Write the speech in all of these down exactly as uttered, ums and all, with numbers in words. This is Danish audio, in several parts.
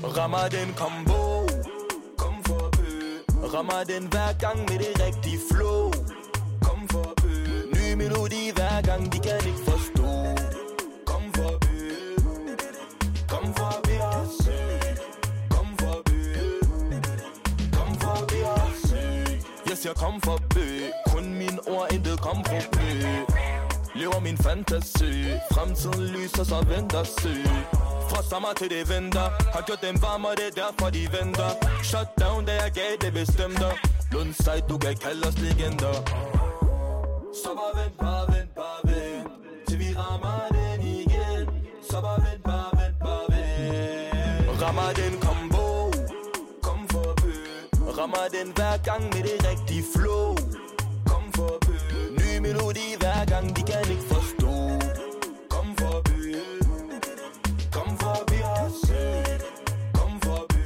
Rammer den combo, kom forbi. Rammer den hver gang med det rigtige flow, kom forbi. Ny melodi hver gang, de kan ikke forstå. Kom forbi, kom forbi os. Kom forbi, kom forbi os. Jeg siger kom forbi, kun mine ord intet kom forbi. Lever min fantasi, fremtiden lyser så venter sig. Fra sommer til det vinter, har gjort dem varme og det er derfor de venter. Shut down, da jeg gav det bestemte. Lund sejt, du kan kalde os legender. Så bare vent, bare vent, bare vent, til vi rammer den igen. Så bare vent, bare vent, bare vent. Rammer den combo, kom forbi. Rammer den hver gang med det rigtige flow, kom forbi. Ny melodi hver gang, de kan ikke forstå. Kom forbi, kom forbi os. Kom forbi,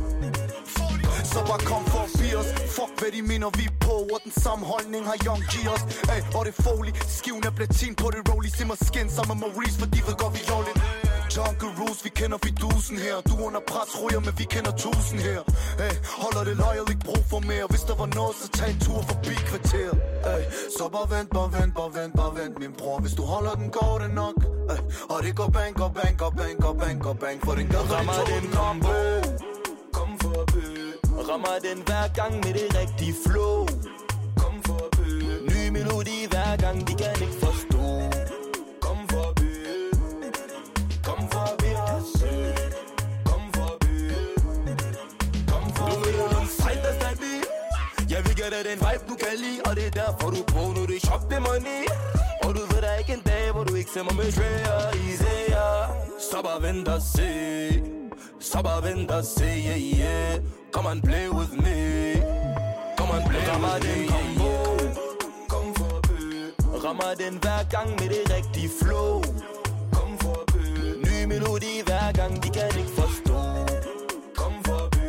så bare kom forbi os. Fuck hvad de mener vi er på, og den sammenholdning har Young G os. Ay, og det Foley, skiven er platin på det rollie. Simmer skin sammen med Maurice, for de ved godt vi lovligt. Jungle Rules, vi kender fidusen her. Du under pres ryger, men vi kender tusind her. Ay, holder det loyal, ikke brug for mere. Hvis der var noget, så tag en tur forbi kvarter. Ay, så bare vent, bare vent, bare vent, bare vent, min bror. Hvis du holder den, går det nok. Ay, og det går bang, går bang, går bang, går bang, går bang. For den gør rammer den combo, kom forbi. Rammer den hver gang med det rigtige flow, kom forbi. Ny melodi hver gang, de kan ikke forstå. Kom forbi, kom forbi os. Kom forbi, kom forbi os. Fight the stabi. Jeg vil give dig den vibe, du kan lide, og det er derfor du på, nu det shop det money. Og du ved der ikke en dag, hvor du ikke ser mig med Shreya, Isaiah. Så bare vent og se, så bare vent og se, yeah, yeah. Come and play with me, come and play rammer with me, combo, kom forbi. Rammer den hver gang med det rigtige flow, kom forbi. Ny melodi hver gang, de kan ikke forstå. Kom forbi,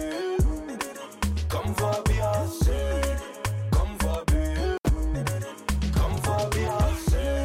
kom forbi os. Kom forbi, kom forbi os.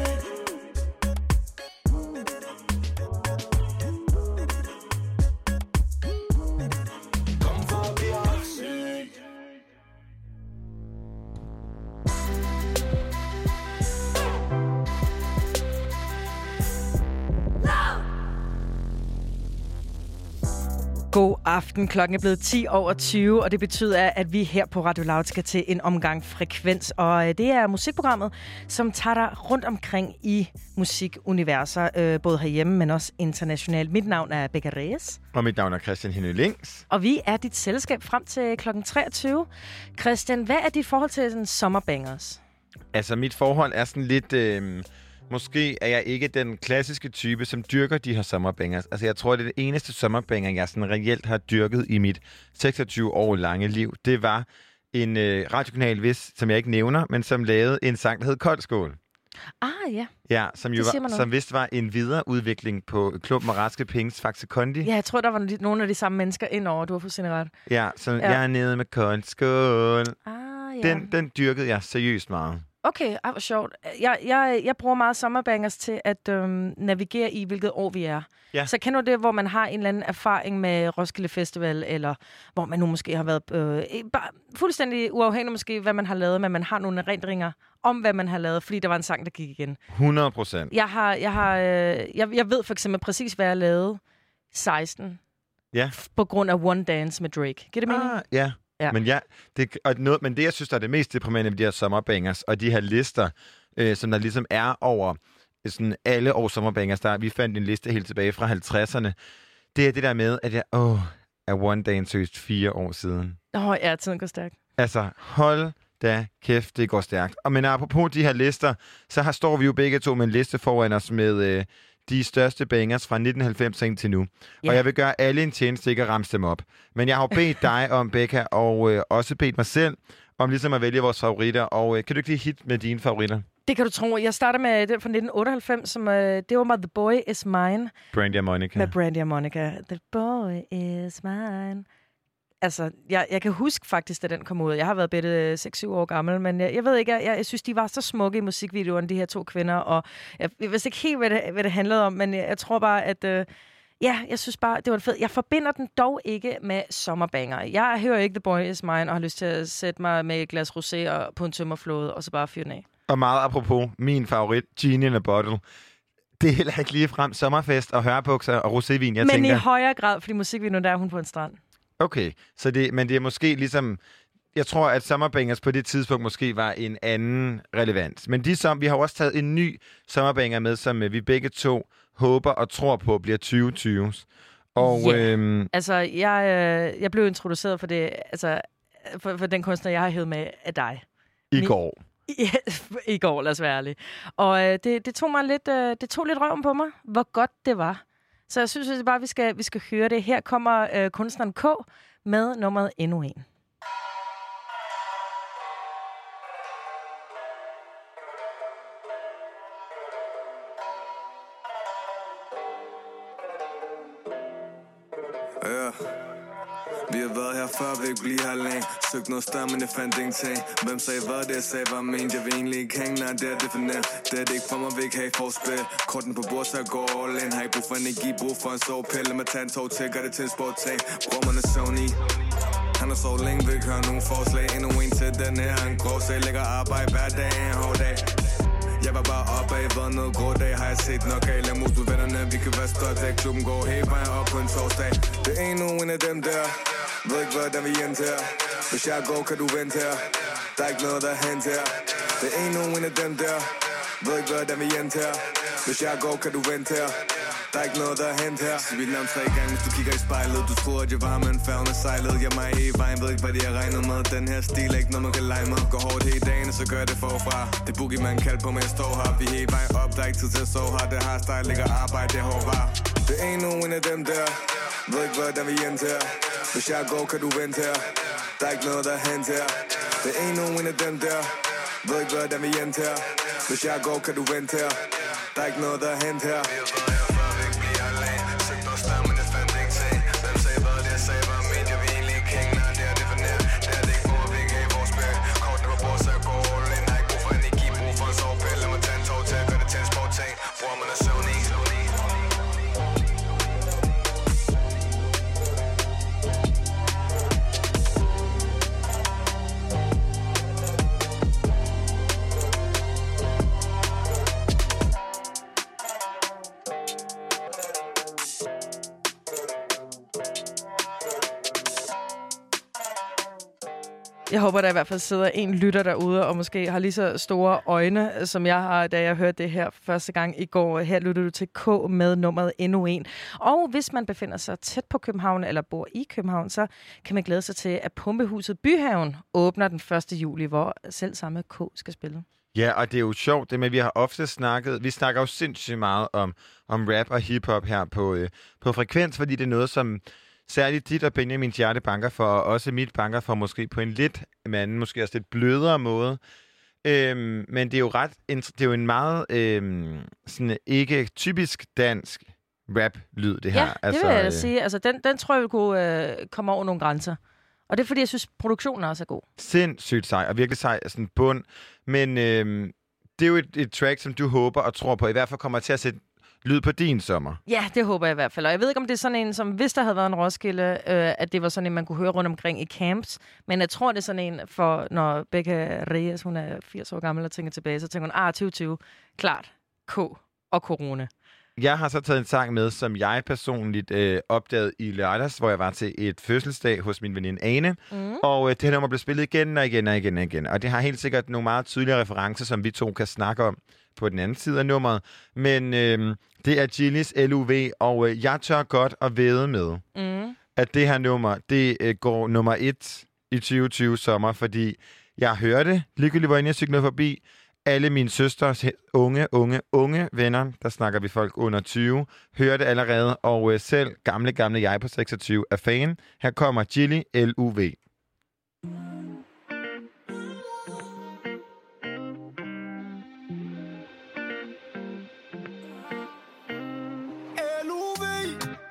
God aften. Klokken er blevet ti over tyve, og det betyder, at vi her på Radio Loud skal til en omgang frekvens. Og det er musikprogrammet, som tager dig rundt omkring i musikuniverser, både herhjemme, men også internationalt. Mit navn er Becca Reyes. Og mit navn er Christian Henø Lings. Og vi er dit selskab frem til klokken treogtyve. Christian, hvad er dit forhold til sådan sommerbangers? Altså, mit forhold er sådan lidt... Øh... Måske er jeg ikke den klassiske type, som dyrker de her sommerbangers. Altså, jeg tror, det er det eneste sommerbanger, jeg sådan reelt har dyrket i mit seksogtyve år lange liv. Det var en øh, radiokanal, hvis, som jeg ikke nævner, men som lavede en sang, der hed Koldskål. Ah, ja. Ja, som jo var, som vist var en videreudvikling på Klubben og Raske Penges Faxe Kondi. Ja, jeg tror, der var nogle af de samme mennesker indover, du har fuldstændig ret. Ja, så ja. Jeg er nede med Koldskål. Ah, ja. Den, den dyrkede jeg seriøst meget. Okay, ej, hvor sjovt. Jeg, jeg, jeg bruger meget sommerbangers til at øhm, navigere i, hvilket år vi er. Ja. Så kender du det, hvor man har en eller anden erfaring med Roskilde Festival, eller hvor man nu måske har været øh, bare fuldstændig uafhængig måske, hvad man har lavet, men man har nogle erindringer om, hvad man har lavet, fordi der var en sang, der gik igen. hundrede procent. Jeg, har, jeg, har, øh, jeg, jeg ved for eksempel præcis, hvad jeg lavede seksten, ja. på grund af One Dance med Drake. Giver det mening? Ah, ja. Ja. Men, ja, det, og noget, men det, jeg synes, der er det mest deprimerende ved de her sommerbangers, og de her lister, øh, som der ligesom er over sådan alle års sommerbangers, der vi fandt en liste helt tilbage fra halvtredserne, det er det der med, at jeg, åh, er One Dance seriøst fire år siden. Åh, oh, ja, tiden går stærkt. Altså, hold da kæft, det går stærkt. Og men apropos de her lister, så har, står vi jo begge to med en liste foran os med... Øh, de største bangers fra nitten halvfems til nu. Yeah. Og jeg vil gøre alle en tjeneste, ikke at ramse dem op. Men jeg har jo bedt dig om, Becca, og øh, også bedt mig selv, om ligesom at vælge vores favoritter. Og øh, kan du ikke lige hit med dine favoritter? Det kan du tro. Jeg starter med den fra nitten otteoghalvfems, som øh, det var med The Boy Is Mine. Brandy og Monica. Med Brandy og Monica. The Boy Is Mine. Altså, jeg, jeg kan huske faktisk, da den kom ud. Jeg har været bedre seks syv år gammel, men jeg, jeg ved ikke, jeg, jeg synes, de var så smukke i musikvideoerne, de her to kvinder, og jeg, jeg vidste ikke helt, hvad det, hvad det handlede om, men jeg, jeg tror bare, at øh, Ja, jeg synes bare, det var fedt. Jeg forbinder den dog ikke med sommerbanger. Jeg hører ikke The Boy Is Mine og har lyst til at sætte mig med et glas rosé og på en tømmerflåde og så bare fyre den af. Og meget apropos min favorit, Genie in a Bottle. Det er heller ikke lige frem sommerfest og hørebukser og rosévin, jeg men tænker. Men i højere grad, fordi musikvideoen der er hun på en strand. Okay, så det, men det er måske ligesom... Jeg tror, at Sommerbangers på det tidspunkt måske var en anden relevans. Men de som, vi har også taget en ny Sommerbanger med, som vi begge to håber og tror på bliver tyve tyve. Og, yeah. øhm, altså, jeg, øh, jeg blev introduceret for, det, altså, for, for den kunstner, jeg har hævet med af dig. I Min, går. I, I går, lad os være ærlig. Og øh, det, det, tog mig lidt, øh, det tog lidt røven på mig, hvor godt det var. Så jeg synes at bare, vi skal, vi skal høre det. Her kommer øh, kunstneren K med nummeret Endnu en. Ja. Vi har været her før, vil ikke blive her længe. Søgt noget større, men jeg fandt ingenting. Hvem sagde hvad, det jeg sagde var ment. Jeg vil egentlig ikke hænge, nej, det er defineret. Det er det ikke for mig, vil ikke have forspil. Korten på bord, så jeg går all in. Har ikke brug for energi, brug for en sovepille. Lad mig tage en tog til, gør det til en sportting. Bror man er Sony. Han har så længe, vil ikke høre nogen forslag. Endnu en til den her, en grov sag. Lægger arbejde hver dag, en hård dag. Jeg var bare op af, været noget grå dag. Har jeg set nok af, lad mus med vennerne. Vi kan være stolt af, klubben går hele vejen op på en torsdag. Det er endnu en af dem der. Ved ikke hvordan vi endte her. Hvis jeg går, kan du vente her. Der er ikke noget der er hent her. Det er endnu en af dem der. Ved ikke hvordan vi endte her. Hvis jeg går, kan du vente her. Der er ikke noget der er hent her. Så mit navn tre gange, hvis du kigger i spejlet. Du tror at jeg var med en færgen og sejlede. Jeg mig i vejen, ved ikke hvad de har regnet med. Den her stil er ikke noget man kan lege med. Går hårdt hele dagen, så gør det forfra. Det er boogie man kalder på, men jeg står her. Vi er hele vejen op, der er ikke tid til at sove her. Det har style, ligger arbejde, det er hård var. Det er endnu en af dem der. Ved ikke hvordan vi endte her. Hvis jeg går, kan du vente her. Der er ikke noget der er hent her. Det er endnu en af dem der. Ved ikke hvordan vi endte her. Hvis jeg går, kan du vente her. Der er ikke noget der er hent her. Jeg håber, der i hvert fald sidder en lytter derude, og måske har lige så store øjne, som jeg har, da jeg hørte det her første gang i går. Her lytter du til K med nummeret endnu en. Og hvis man befinder sig tæt på København, eller bor i København, så kan man glæde sig til, at Pumpehuset Byhaven åbner den første juli, hvor selv samme K skal spille. Ja, og det er jo sjovt, det med, at vi har ofte snakket, vi snakker jo sindssygt meget om, om rap og hiphop her på, øh, på Frekvens, fordi det er noget, som særligt dit og Benjamins hjerte banker for, og også mit banker for, måske på en lidt anden, måske også lidt blødere måde. Øhm, men det er jo ret, det er jo en meget øhm, sådan ikke typisk dansk rap-lyd, det her. Ja, det altså, vil jeg da øh... sige. Altså, den, den tror jeg vil kunne øh, komme over nogle grænser. Og det er fordi, jeg synes, produktionen også er god. Sindssygt sej, og virkelig sej sådan bund. Men øhm, det er jo et, et track, som du håber og tror på, i hvert fald kommer til at sætte lyd på din sommer. Ja, det håber jeg i hvert fald. Og jeg ved ikke, om det er sådan en, som hvis der havde været en Roskilde, øh, at det var sådan en, man kunne høre rundt omkring i camps. Men jeg tror, det er sådan en, for når Becca Reyes, hun er firs år gammel og tænker tilbage, så tænker hun, ah, tyve tyve, klart, K og corona. Jeg har så taget en sang med, som jeg personligt øh, opdagede i lørdags, hvor jeg var til et fødselsdag hos min veninde Ane. Mm. Og øh, det her nummer blev spillet igen og igen og igen og igen. Og det har helt sikkert nogle meget tydelige referencer, som vi to kan snakke om på den anden side af nummeret. Men øh, det er Gillies L U V, og øh, jeg tør godt at vædde med, mm. at det her nummer, det øh, går nummer et i tyve tyve sommer, fordi jeg hørte, ligegyldigt hvor jeg cyklede forbi, alle mine søsters unge, unge, unge venner, der snakker vi folk under tyve, hørte allerede, og øh, selv gamle, gamle jeg på seksogtyve er fan. Her kommer Gilly L U V.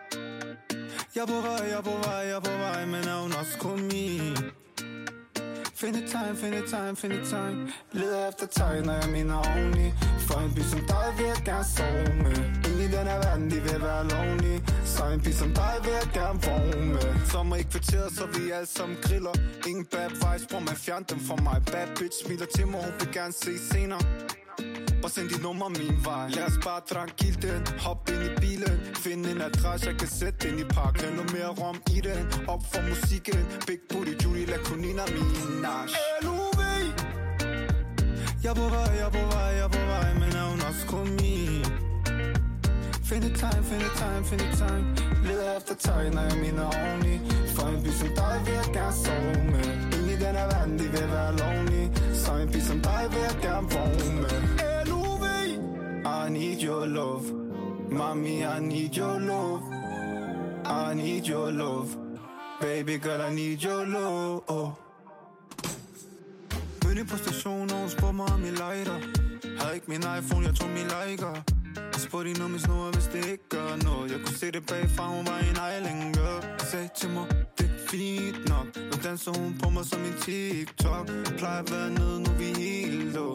Jeg er på vej, jeg er på vej, jeg er på vej, men er hun også kun min? Find et tegn, find et tegn, find et tegn. Leder efter tegn, og jeg mener oveni. For en by som dig vil jeg gerne sove med. Ingen i den her verden, de vil være lonely. Så en by som dig vil jeg gerne vågne med. Sommer i kvarteret, så vi alle sammen griller. Ingen bad vibes, bror man fjern dem fra mig. Bad bitch smiler til mig, hun vil gerne se senere. Bare send dit nummer min vej. Lad os bare tranquil den. Hop ind i bilen. Find en adresse, jeg kan sætte den i park. Hæld noget mere rom i den. Op for musikken. Big booty, Judy, la Kunina, Minaj. L U V. Jeg er på vej, jeg er på vej, jeg er på vej. Men er hun også kun min? Find et tegn, find et tegn, find et tegn. Leder efter tegn, og jeg mener oveni. For en by som dig vil jeg gerne sove med. Ingen i den her verden, de vil være lonely. Så en by som dig vil jeg gerne vågne med. L U V. I need your love. Mommy, I need your love. I need your love. Baby girl, I need your love. Oh. Mødte på stationen, og hun spurgte mig om I lighter. Havde ikke min iPhone, jeg tog min liker. Jeg spurgte hende om min snor, hvis det ikke gør noget. Jeg kunne se det bagfra, hun var en island girl. Sagde til mig, det er fint nok. Nu danser hun på mig som en TikTok. Plejer at være nede, nu vi helt lå.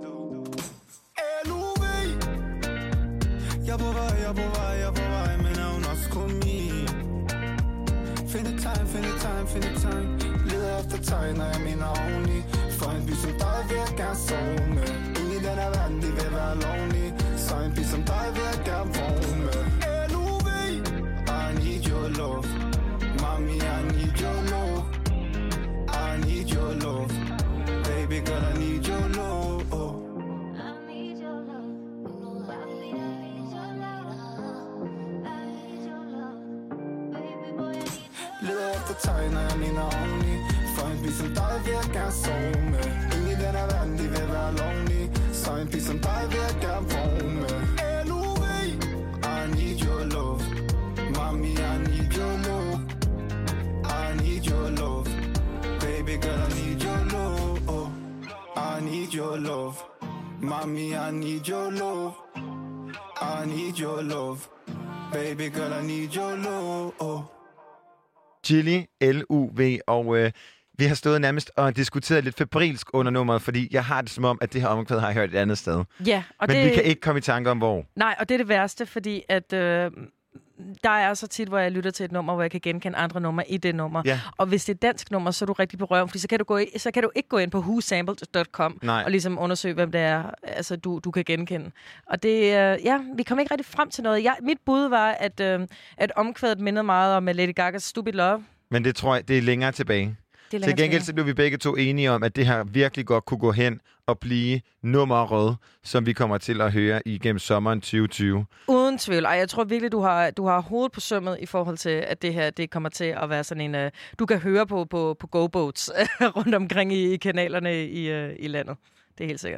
L U V. Jeg er på vej, jeg er på vej, jeg er på vej. Men er hun også kun min? Find et tegn, find et tegn, find et tegn. Leder efter tegn, og jeg mener oveni. For en by som dig vil jeg gerne sove med. Ingen i den her verden, de vil være lonely. Så en by som dig vil jeg gerne vågne med. L U V. I need your love. Mommy, I need your love. I need your love. Baby girl, I need your love. Oh. I need your love. I need, I need your love. I need your love. Baby boy, I need your love. Leder efter tegn, og jeg mener oveni. For en by som dig vil jeg gerne sove med. Ingen i den her verden, de vil være lonely. Så en by som dig vil jeg gerne vågne med. L U V. I need your love. Mommy, I need your love. I need your love. Baby girl, I need your love. Oh. I need your love. Mommy, I need your love. I need your love. Baby girl, I need your love. Oh. Chili, L U V, og øh, vi har stået nærmest og diskuteret lidt febrilsk under nummeret, fordi jeg har det som om, at det her omkvæd har jeg hørt et andet sted. Ja, og Men det... vi kan ikke komme i tanke om, hvor. Nej, og det er det værste, fordi at... Øh... Der er så tit, hvor jeg lytter til et nummer, hvor jeg kan genkende andre numre i det nummer. Ja. Og hvis det er et dansk nummer, så er du rigtig på røven, fordi så kan du, gå i, så kan du ikke gå ind på who sampled dot com og ligesom undersøge, hvem det er, altså, du, du kan genkende. Og det, øh, ja, vi kom ikke rigtig frem til noget. Jeg, mit bud var, at, øh, at omkvædet mindede meget om Lady Gagas Stupid Love. Men det tror jeg, det er længere tilbage. Til gengæld så blev vi begge to enige om, at det her virkelig godt kunne gå hen og blive nummeret, som vi kommer til at høre igennem sommeren tyve tyve. Uden tvivl. Ej, jeg tror virkelig, du har, du har hovedet på sømmet i forhold til, at det her det kommer til at være sådan en... Uh, du kan høre på, på, på go-boats rundt omkring i, i kanalerne i, uh, i landet. Det er helt sikkert.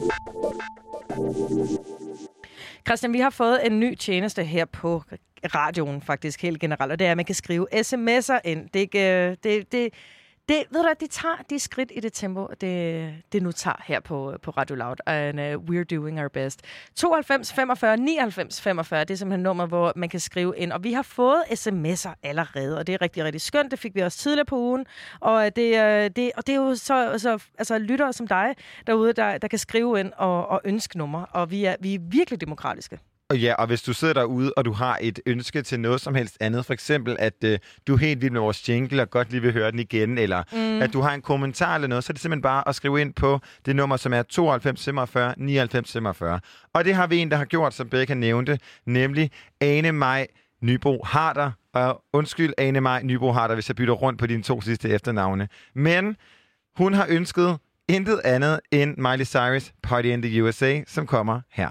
Christian, vi har fået en ny tjeneste her på radioen faktisk helt generelt, og det er, at man kan skrive sms'er ind. Det, det, det, det Det, ved du, de tager de skridt i det tempo, det, det nu tager her på, på Radio Loud. And uh, we're doing our best. tooghalvfems femogfyrre nioghalvfems femogfyrre, det er simpelthen et nummer, hvor man kan skrive ind. Og vi har fået sms'er allerede, og det er rigtig, rigtig skønt. Det fik vi også tidligere på ugen. Og det, det, og det er jo så, så altså, lyttere som dig derude, der, der kan skrive ind og, og ønske nummer. Og vi er, vi er virkelig demokratiske. Og ja, og hvis du sidder derude, og du har et ønske til noget som helst andet, for eksempel at øh, du er helt vild med vores jingle og godt lige vil høre den igen, eller mm. at du har en kommentar eller noget, så er det simpelthen bare at skrive ind på det nummer, som er tooghalvfems femogfyrre nioghalvfems femogfyrre. Og det har vi en, der har gjort, som Becca nævnte, nemlig Ane Maj Nybro Harder. Og undskyld, Ane Maj Nybro Harder, hvis jeg bytter rundt på dine to sidste efternavne. Men hun har ønsket intet andet end Miley Cyrus Party in the U S A, som kommer her.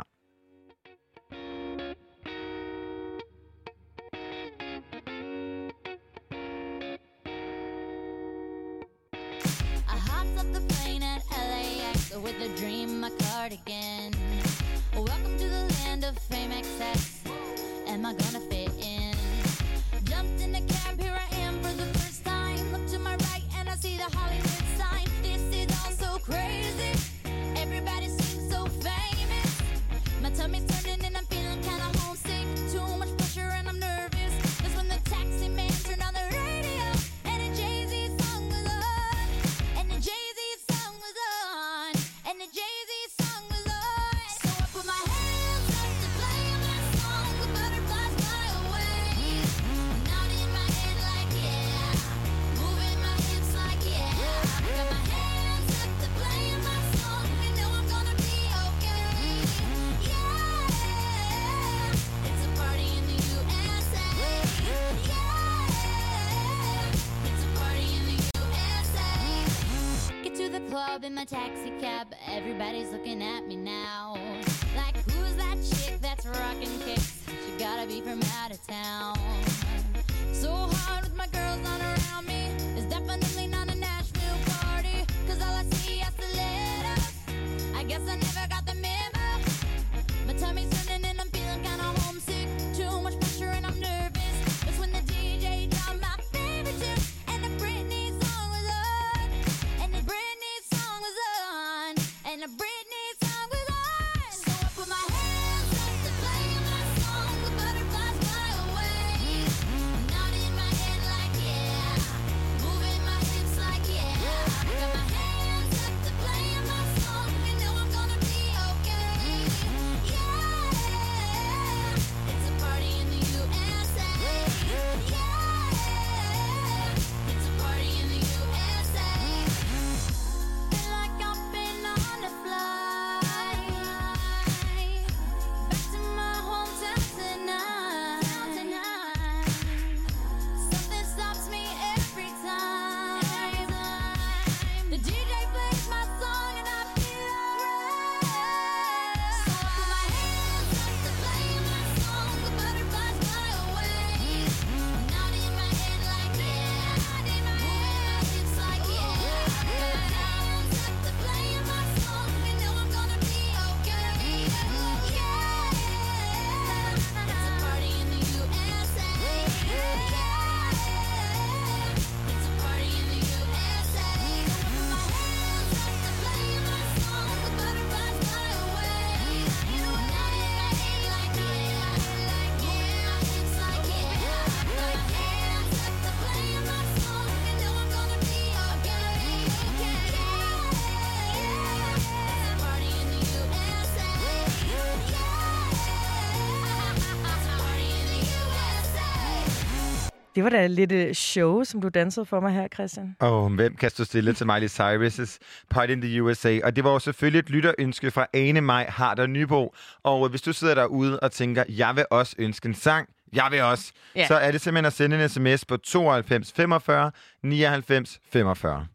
With a dream, my cardigan. Welcome to the land of fame excess. Am I gonna fit in? Jumped in the cab, here I am for the first time. Look to my right and I see the Hollywood sign. This is all so crazy. Everybody seems so famous. My tummy's turning and I'm feeling kinda homesick. Too much pressure and I'm nervous. That's when the taxi man turned on the radio and a Jay-Z song was on. And the Jay-Z up in my taxi cab, everybody's looking at me now. Like, who's that chick that's rocking kicks? She gotta be from out of town. So hard with my girls not around me. It's definitely not a Nashville party, cause all I see is the letters. I guess I never got the memo. My tummy's turning and I'm feeling kinda homesick. Too much pressure and I'm nervous. It's when the D J dropped my favorite tune, and the Britney song was on. And the Britney song was on. And the Britney song was on. So I put my hands up to play my song. The butterflies fly away. Nodding my head like yeah. Moving my hips like yeah. Got my hands up to play my song. You know I'm gonna be okay. Yeah. It's a party in the U S A. Yeah. It's a party in the U S A. Feel like I've been on a flight back to my hometown tonight. Something stops me every time. The D J plays my song and I feel alright. So I put my hands up to play my song. The butterflies fly away. Nodding my head like yeah. Moving my hips like yeah. Got my hands up to play my song. You know I'm gonna be okay. Yeah. It's a party in the U S A. Yeah. It's a party in the U S A. Put my hands up to play my song. The butterflies fly away. Nodding my head like yeah. Moving my hips like yeah. Got my hands up to play my song. You know I'm gonna be okay. Yeah. It's a party in the U S A. Yeah. It's a party in the U S A. Det var da lidt øh, show, som du dansede for mig her, Christian. Åh, oh, hvem kan stå stille til Miley Cyrus' Party in the U S A? Og det var jo selvfølgelig et lytterønske fra Ane Maj Harder Nybo. Og hvis du sidder derude og tænker, jeg vil også ønske en sang, jeg vil også, Ja. så er det simpelthen at sende en sms på tooghalvfems femogfyrre nioghalvfems femogfyrre.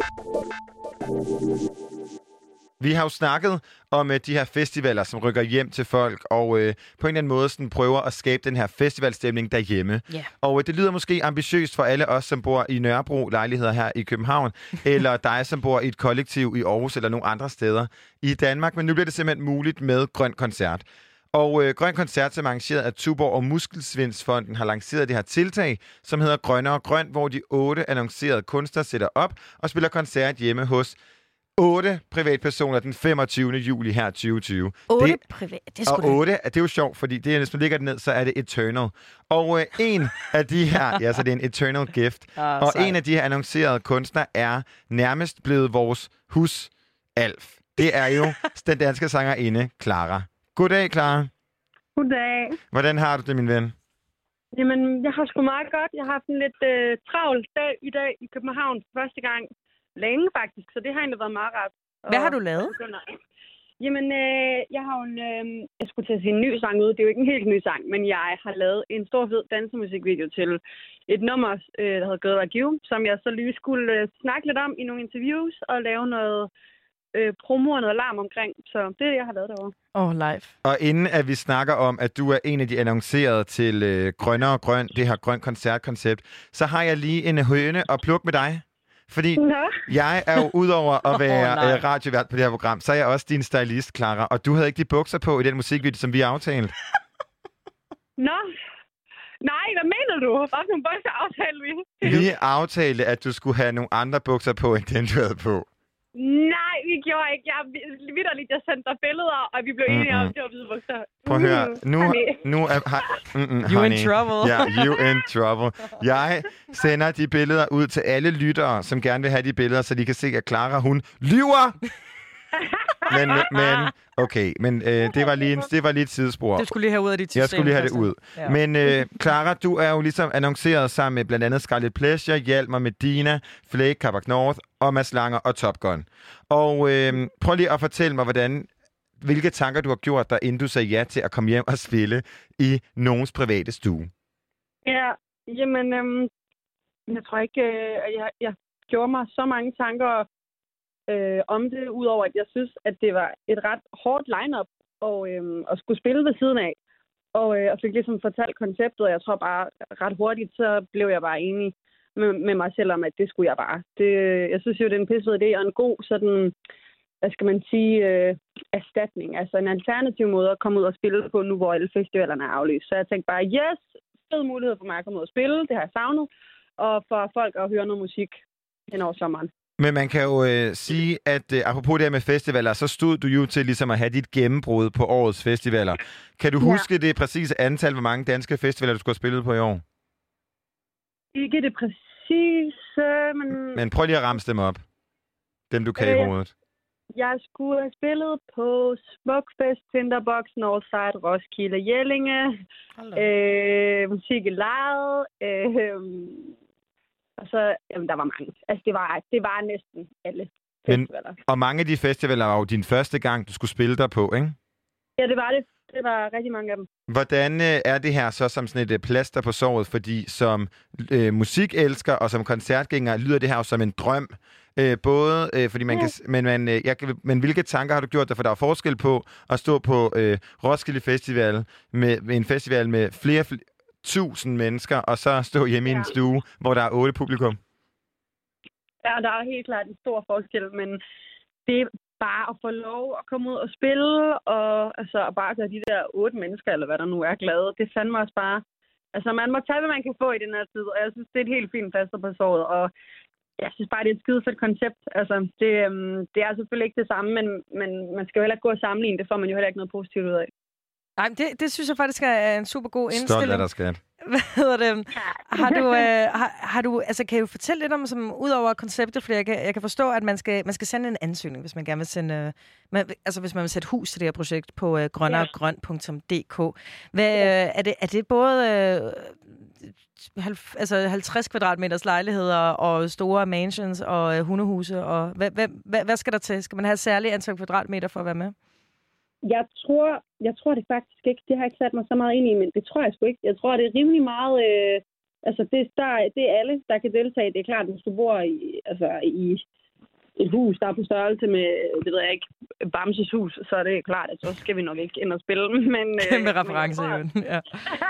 Vi har jo snakket om uh, de her festivaler, som rykker hjem til folk, og uh, på en eller anden måde sådan, prøver at skabe den her festivalstemning derhjemme. Ja. Og uh, det lyder måske ambitiøst for alle os, som bor i Nørrebro lejligheder her i København, eller dig, som bor i et kollektiv i Aarhus eller nogle andre steder i Danmark. Men nu bliver det simpelthen muligt med Grøn Koncert. Og øh, Grøn Koncert, som er arrangeret af Tuborg og Muskelsvindsfonden, har lanceret det her tiltag, som hedder Grønnere Grøn, hvor de otte annoncerede kunstnere sætter op og spiller koncert hjemme hos otte privatpersoner den femogtyvende juli her tyve tyve. Otte Det- privat. Det er Og sgu da. otte, det er jo sjovt, fordi det er, hvis man ligger det ned, så er det Eternal. Og øh, en af de her, ja, så det er en Eternal gift. Ah, og sejt. en af de her annoncerede kunstnere er nærmest blevet vores hus-Alf. Det er jo den danske sangerinde, Clara. Goddag, Clara. Goddag. Hvordan har du det, min ven? Jamen, jeg har sgu meget godt. Jeg har haft en lidt øh, travl dag i dag i København for første gang længe faktisk, så det har egentlig været meget rart. Hvad Og- har du lavet? Jamen, øh, jeg har jo en, øh, jeg skulle til at sige en ny sang ude. Det er jo ikke en helt ny sang, men jeg har lavet en stor fed dansemusikvideo til et nummer, øh, der hedder Girl Like You, som jeg så lige skulle øh, snakke lidt om i nogle interviews og lave noget øh, promo og noget larm omkring. Så det er det, jeg har lavet derovre. Åh, oh, live. Og inden at vi snakker om, at du er en af de annoncerede til øh, Grønnere Grøn, det her Grøn Koncertkoncept, så har jeg lige en høne at plukke med dig. Fordi Nå. jeg er jo udover at være Åh, nej. øh, radiovært på det her program, så er jeg også din stylist, Clara. Og du havde ikke de bukser på i den musikvideo, som vi aftalte. Nå. Nej, hvad mener du? Hvad for nogle bukser aftalte vi? Vi aftalte, at du skulle have nogle andre bukser på, end den du havde på. Nej, vi gjorde ikke. Jeg vitterligt, jeg sendte dig billeder, og vi blev enige om, Mm-mm. at det var hvide bukser. Prøv at høre. Nu, honey. nu er... Ha, mm-mm, You in honey. trouble. Ja, you in trouble. Jeg sender de billeder ud til alle lyttere, som gerne vil have de billeder, så de kan se, at Clara, hun lyver! Men, men okay, men øh, det, var lige en, det var lige et sidespor. Du skulle lige have ud af dit system. Jeg skulle lige have det Christian. ud. Ja. Men øh, Clara, du er jo ligesom annonceret sammen med blandt andet Scarlet Pleasure, Hjalmar, Medina, Flake, Kabak North og Mads Langer og Top Gun. Og øh, prøv lige at fortælle mig, hvordan, hvilke tanker du har gjort dig, inden du sagde ja til at komme hjem og spille i nogens private stue. Ja, jamen, øhm, jeg tror ikke, øh, at jeg, jeg gjorde mig så mange tanker øh, om det, udover at jeg synes, at det var et ret hårdt line-up og, øh, at skulle spille ved siden af. Og øh, jeg fik ligesom fortalt konceptet, og jeg tror bare ret hurtigt, så blev jeg bare enig med, med mig selv om, at det skulle jeg bare. Det, jeg synes jo, det er en pissefed idé og en god sådan, hvad skal man sige, øh, erstatning. Altså en alternativ måde at komme ud og spille på, nu hvor alle festivalerne er aflyst. Så jeg tænkte bare, yes, fed mulighed for mig at komme ud og spille, det har jeg savnet, og for folk at høre noget musik hen over sommeren. Men man kan jo øh, sige, at øh, apropos det her med festivaler, så stod du jo til ligesom at have dit gennembrud på årets festivaler. Kan du huske ja. det præcise antal, hvor mange danske festivaler, du skulle have spillet på i år? Ikke det præcise, men... Men prøv lige at ramse dem op. Dem, du kan øh, i hovedet. Jeg skulle have spillet på Smukfest, Tinderbox, Northside, Roskilde, Jellinge, øh, Musik i Lejet, øh, og så, jamen, der var mange. Altså, det var, det var næsten alle festivaler. Men, og mange af de festivaler var jo din første gang, du skulle spille der på, ikke? Ja, det var det. Det var rigtig mange af dem. Hvordan øh, er det her så som sådan et øh, plaster på såret? Fordi som øh, musikelsker og som koncertgænger lyder det her jo som en drøm. Øh, både øh, fordi man ja. kan... Men, man, øh, jeg, men hvilke tanker har du gjort dig? For der er forskel på at stå på øh, Roskilde Festival med, med en festival med flere... flere tusind mennesker, og så stå hjemme ja. i en stue, hvor der er otte publikum. Ja, der er helt klart en stor forskel, men det er bare at få lov at komme ud og spille, og altså bare gøre de der otte mennesker, eller hvad der nu er, glade. Det fandme også bare... Altså, man må tage, hvad man kan få i den her tid, og jeg synes, det er et helt fint plaster på såret, og jeg synes bare, det er et skidefedt koncept. Altså, det, øhm, det er selvfølgelig ikke det samme, men, men man skal jo heller ikke gå og sammenligne, det får man jo heller ikke noget positivt ud af. Nej, det, det synes jeg faktisk er en super god indstilling. Stolt af dig, skat. Hvad hedder det? Har du, øh, har, har du, altså, kan du fortælle lidt om, som ud over konceptet, for jeg kan, jeg kan forstå, at man skal, man skal sende en ansøgning, hvis man gerne vil sende, øh, man, altså hvis man vil sætte hus til det her projekt på øh, grønneregrøn punktum d k. Hvad, øh, er, det, er det både øh, halv, altså halvtreds kvadratmeters lejligheder og store mansions og øh, hundehuse? Og, hvad, hvad, hvad, hvad skal der til? Skal man have et særligt antal kvadratmeter for at være med? Jeg tror, jeg tror det faktisk ikke. Det har jeg ikke sat mig så meget ind i, men det tror jeg sgu ikke. Jeg tror, det er rimelig meget... Øh, altså, det, der, det er alle, der kan deltage. Det er klart, hvis du bor i, altså, i et hus, der er på størrelse med, det ved jeg ikke, Bamses hus, så er det klart, at så skal vi nok ikke ind og spille. Men, øh, Kæmpe reference, men ja.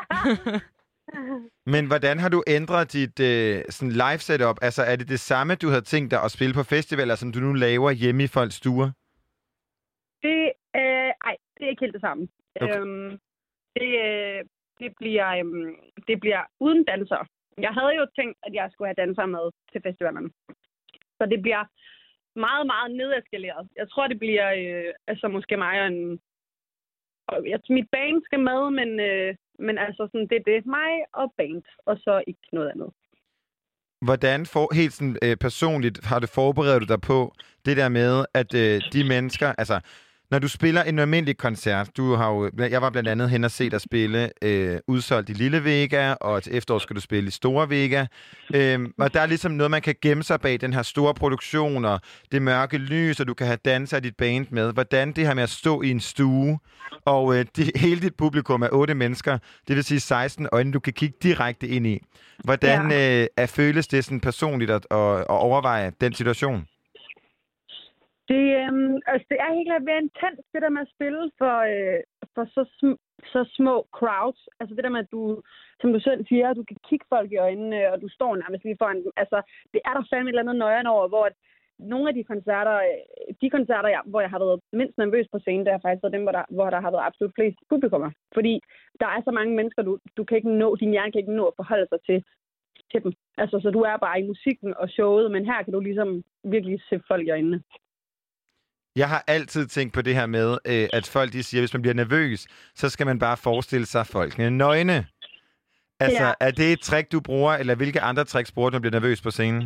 Men hvordan har du ændret dit øh, sådan live setup? Altså, er det det samme, du havde tænkt dig at spille på festivaler, som du nu laver hjemme i folks stuer? Det, øh, ej, det er ikke helt det samme. Okay. Øhm, det, øh, det, bliver, øhm, det bliver uden dansere. Jeg havde jo tænkt, at jeg skulle have dansere med til festivalerne. Så det bliver meget, meget nedeskaleret. Jeg tror, det bliver øh, altså måske mig og en... Og jeg, mit band skal med, men, øh, men altså sådan, det er det. Mig og band, og så ikke noget andet. Hvordan for, helt sådan, øh, personligt har du forberedt dig på det der med, at øh, de mennesker... altså når du spiller en almindelig koncert, du har jo, jeg var blandt andet hen og se dig spille øh, udsolgt i Lille Vega, og til efterår skal du spille i Store Vega. Øh, og der er ligesom noget, man kan gemme sig bag den her store produktion, og det mørke lys, og du kan have danser i dit band med. Hvordan det her med at stå i en stue, og øh, det, hele dit publikum er otte mennesker, det vil sige seksten øjne, du kan kigge direkte ind i. Hvordan ja. øh, er, føles det sådan personligt at, at, at overveje den situation? Det, øhm, altså, det er helt klart ved intens, det der med at spille for, øh, for så, sm- så små crowds. Altså det der med, at du, som du selv siger, du kan kigge folk i øjnene, og du står nærmest lige foran dem. Altså, det er der fandme et eller andet nøjeren over, hvor at nogle af de koncerter, de koncerter, jeg, hvor jeg har været mindst nervøs på scenen, det har faktisk været dem, hvor der, hvor der har været absolut flest publikummer. Fordi der er så mange mennesker, du, du kan ikke nå, din hjerne kan ikke nå at forholde sig til, til dem. Altså, så du er bare i musikken og showet, men her kan du ligesom virkelig se folk i øjnene. Jeg har altid tænkt på det her med, øh, at folk de siger, at hvis man bliver nervøs, så skal man bare forestille sig folkene nøgne. Altså, ja. Er det et trick, du bruger, eller hvilke andre tricks bruger du, når du bliver nervøs på scenen?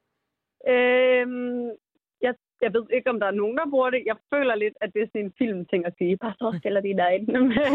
Øhm, jeg, jeg ved ikke, om der er nogen, der bruger det. Jeg føler lidt, at det er sådan en filmting at sige. Bare så stiller de derinde.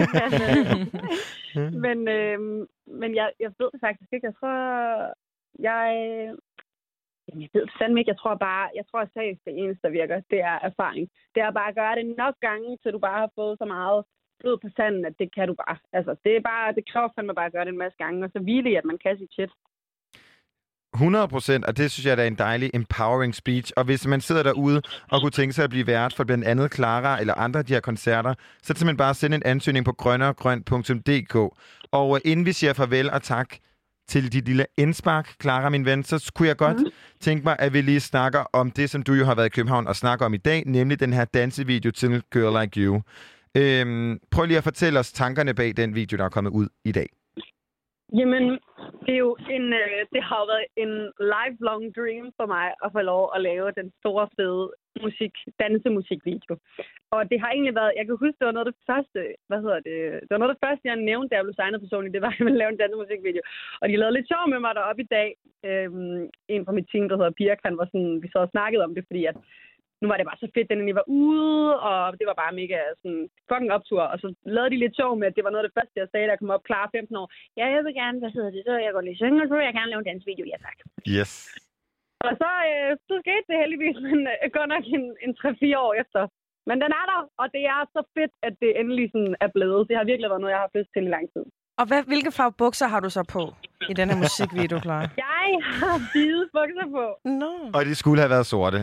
men øhm, men jeg, jeg ved det faktisk ikke. Jeg tror, jeg... Jamen, jeg ved det fandme ikke. Jeg tror bare, jeg tror seriøst, det eneste, der virker, det er erfaring. Det er bare at gøre det nok gange, til du bare har fået så meget blod på sanden, at det kan du bare. Altså, det er bare, det kræver fandme bare at gøre det en masse gange, og så hvile i, at man kan sit shit. hundrede procent, og det synes jeg, der er en dejlig empowering speech. Og hvis man sidder derude og kunne tænke sig at blive vært for blandt andet Clara eller andre af de her koncerter, så er det simpelthen bare at sende en ansøgning på grønnergrønt punktum d k. Og uh, inden vi siger farvel og tak til dit lille indspark, Clara, min ven, så kunne jeg godt mm. tænke mig, at vi lige snakker om det, som du jo har været i København og snakker om i dag, nemlig den her dansevideo til Girl Like You. Øhm, prøv lige at fortælle os tankerne bag den video, der er kommet ud i dag. Jamen, det er jo en, øh, det har jo været en lifelong dream for mig at få lov at lave den store, fede musik, dansemusikvideo. Og det har egentlig været, jeg kan huske, det var noget af det første, hvad hedder det, det var noget af det første, jeg nævnte, da jeg blev signet personligt, det var, at jeg ville lave en dansemusikvideo. Og de lavede lidt sjov med mig deroppe i dag. Øhm, en fra mit team, der hedder Birk, han var sådan, vi så og snakkede om det, fordi at nu var det bare så fedt, den endelig var ude, og det var bare mega sådan fucking optur. Og så lavede de lidt sjov med, at det var noget af det første, jeg sagde, der kom op klar femten år. Ja, jeg vil gerne, hvad hedder det, så jeg går lige synge, og så vil jeg gerne lave en dansvideo, ja tak. Yes. Og så, øh, så skete det heldigvis, men øh, godt nok en, en tre fire år efter. Men den er der, og det er så fedt, at det endelig sådan er blevet. Det har virkelig været noget, jeg har haft lyst til i lang tid. Og hvad, hvilke farve bukser har du så på i den her musikvideo, Clara? Jeg har hvide bukser på. No. Og de skulle have været sorte.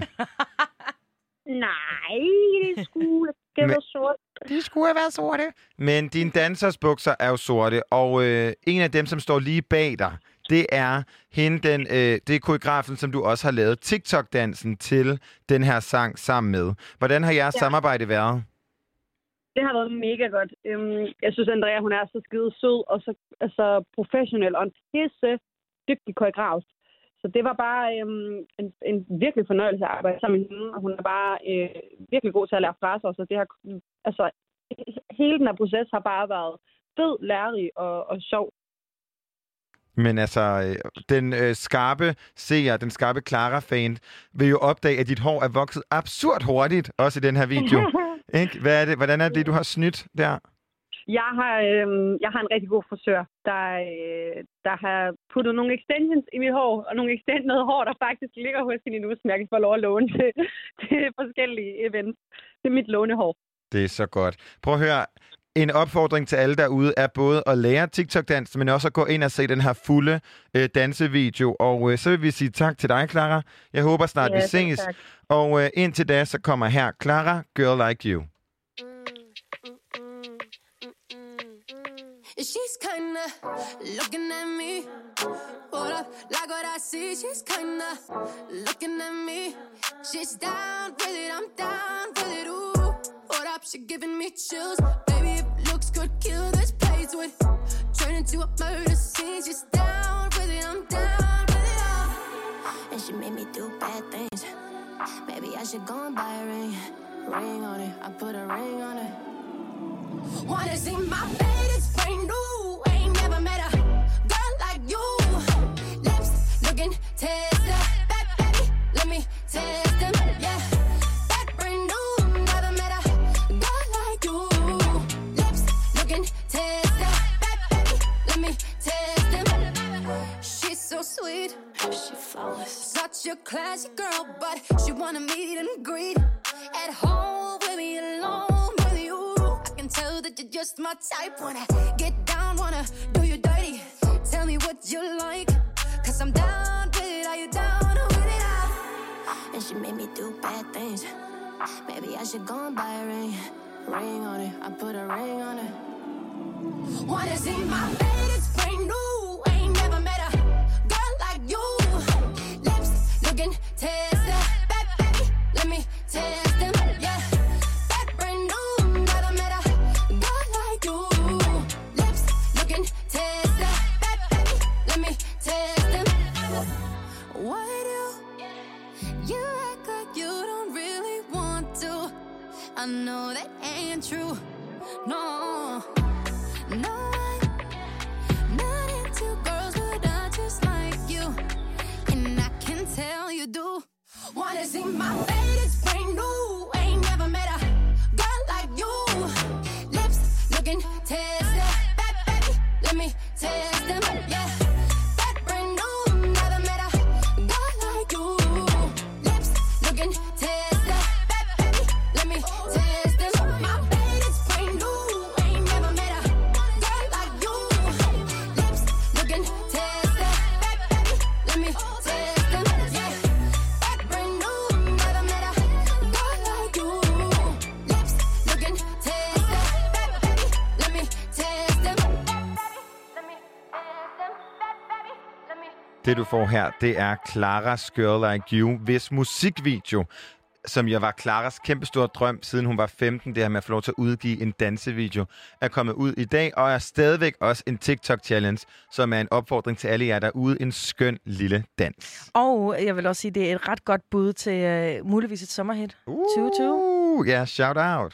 Nej, det skulle det var sort. De skulle have været sorte. Men dine dansers bukser er jo sorte, og øh, en af dem, som står lige bag dig, det er hende, den, øh, det er koreografen, som du også har lavet TikTok-dansen til den her sang sammen med. Hvordan har jeres ja. samarbejde været? Det har været mega godt. Um, jeg synes, Andrea, hun er så skide sød og så altså, professionel og en pisse dygtig koreograf. Så det var bare øhm, en, en virkelig fornøjelse at arbejde sammen med hende, og hun er bare øh, virkelig god til at lære fra sig. Så det har, altså, hele den her proces har bare været fed, lærerig og, og sjov. Men altså, den øh, skarpe seer, den skarpe Clara-fan, vil jo opdage, at dit hår er vokset absurd hurtigt, også i den her video. Ikke? Hvad er det? Hvordan er det, du har snydt der? Jeg har, øh, jeg har en rigtig god frisør, der, øh, der har puttet nogle extensions i mit hår, og nogle extendede hår, der faktisk ligger hos hende nu, som jeg kan få lov at låne til, til forskellige events. Det er mit lånehår. Det er så godt. Prøv at høre. En opfordring til alle derude er både at lære TikTok-dans, men også at gå ind og se den her fulde øh, dansevideo. Og øh, så vil vi sige tak til dig, Clara. Jeg håber snart, ja, vi ses. Tak. Og øh, indtil da, så kommer her Clara, Girl Like You. She's kinda looking at me. Hold up, like what I see. She's kinda looking at me. She's down with it, I'm down with it. Ooh, hold up, she giving me chills. Baby, if looks could kill, this place would turn into a murder scene. She's down with it, I'm down with it all. And she made me do bad things. Maybe I should go and buy a ring. Ring on it, I put a ring on it. Wanna see my latest brand new. Ain't never met a girl like you. Lips looking tester. Back, baby, let me test them. Yeah, that brand new. Never met a girl like you. Lips looking tester. Back, baby, let me test them. She's so sweet. She flawless. Such a classy girl, but she wanna meet and greet at home with me alone. Tell that you're just my type. Wanna get down, wanna do you dirty. Tell me what you like, cause I'm down with it. Are you down with it all? And she made me do bad things. Maybe I should go and buy a ring. Ring on it, I put a ring on it. Wanna see my latest brand new. Ain't never met a girl like you. Lips looking tester. Back, baby, let me test them. Yeah. Why do you act like you don't really want to? I know that ain't true. No, no, I'm not into girls, but I just like you, and I can tell you do. Wanna see my latest brand new? Ain't never met a girl like you. Lips looking tester. Back, baby, let me test them. Yeah. Like Det, du får her, det er Claras Girl Like You, hvis musikvideo, som jo var Claras kæmpestore drøm, siden hun var femten, det her med at få lov til at udgive en dansevideo, er kommet ud i dag, og er stadigvæk også en TikTok-challenge, som er en opfordring til alle jer derude. En skøn lille dans. Og jeg vil også sige, det er et ret godt bud til uh, muligvis et sommerhit. Uh, tyve tyve. Ja, yeah, shout out.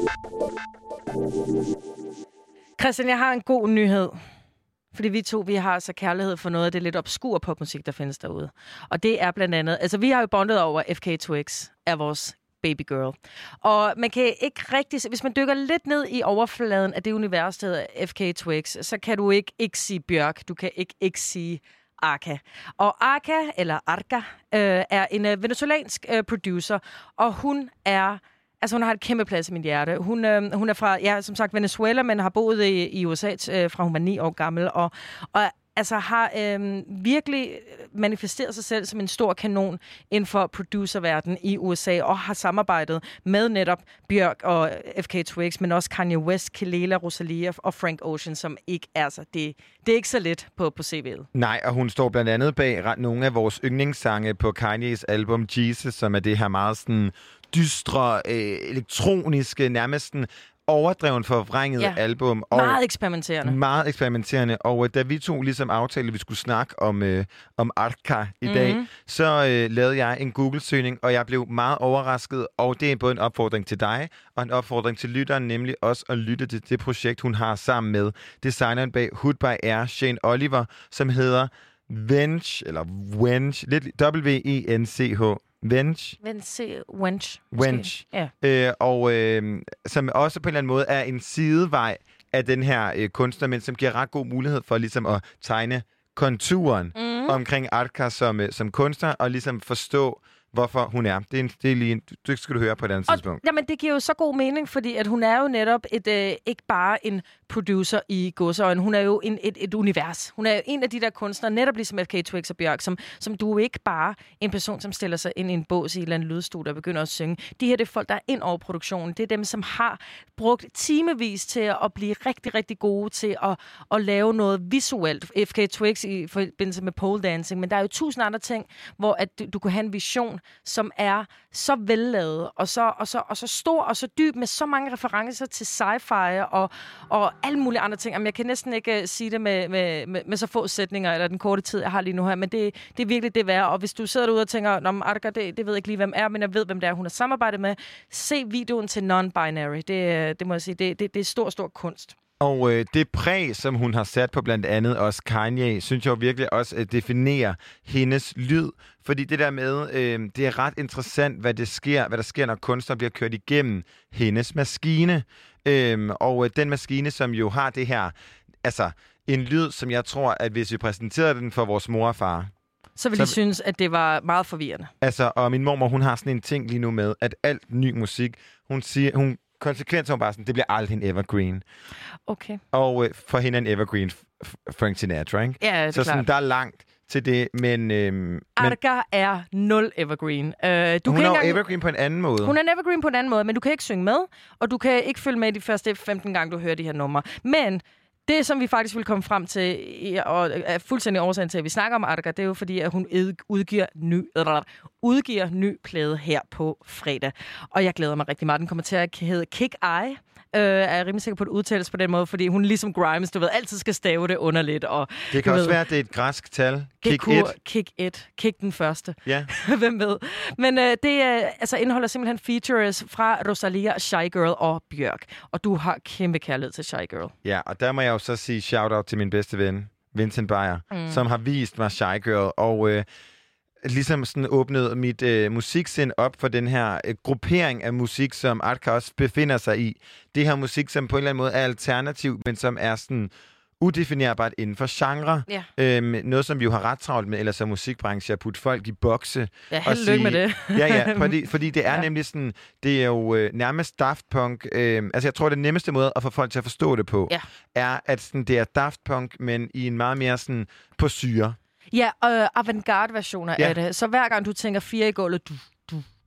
Christian, jeg har en god nyhed. Fordi vi to, vi har så kærlighed for noget af det lidt obskure popmusik, der findes derude. Og det er blandt andet... Altså, vi har jo bondet over F K Twigs af vores baby girl. Og man kan ikke rigtig... Hvis man dykker lidt ned i overfladen af det univers, der hedder F K Twigs, så kan du ikke ikke sige Bjørk. Du kan ikke ikke sige Arca. Og Arca, eller Arca, øh, er en øh, venezuelansk øh, producer, og hun er... Altså, hun har et kæmpe plads i mit hjerte. Hun, øh, hun er fra, ja, som sagt, Venezuela, men har boet i, i U S A øh, fra hun var ni år gammel, og, og altså har øh, virkelig manifesteret sig selv som en stor kanon inden for producerverdenen i U S A, og har samarbejdet med netop Bjørk og F K Twigs, men også Kanye West, Kelela, Rosalia og Frank Ocean, som ikke er så... Det, det er ikke så let på, på C V'et. Nej, og hun står blandt andet bag nogle af vores yndlingssange på Kanyes album Jesus, som er det her meget sådan dystre, øh, elektroniske, nærmest sådan overdreven forvrænget ja. album. Og meget eksperimenterende. Meget eksperimenterende. Og øh, da vi to ligesom aftalte, at vi skulle snakke om, øh, om Arca i mm-hmm. dag, så øh, lavede jeg en Google-søgning, og jeg blev meget overrasket. Og det er både en opfordring til dig, og en opfordring til lytteren, nemlig også at lytte til det projekt, hun har sammen med designeren bag Hood by Air, Shane Oliver, som hedder Wench, eller Wench, lidt W E N C H. Wench. Wench. Wench. Wench. Ja. Øh, og øh, som også på en eller anden måde er en sidevej af den her øh, kunstner, men som giver ret god mulighed for ligesom at tegne konturen mm. omkring Arca som, øh, som kunstner, og ligesom forstå, hvorfor hun er. Det er, en, det er lige en, det skal du høre på et andet og, tidspunkt. Jamen, det giver jo så god mening, fordi at hun er jo netop et, øh, ikke bare en producer i godseøjne. Hun er jo en, et, et univers. Hun er jo en af de der kunstnere, netop ligesom F K Twigs og Bjørk, som, som du er ikke bare en person, som stiller sig ind i en bås i et eller andet lydstudie og begynder at synge. De her, det er folk, der er ind over produktionen. Det er dem, som har brugt timevis til at blive rigtig, rigtig gode til at, at lave noget visuelt. F K Twigs i forbindelse med pole dancing, men der er jo tusind andre ting, hvor at du, du kunne have en vision, som er så vellavet, og så, og, så, og så stor og så dyb, med så mange referencer til sci-fi og, og alle mulige andre ting. Jamen, jeg kan næsten ikke uh, sige det med, med, med, med så få sætninger, eller den korte tid, jeg har lige nu her, men det, det er virkelig det værd. Og hvis du sidder derude og tænker, nå, Arca, det, det ved jeg ikke lige, hvem er, men jeg ved, hvem det er, hun har samarbejdet med, se videoen til Non-Binary. Det, det må jeg sige, det, det, det er stor, stor kunst. Og øh, det præg, som hun har sat på blandt andet også Kanye, synes jeg jo virkelig også øh, definerer hendes lyd. Fordi det der med, øh, det er ret interessant, hvad, det sker, hvad der sker, når kunstner bliver kørt igennem hendes maskine. Øh, og øh, den maskine, som jo har det her, altså en lyd, som jeg tror, at hvis vi præsenterede den for vores mor og far, så ville de synes, at det var meget forvirrende. Altså, og min mormor, hun har sådan en ting lige nu med, at alt ny musik, hun siger, hun konsekvens er bare sådan, det bliver aldrig en evergreen. Okay. Og øh, for hende er en evergreen f- Frank Sinatra, ikke? Ja, det er så sådan, der er langt til det, men... Øhm, Arca men, er nul evergreen. Uh, du hun kan er jo engang, evergreen på en anden måde. Hun er en evergreen på en anden måde, men du kan ikke synge med, og du kan ikke følge med de første femten gange, du hører de her numre. Men det, som vi faktisk vil komme frem til, og er fuldstændig årsagen til, at vi snakker om Arca, det er jo fordi, at hun udgiver ny, eller, udgiver ny plade her på fredag. Og jeg glæder mig rigtig meget. Den kommer til at hedde Kick Eye. Øh, er jeg rimelig sikker på, at det udtales på den måde, fordi hun ligesom Grimes, du ved, altid skal stave det underligt. Og, det kan også ved, være, at det er et græsk tal. Kick it. Kick it. Kick den første. Ja. Hvem ved? Men øh, det øh, altså, indeholder simpelthen features fra Rosalia, Shy Girl og Bjørk. Og du har kæmpe kærlighed til Shy Girl. Ja, og der må jeg jo så sige shout-out til min bedste ven, Vincent Beyer, mm. som har vist mig Shy Girl, og øh, ligesom sådan åbnede mit øh, musiksind op for den her øh, gruppering af musik, som Arca også befinder sig i. Det her musik, som på en eller anden måde er alternativ, men som er sådan udefinerbart inden for genre. Ja. Øhm, noget, som vi jo har ret travlt med, eller som musikbranche, at putte folk i bokse. Ja, held lykke med det. ja, ja, fordi, fordi det er ja. nemlig sådan, det er jo øh, nærmest Daft Punk. Øh, altså, jeg tror, det nemmeste måde at få folk til at forstå det på, ja. er, at sådan, det er Daft Punk, men i en meget mere sådan på syre. Ja, og øh, avantgarde-versioner ja. af det. Så hver gang du tænker fire i gulvet, du, du,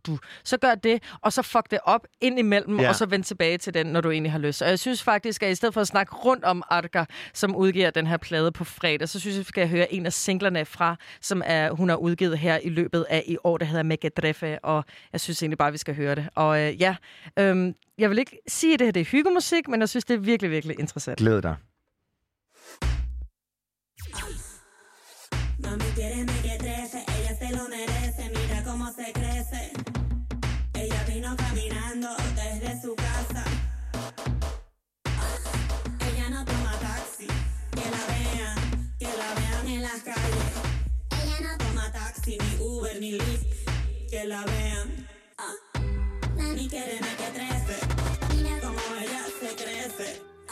du. Så gør det, og så fuck det op ind imellem, ja. og så vend tilbage til den, når du egentlig har lyst. Og jeg synes faktisk, at i stedet for at snakke rundt om Arca, som udgiver den her plade på fredag, så synes jeg, at vi skal høre en af singlerne fra, som er, hun har udgivet her i løbet af i år, der hedder Me Quedrefe, og jeg synes egentlig bare, at vi skal høre det. Og øh, ja, øh, jeg vil ikke sige, at det her det er hyggemusik, men jeg synes, det er virkelig, virkelig interessant. Glæd dig. Mami quiere me que trece, ella se lo merece, mira cómo se crece. Ella vino caminando desde su casa. Ella no toma taxi, que la vean, que la vean en las calles. Ella no toma taxi, ni Uber, ni Lyft, que la vean. Ah. Mami quiere me que trece, mira cómo ella se crece.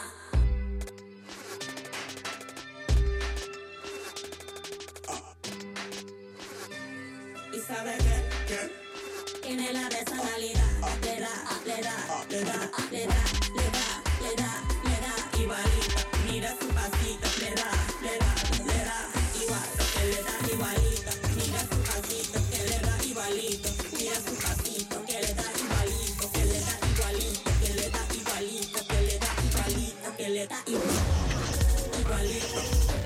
¿Y sabe qué? ¿Qué? Tiene la personalidad, le da, le da, le da, le da, le da, le da, le da, igualita. Mira su pasito, le da, le da, le da, igual, que le da igualita. Mira su pasito, que le da igualito. Mira su pasito, que le da igualito, que le da igualito, que le da igualito, que le da igualito, que le da igualito, igualito.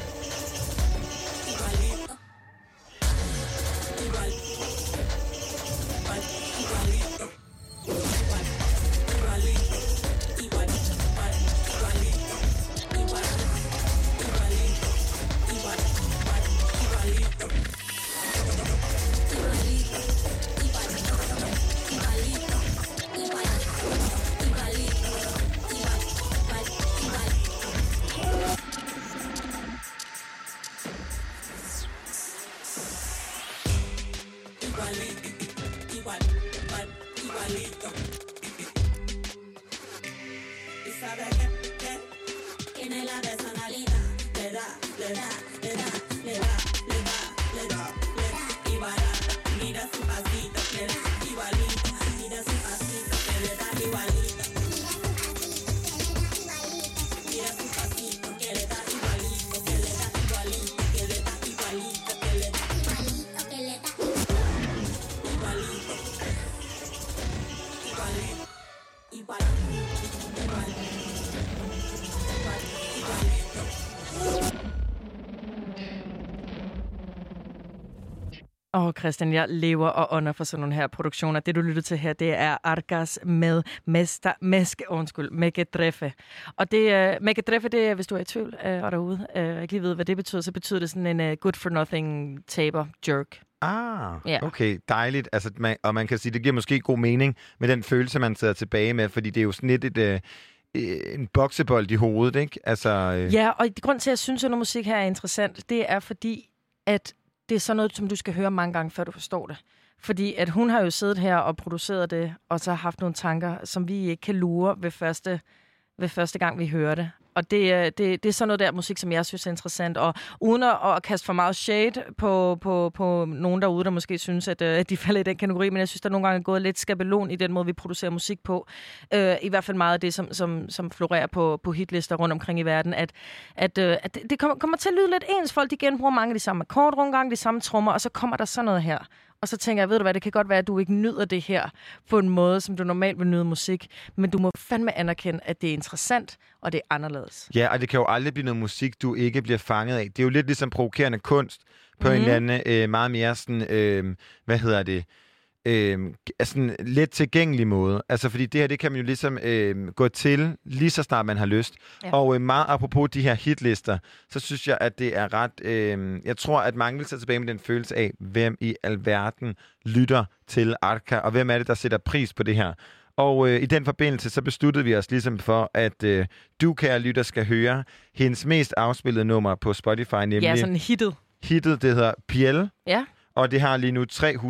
Åh, oh, Christian, jeg lever og ånder for sådan nogle her produktioner. Det, du lytter til her, det er Arcas med Mesta, Meske, undskyld, Me Quedrefe. Og det, uh, Me Quedrefe, det er, hvis du er i tvivl uh, og derude, uh, jeg ikke lige ved, hvad det betyder, så betyder det sådan en uh, good for nothing taber jerk. Ah, ja. Okay, dejligt. Altså, man, og man kan sige, det giver måske god mening med den følelse, man sidder tilbage med, fordi det er jo sådan lidt et... Uh, en boksebold i hovedet, ikke? Altså, uh... Ja, og grund til, at jeg synes, at noget musik her er interessant, det er fordi, at det er sådan noget, som du skal høre mange gange, før du forstår det. Fordi at hun har jo siddet her og produceret det, og så har haft nogle tanker, som vi ikke kan lure ved første, ved første gang, vi hører det. Og det, det, det er sådan noget der musik, som jeg synes er interessant. Og uden at, at kaste for meget shade på, på, på nogen derude, der måske synes, at, at de falder i den kategori, men jeg synes, der nogle gange er gået lidt skabelon i den måde, vi producerer musik på. Uh, I hvert fald meget af det, som, som, som florerer på, på hitlister rundt omkring i verden. At, at, uh, at det kommer, kommer til at lyde lidt ens. Folk de genbruger mange af de samme akkorder nogle gange, de samme trommer, og så kommer der sådan noget her. Og så tænker jeg, ved du hvad, det kan godt være, at du ikke nyder det her på en måde, som du normalt vil nyde musik. Men du må fandme anerkende, at det er interessant, og det er anderledes. Ja, og det kan jo aldrig blive noget musik, du ikke bliver fanget af. Det er jo lidt ligesom provokerende kunst på mm-hmm. en eller anden øh, meget mere sådan, øh, hvad hedder det, øh, sådan let tilgængelig måde. Altså, fordi det her, det kan man jo ligesom øh, gå til, lige så snart man har lyst. Ja. Og øh, meget apropos de her hitlister, så synes jeg, at det er ret... Øh, jeg tror, at mange vil tage tilbage med den følelse af, hvem i alverden lytter til Arca, og hvem er det, der sætter pris på det her. Og øh, i den forbindelse, så besluttede vi os ligesom for, at øh, du, kære lytter, skal høre hendes mest afspillede nummer på Spotify, nemlig... Ja, sådan hittet. Hittet, det hedder Piel. Ja. Og det har lige nu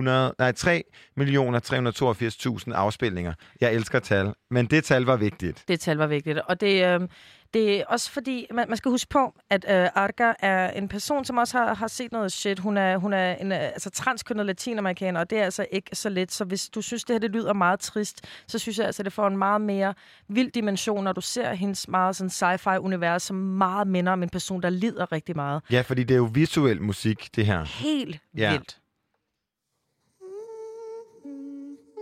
tre millioner tre hundrede og toogfirs tusind afspilninger. Jeg elsker tal, men det tal var vigtigt. Det tal var vigtigt, og det, øh, det er også fordi, man, man skal huske på, at øh, Arca er en person, som også har, har set noget shit. Hun er, hun er en altså, transkønnet latinamerikaner, og det er altså ikke så let. Så hvis du synes, det her det lyder meget trist, så synes jeg, altså, det får en meget mere vild dimension, når du ser hendes meget sådan, sci-fi-univers, som meget minder om en person, der lider rigtig meget. Ja, fordi det er jo visuel musik, det her. Helt ja. vildt.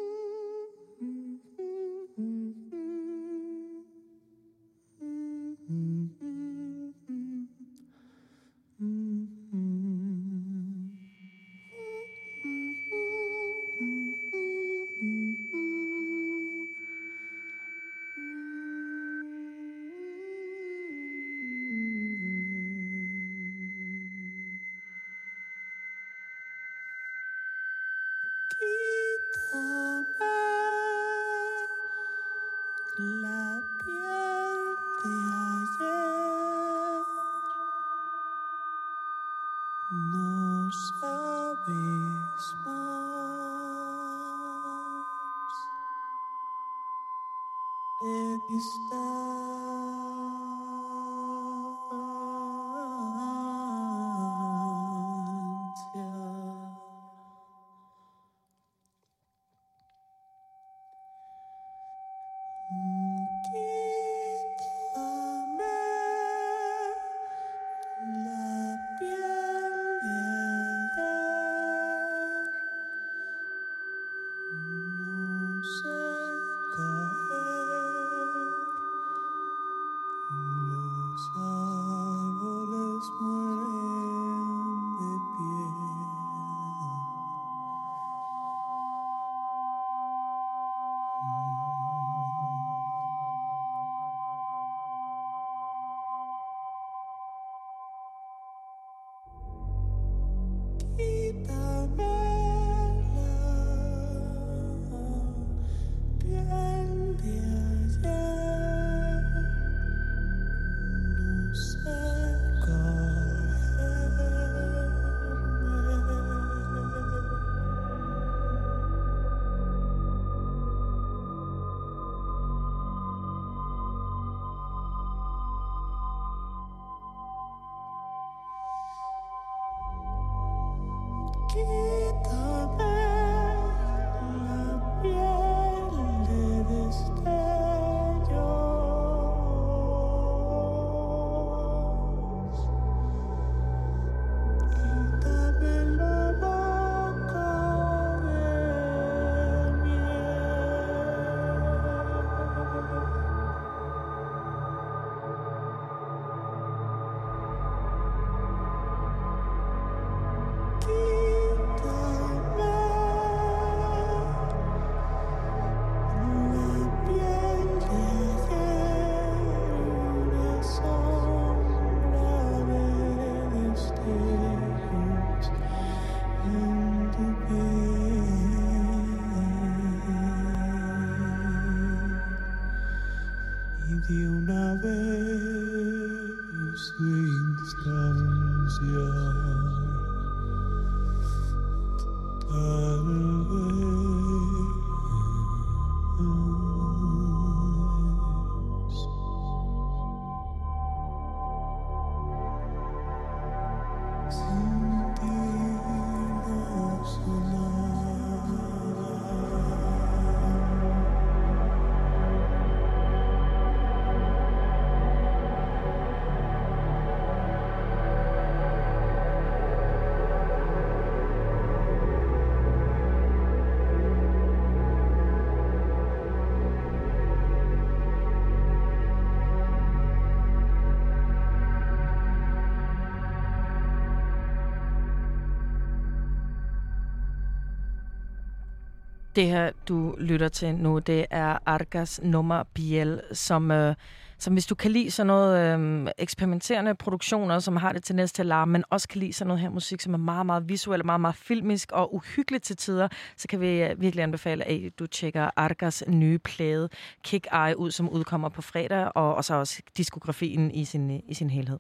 No sabes más de distancia. Quítame la piel de ayer, no sé caer, los árboles mueren de pie. Quítame la piel de ayer, no sé Quítame la piel de destellos, quítame la boca de de una vez de instancia, tal vez sin ti no soy nada. Det her, du lytter til nu, det er Argas nummer Biel, som, øh, som hvis du kan lide sådan noget øh, eksperimenterende produktioner, som har det tendens til at larme, men også kan lide sådan noget her musik, som er meget, meget visuelt, meget, meget filmisk og uhyggeligt til tider, så kan vi øh, virkelig anbefale, at du tjekker Argas nye plade Kick Eye ud, som udkommer på fredag, og, og så også diskografien i sin, i sin helhed.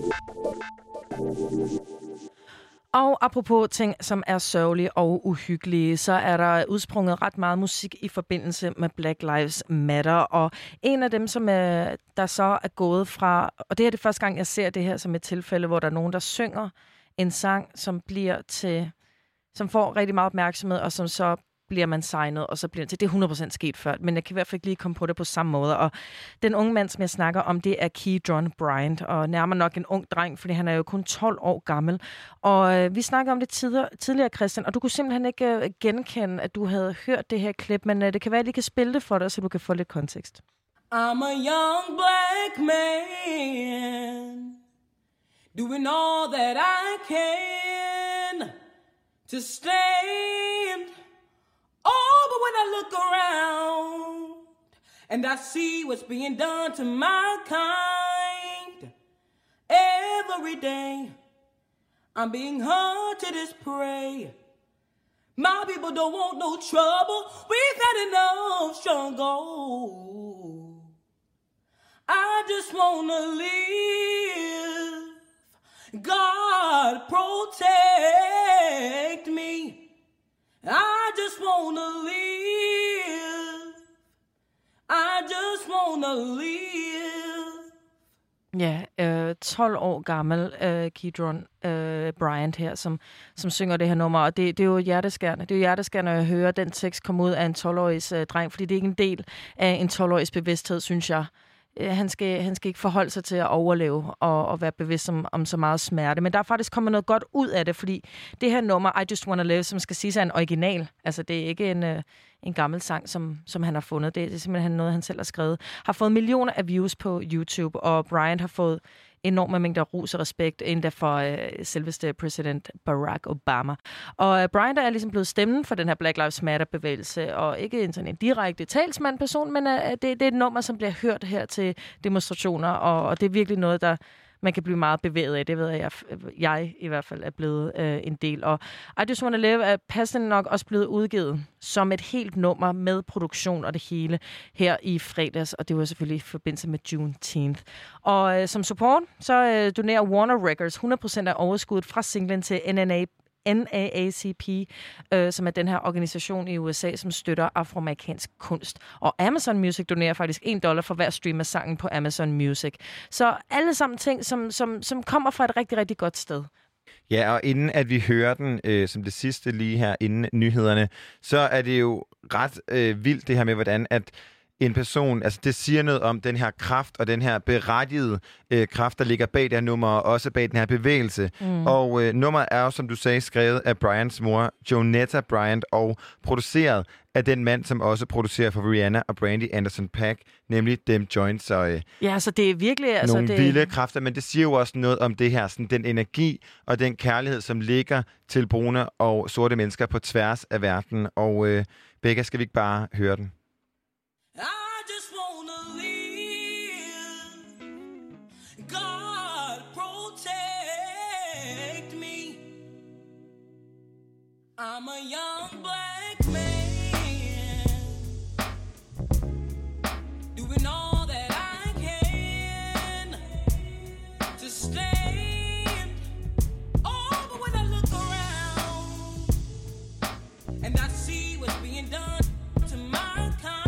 Og apropos ting, som er sørgelige og uhyggelige, så er der udsprunget ret meget musik i forbindelse med Black Lives Matter. Og en af dem, som er, der så er gået fra, og det er det første gang, jeg ser det her som et tilfælde, hvor der er nogen, der synger en sang, som bliver til, som får rigtig meget opmærksomhed, og som så bliver man signet, og så bliver det til. Det er hundrede procent sket før, men jeg kan i hvert fald ikke lige komme på det på samme måde. Og den unge mand, som jeg snakker om, det er Keydron Bryant, og nærmere nok en ung dreng, fordi han er jo kun tolv år gammel. Og øh, vi snakker om det tidligere, tidligere, Christian, og du kunne simpelthen ikke øh, genkende, at du havde hørt det her klip, men øh, det kan være, at jeg lige kan spille det for dig, så du kan få lidt kontekst. I'm a young black man doing all that I can to stand. Oh, but when I look around and I see what's being done to my kind, every day I'm being hunted as prey. My people don't want no trouble. We've had enough struggle. I just wanna live God protect me. I just wanna live. I just wanna live. Ja, øh, tolv år gammel øh, Keedron øh, Bryant her, som, som synger det her nummer, og det, det er jo hjerteskærende. Det er jo hjerteskærende at høre den tekst komme ud af en tolv-årig øh, dreng, fordi det er ikke en del af en tolv-årigs bevidsthed, synes jeg. Han skal, han skal ikke forholde sig til at overleve og, og være bevidst om, om så meget smerte. Men der er faktisk kommet noget godt ud af det, fordi det her nummer, I Just Wanna Live, som skal sige sig en original, altså det er ikke en, uh, en gammel sang, som, som han har fundet. Det, det er simpelthen noget, han selv har skrevet. Har fået millioner af views på YouTube, og Bryant har fået enorme mængder ros og respekt, endda for øh, selveste præsident Barack Obama. Og øh, Bryant er ligesom blevet stemmen for den her Black Lives Matter-bevægelse, og ikke en sådan en direkte talsmand-person, men øh, det, det er et nummer, som bliver hørt her til demonstrationer, og, og det er virkelig noget, der man kan blive meget bevæget af. Det ved jeg, jeg, jeg i hvert fald er blevet øh, en del. Og I Just Wanna Live er passende nok også blevet udgivet som et helt nummer med produktion og det hele her i fredags, og det var selvfølgelig i forbindelse med Juneteenth. Og øh, som support, så øh, donerer Warner Records hundrede procent af overskuddet fra singlen til N N A N A A C P, øh, som er den her organisation i U S A, som støtter afroamerikansk kunst. Og Amazon Music donerer faktisk en dollar for hver stream af sangen på Amazon Music. Så alle sammen ting, som, som, som kommer fra et rigtig, rigtig godt sted. Ja, og inden at vi hører den øh, som det sidste lige her, inden nyhederne, så er det jo ret øh, vildt det her med, hvordan at en person, altså det siger noget om den her kraft og den her berettigede øh, kraft, der ligger bag det her nummer, og også bag den her bevægelse. Mm. Og øh, nummeret er jo, som du sagde, skrevet af Bryants mor, Jonetta Bryant, og produceret af den mand, som også producerer for Rihanna og Brandy Anderson .Paak, nemlig Dem Jones. Så, øh, ja, så det er virkelig altså, nogle det... vilde kræfter, men det siger jo også noget om det her, sådan, den energi og den kærlighed, som ligger til brune og sorte mennesker på tværs af verden. Og øh, Becca, skal vi ikke bare høre den? I just wanna live. God protect me. I'm a young black man doing all that I can to stand. Oh, but when I look around and I see what's being done to my kind.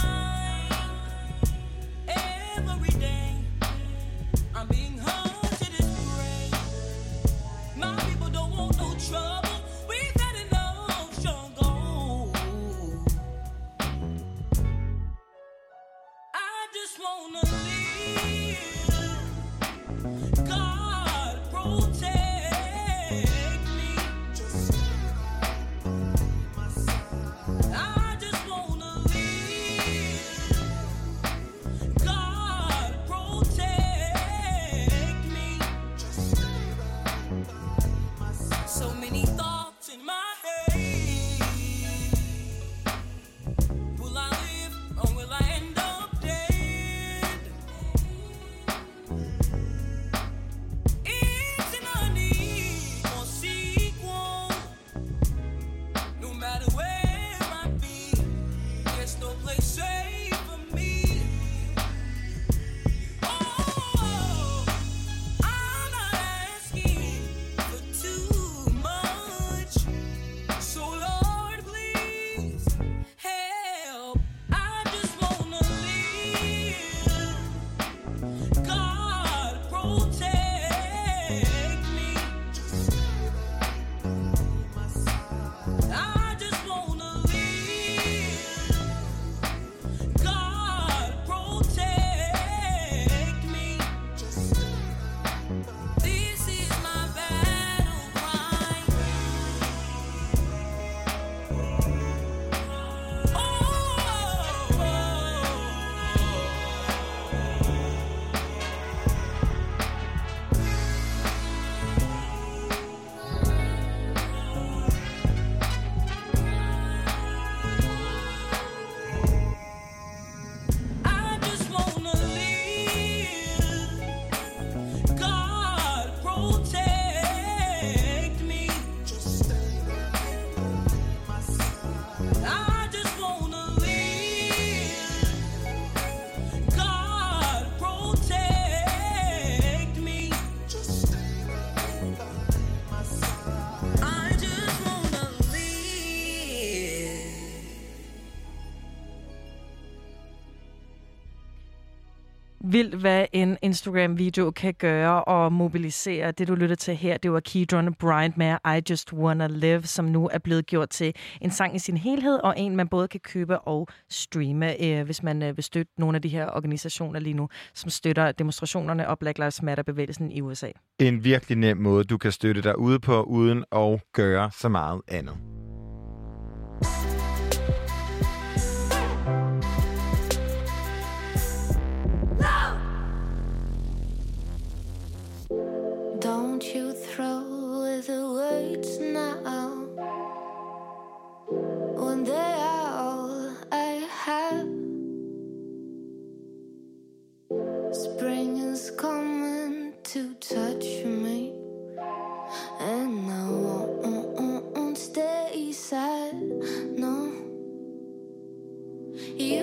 vildt, hvad en Instagram-video kan gøre og mobilisere. Det, du lytter til her, det var Keydron Bryant med I Just Wanna Live, som nu er blevet gjort til en sang i sin helhed, og en, man både kan købe og streame, øh, hvis man øh, vil støtte nogle af de her organisationer lige nu, som støtter demonstrationerne og Black Lives Matter-bevægelsen i U S A. En virkelig nem måde, du kan støtte dig ude på, uden at gøre så meget andet. Don't you throw the words now when they are all I have. Spring is coming to touch me, and I won't stay sad. No, you.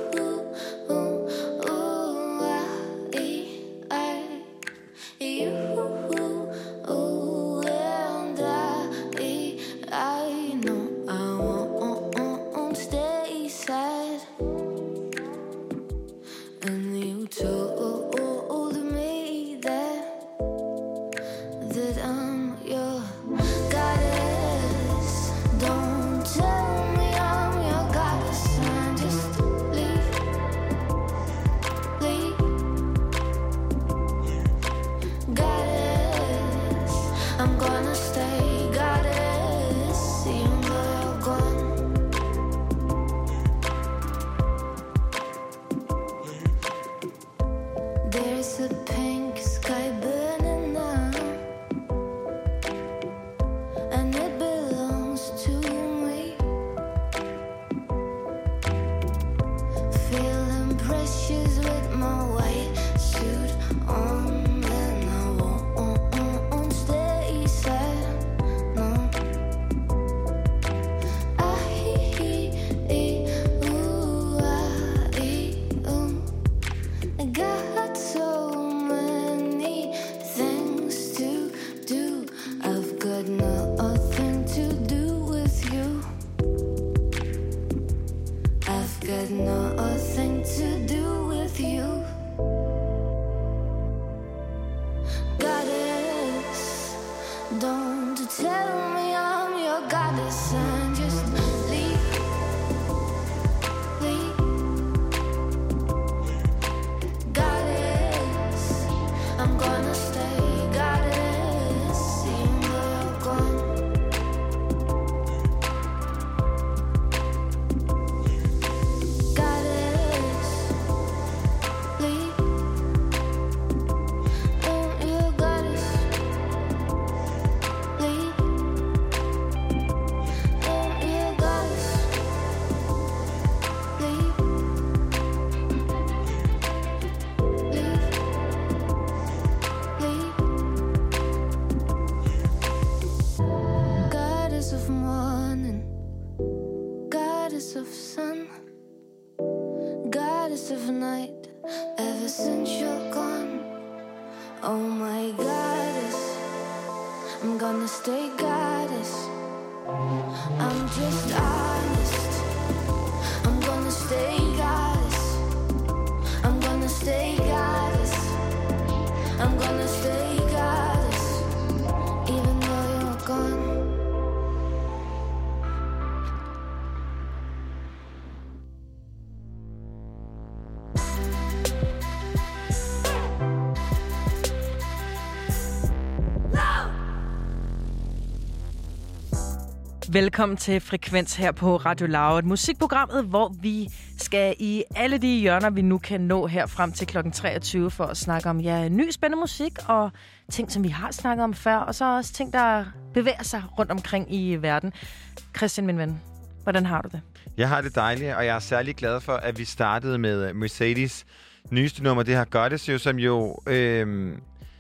Velkommen til Frekvens her på Radio Loud, musikprogrammet, hvor vi skal i alle de hjørner, vi nu kan nå her frem til klokken treogtyve for at snakke om ja, ny spændende musik og ting, som vi har snakket om før, og så også ting, der bevæger sig rundt omkring i verden. Christian, min ven, hvordan har du det? Jeg har det dejligt, og jeg er særlig glad for, at vi startede med Mercedes nyeste nummer. Det har Goddess jo, som jo øh,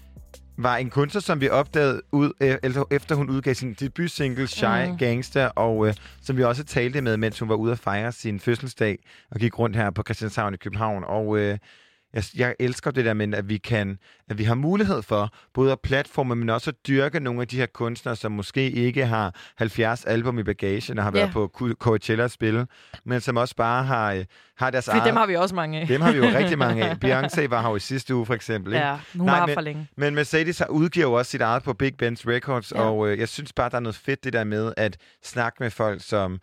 var en kunstner, som vi opdagede ud, efter hun udgav sin debutsingle Shy mm. Gangster, og øh, som vi også talte med, mens hun var ude at fejre sin fødselsdag og gik rundt her på Christianshavn i København. Og øh, Jeg, jeg elsker det der med, at vi kan, at vi har mulighed for både at platforme, men også at dyrke nogle af de her kunstnere, som måske ikke har halvfjerds album i bagagen og har været yeah. på Coachella at spille, men som også bare har, har deres eget... dem har vi også mange af. Dem har vi jo rigtig mange af. Beyoncé var her jo i sidste uge, for eksempel. Ikke? Ja, hun Nej, var men, for længe. Men Mercedes har udgiver jo også sit eget på Big Ben's Records, ja. og øh, jeg synes bare, der er noget fedt det der med at snakke med folk, som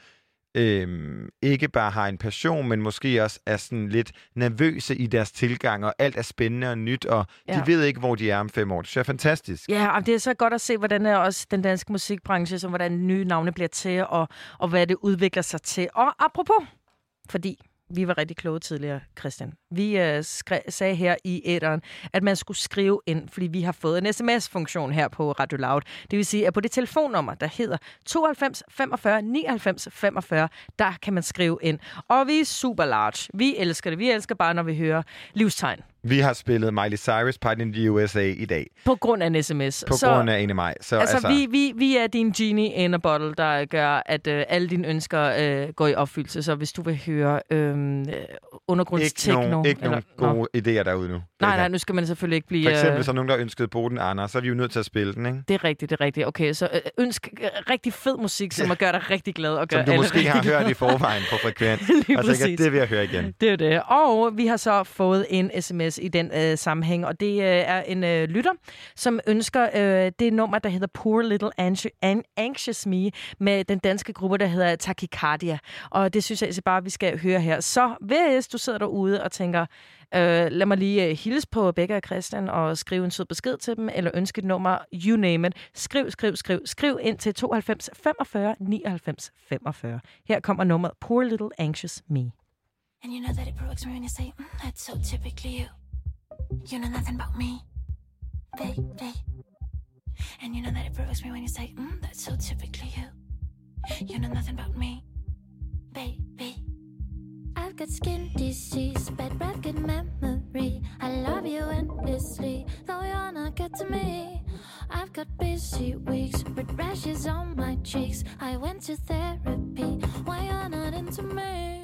Øhm, ikke bare har en passion, men måske også er sådan lidt nervøse i deres tilgang, og alt er spændende og nyt, og ja. de ved ikke, hvor de er om fem år. Det synes jeg er fantastisk. Ja, og det er så godt at se, hvordan er også den danske musikbranche, så hvordan nye navne bliver til, og, og hvad det udvikler sig til. Og apropos, fordi vi var rigtig kloge tidligere, Christian. Vi øh, skre- sagde her i æteren, at man skulle skrive ind, fordi vi har fået en sms-funktion her på Radio Loud. Det vil sige, at på det telefonnummer, der hedder tooghalvfems femogfyrre nioghalvfems femogfyrre, der kan man skrive ind. Og vi er super large. Vi elsker det. Vi elsker bare, når vi hører livstegn. Vi har spillet Miley Cyrus Party in the U S A i dag. På grund af en sms. På så, grund af en af mig. Så, altså, altså... Vi, vi, vi er din genie in a bottle, der gør, at øh, alle dine ønsker øh, går i opfyldelse. Så hvis du vil høre øh, undergrundstekno... Ikke nogen, ikke eller, nogen gode idéer derude nu. Nej, nej, nu skal man selvfølgelig ikke blive... For eksempel, så nogen, der ønskede Boden Anders, så er vi jo nødt til at spille den, ikke? Det er rigtigt, det er rigtigt. Okay, så øh, ønsk øh, rigtig fed musik, som at gøre dig rigtig glad. Og gøre som du alle måske har glad. hørt i forvejen på frekvens. Og så tænker, det vil jeg høre igen. Det er det. Og vi har så fået en sms i den øh, sammenhæng, og det øh, er en øh, lytter, som ønsker øh, det nummer, der hedder Poor Little Anxious Me, med den danske gruppe, der hedder Tachycardia. Og det synes jeg altså bare, vi skal høre her. Så hvis du sidder derude og tænker, øh, lad mig lige uh, hilse på Becca og Christian og skrive en sød besked til dem, eller ønske et nummer, you name it. Skriv, skriv, skriv. Skriv ind til tooghalvfems femogfyrre nioghalvfems femogfyrre. Her kommer nummeret Poor Little Anxious Me. And you know that it provokes me when you say, mm, that's so typically you. You know nothing about me, baby. And you know that it provokes me when you say, mm, that's so typically you. You know nothing about me, baby. I've got skin disease, bad breath, good memory. I love you endlessly, though you're not good to me. I've got busy weeks, red rashes on my cheeks. I went to therapy, why you're not into me?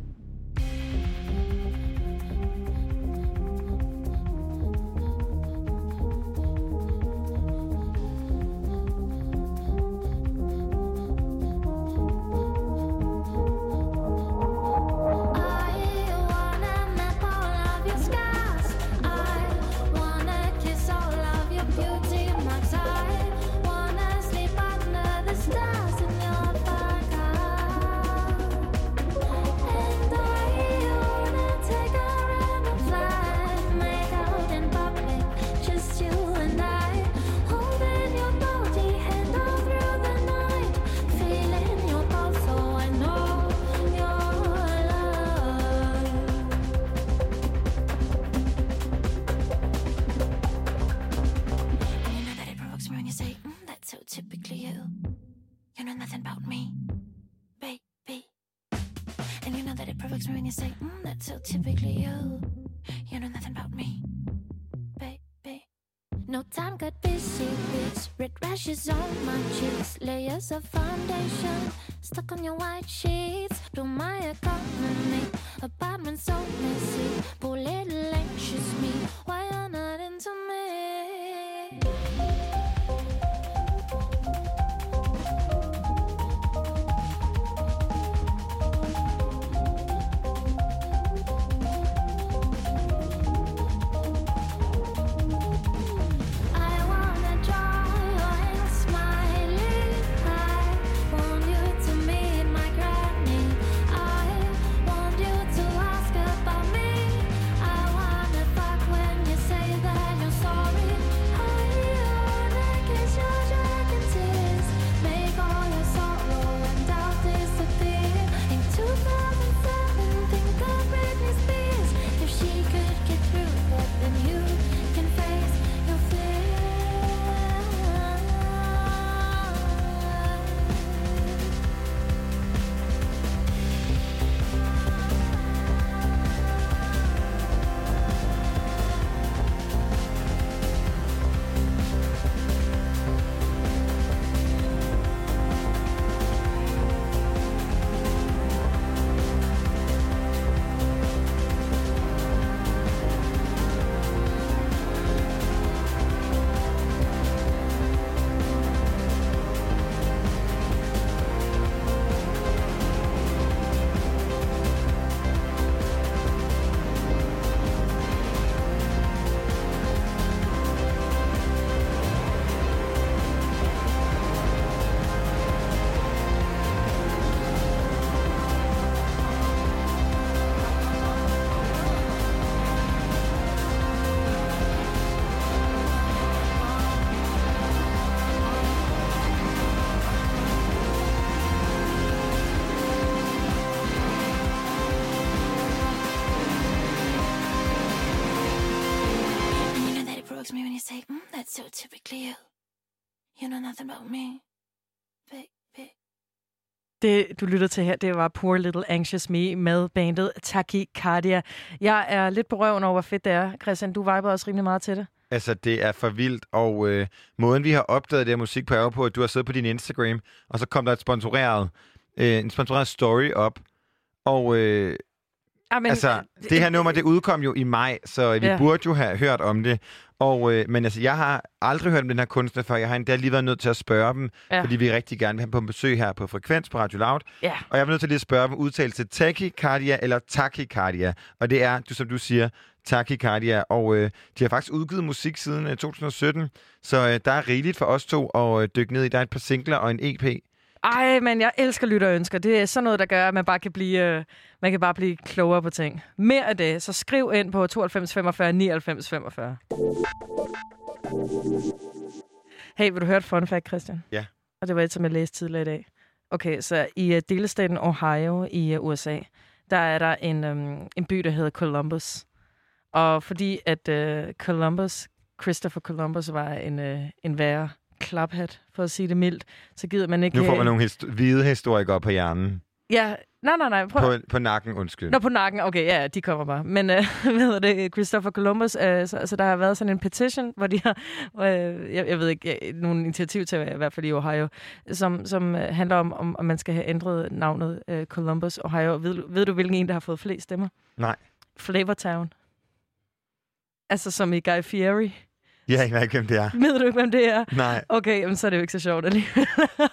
Of foundation stuck on your white sheets. Do my economy apartment so messy. Poor little anxious me. Why you're not into me? Say spoke to me when you say, mm, that's so typically you. You know nothing about me. Baby. Det, du lytter til her, det var Poor Little Anxious Me med bandet Tachycardia. Jeg er lidt på røven over, hvor fedt det er. Christian, du viber også rimelig meget til det. Altså, det er for vildt, og øh, måden, vi har opdaget det her musik på, er jo på, at du har siddet på din Instagram, og så kom der et sponsoreret, øh, en sponsoreret story op, og øh, Amen, altså, det, det her nummer, det udkom jo i maj, så vi ja. burde jo have hørt om det. Og, øh, men altså, jeg har aldrig hørt om den her kunstner før. Jeg har endda lige været nødt til at spørge dem, ja. fordi vi rigtig gerne vil have dem på besøg her på Frekvens på Radio Loud. Ja. Og jeg var nødt til lige at spørge dem udtalelse Tachycardia eller Tachycardia. Og det er, du, som du siger, Tachycardia. Og øh, de har faktisk udgivet musik siden øh, to tusind og sytten, så øh, der er rigeligt for os to at øh, dykke ned i. Der er et par singler og en E P. Ej, men jeg elsker lytterønsker. Det er sådan noget, der gør, at man bare kan blive, øh, man kan bare blive klogere på ting. Mere af det, så skriv ind på tooghalvfems femogfyrre nioghalvfems femogfyrre. Hey, vil du høre et fun fact, Christian? Ja. Og det var et, som jeg læste tidligere i dag. Okay, så i uh, delstaten Ohio i uh, U S A, der er der en, um, en by, der hedder Columbus. Og fordi at uh, Columbus, Christopher Columbus, var en, uh, en værre klaphat, for at sige det mildt, så gider man ikke... Nu får man nogle hist- hvide historikere på hjernen. Ja, nej, nej, nej. Prøv. På, på nakken, undskyld. Nå, på nakken. Okay, ja, de kommer bare. Men øh, hvad hedder det? Christopher Columbus, øh, så, så der har været sådan en petition, hvor de har, øh, jeg, jeg ved ikke, nogle initiativ til, i hvert fald i Ohio, som, som øh, handler om, om, om man skal have ændret navnet øh, Columbus, Ohio. Ved, ved du, hvilken en, der har fået flest stemmer? Nej. Flavortown. Altså som i Guy Fieri. Ja, jeg ved ikke, hvem det er. Ved du ikke, hvem det er? Nej. Okay, jamen, så er det jo ikke så sjovt alligevel.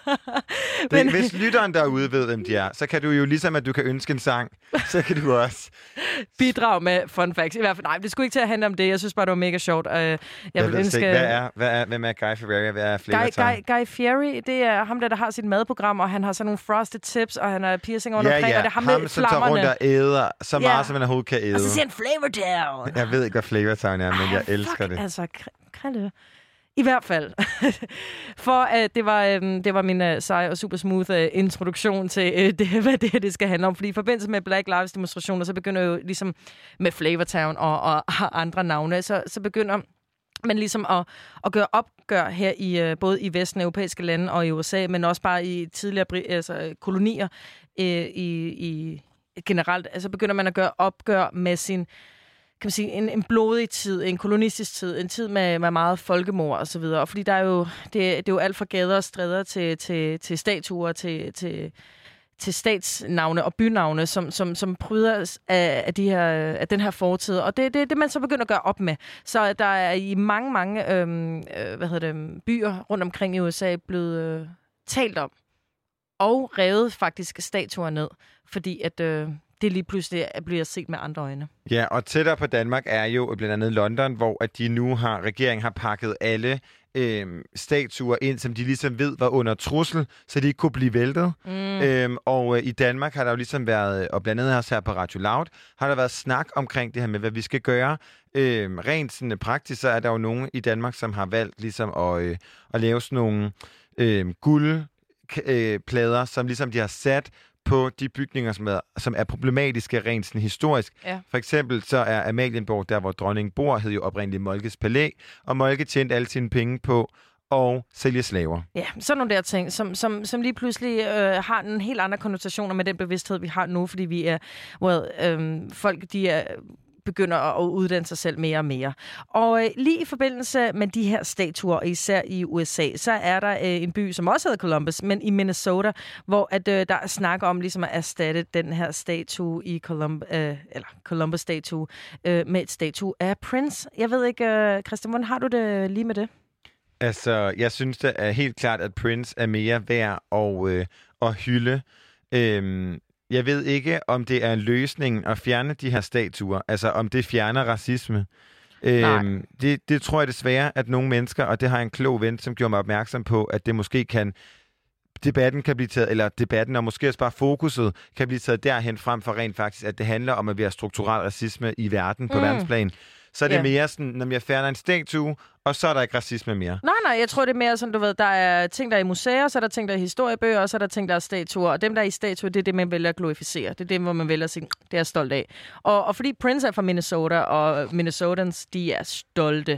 Men... Hvis lytteren derude ved, hvem de er, så kan du jo ligesom, at du kan ønske en sang, så kan du også... bidrag med fun facts. I hvert fald, nej, det skulle ikke til at handle om det. Jeg synes bare, det var mega sjovt. Uh, jeg jeg vil ønske... Hvad er, hvad er, hvem er Guy Fieri? Hvad er Flavortown? Guy, Guy, Guy Fieri, det er ham, der, der har sit madprogram, og han har sådan nogle frosted tips, og han har piercing under ja, omkring, ja. og det er ham, ham med som tager rundt og æder så meget, ja. som man overhovedet kan æde. Og så siger han Flavortown. Jeg ved ikke, hvad Flavortown er, men Ej, jeg elsker fuck, det. Altså, krille. I hvert fald. For at uh, det var um, det var min uh, sej og super smooth uh, introduktion til uh, det, hvad det her det skal handle om. Fordi i forbindelse med Black Lives demonstrationer, så begynder jo ligesom med Flavortown og, og andre navne, så, så begynder man ligesom at, at gøre opgør her i uh, både i Vesten, europæiske lande og i U S A, men også bare i tidligere altså, kolonier uh, i, i generelt. Altså begynder man at gøre opgør med sin kan man sige, en, en blodig tid, en kolonistisk tid, en tid med, med meget folkemord og så videre. Og fordi der er jo, det, det er jo alt fra gader og stræder til, til, til statuer, til, til, til statsnavne og bynavne, som, som, som pryder af, af, de her, af den her fortid. Og det er det, det, man så begynder at gøre op med. Så der er i mange, mange øhm, øh, hvad hedder det, byer rundt omkring i U S A blevet øh, talt om og revet faktisk statuer ned, fordi at... Øh, det lige pludselig bliver set med andre øjne. Ja, og tættere på Danmark er jo blandt andet London, hvor at de nu har, regeringen har pakket alle øh, statuer ind, som de ligesom ved var under trussel, så de ikke kunne blive væltet. Mm. Øhm, og øh, i Danmark har der jo ligesom været, og blandt andet også her på Radio Loud, har der været snak omkring det her med, hvad vi skal gøre. Øh, rent sådan praktisk, så er der jo nogen i Danmark, som har valgt ligesom at, øh, at lave sådan nogle øh, guldplader, øh, som ligesom de har sat på de bygninger, som er, som er problematiske rent sådan historisk. Ja. For eksempel så er Amalienborg, der hvor dronningen bor, hed jo oprindeligt Moltkes Palæ, og Moltke tjente alle sine penge på at sælge slaver. Ja, sådan nogle der ting, som, som, som lige pludselig øh, har en helt andre konnotationer med den bevidsthed, vi har nu, fordi vi er, well, øh, folk, de er begynder at uddanne sig selv mere og mere. Og øh, lige i forbindelse med de her statuer, især i U S A, så er der øh, en by, som også hedder Columbus, men i Minnesota, hvor at, øh, der er snak om ligesom at erstatte den her statue i Colum- øh, eller Columbus-statue øh, med et statue af Prince. Jeg ved ikke, øh, Christian, hvordan har du det lige med det? Altså, jeg synes det er helt klart, at Prince er mere værd at, øh, at hylde. Øhm, Jeg ved ikke, om det er løsningen at fjerne de her statuer. Altså, om det fjerner racisme. Øhm, det, det tror jeg desværre, at nogle mennesker, og det har en klog ven, som gjorde mig opmærksom på, at det måske kan... Debatten kan blive taget, eller debatten, og måske også bare fokuset, kan blive taget derhen frem for rent faktisk, at det handler om, at vi har strukturel racisme i verden på mm. verdensplan. Så er det yeah. mere sådan, når jeg fjerner en statue, og så er der ikke racisme mere. Nej, nej, jeg tror, det er mere sådan, du ved, der er ting, der er i museer, så er der ting, der er i historiebøger, og så er der ting, der er statuer. Og dem, der er i statuer, det er det, man vælger at glorificere. Det er det, hvor man vælger at sige, det er jeg stolt af. Og, og fordi Prince er fra Minnesota, og Minnesotans, de er stolte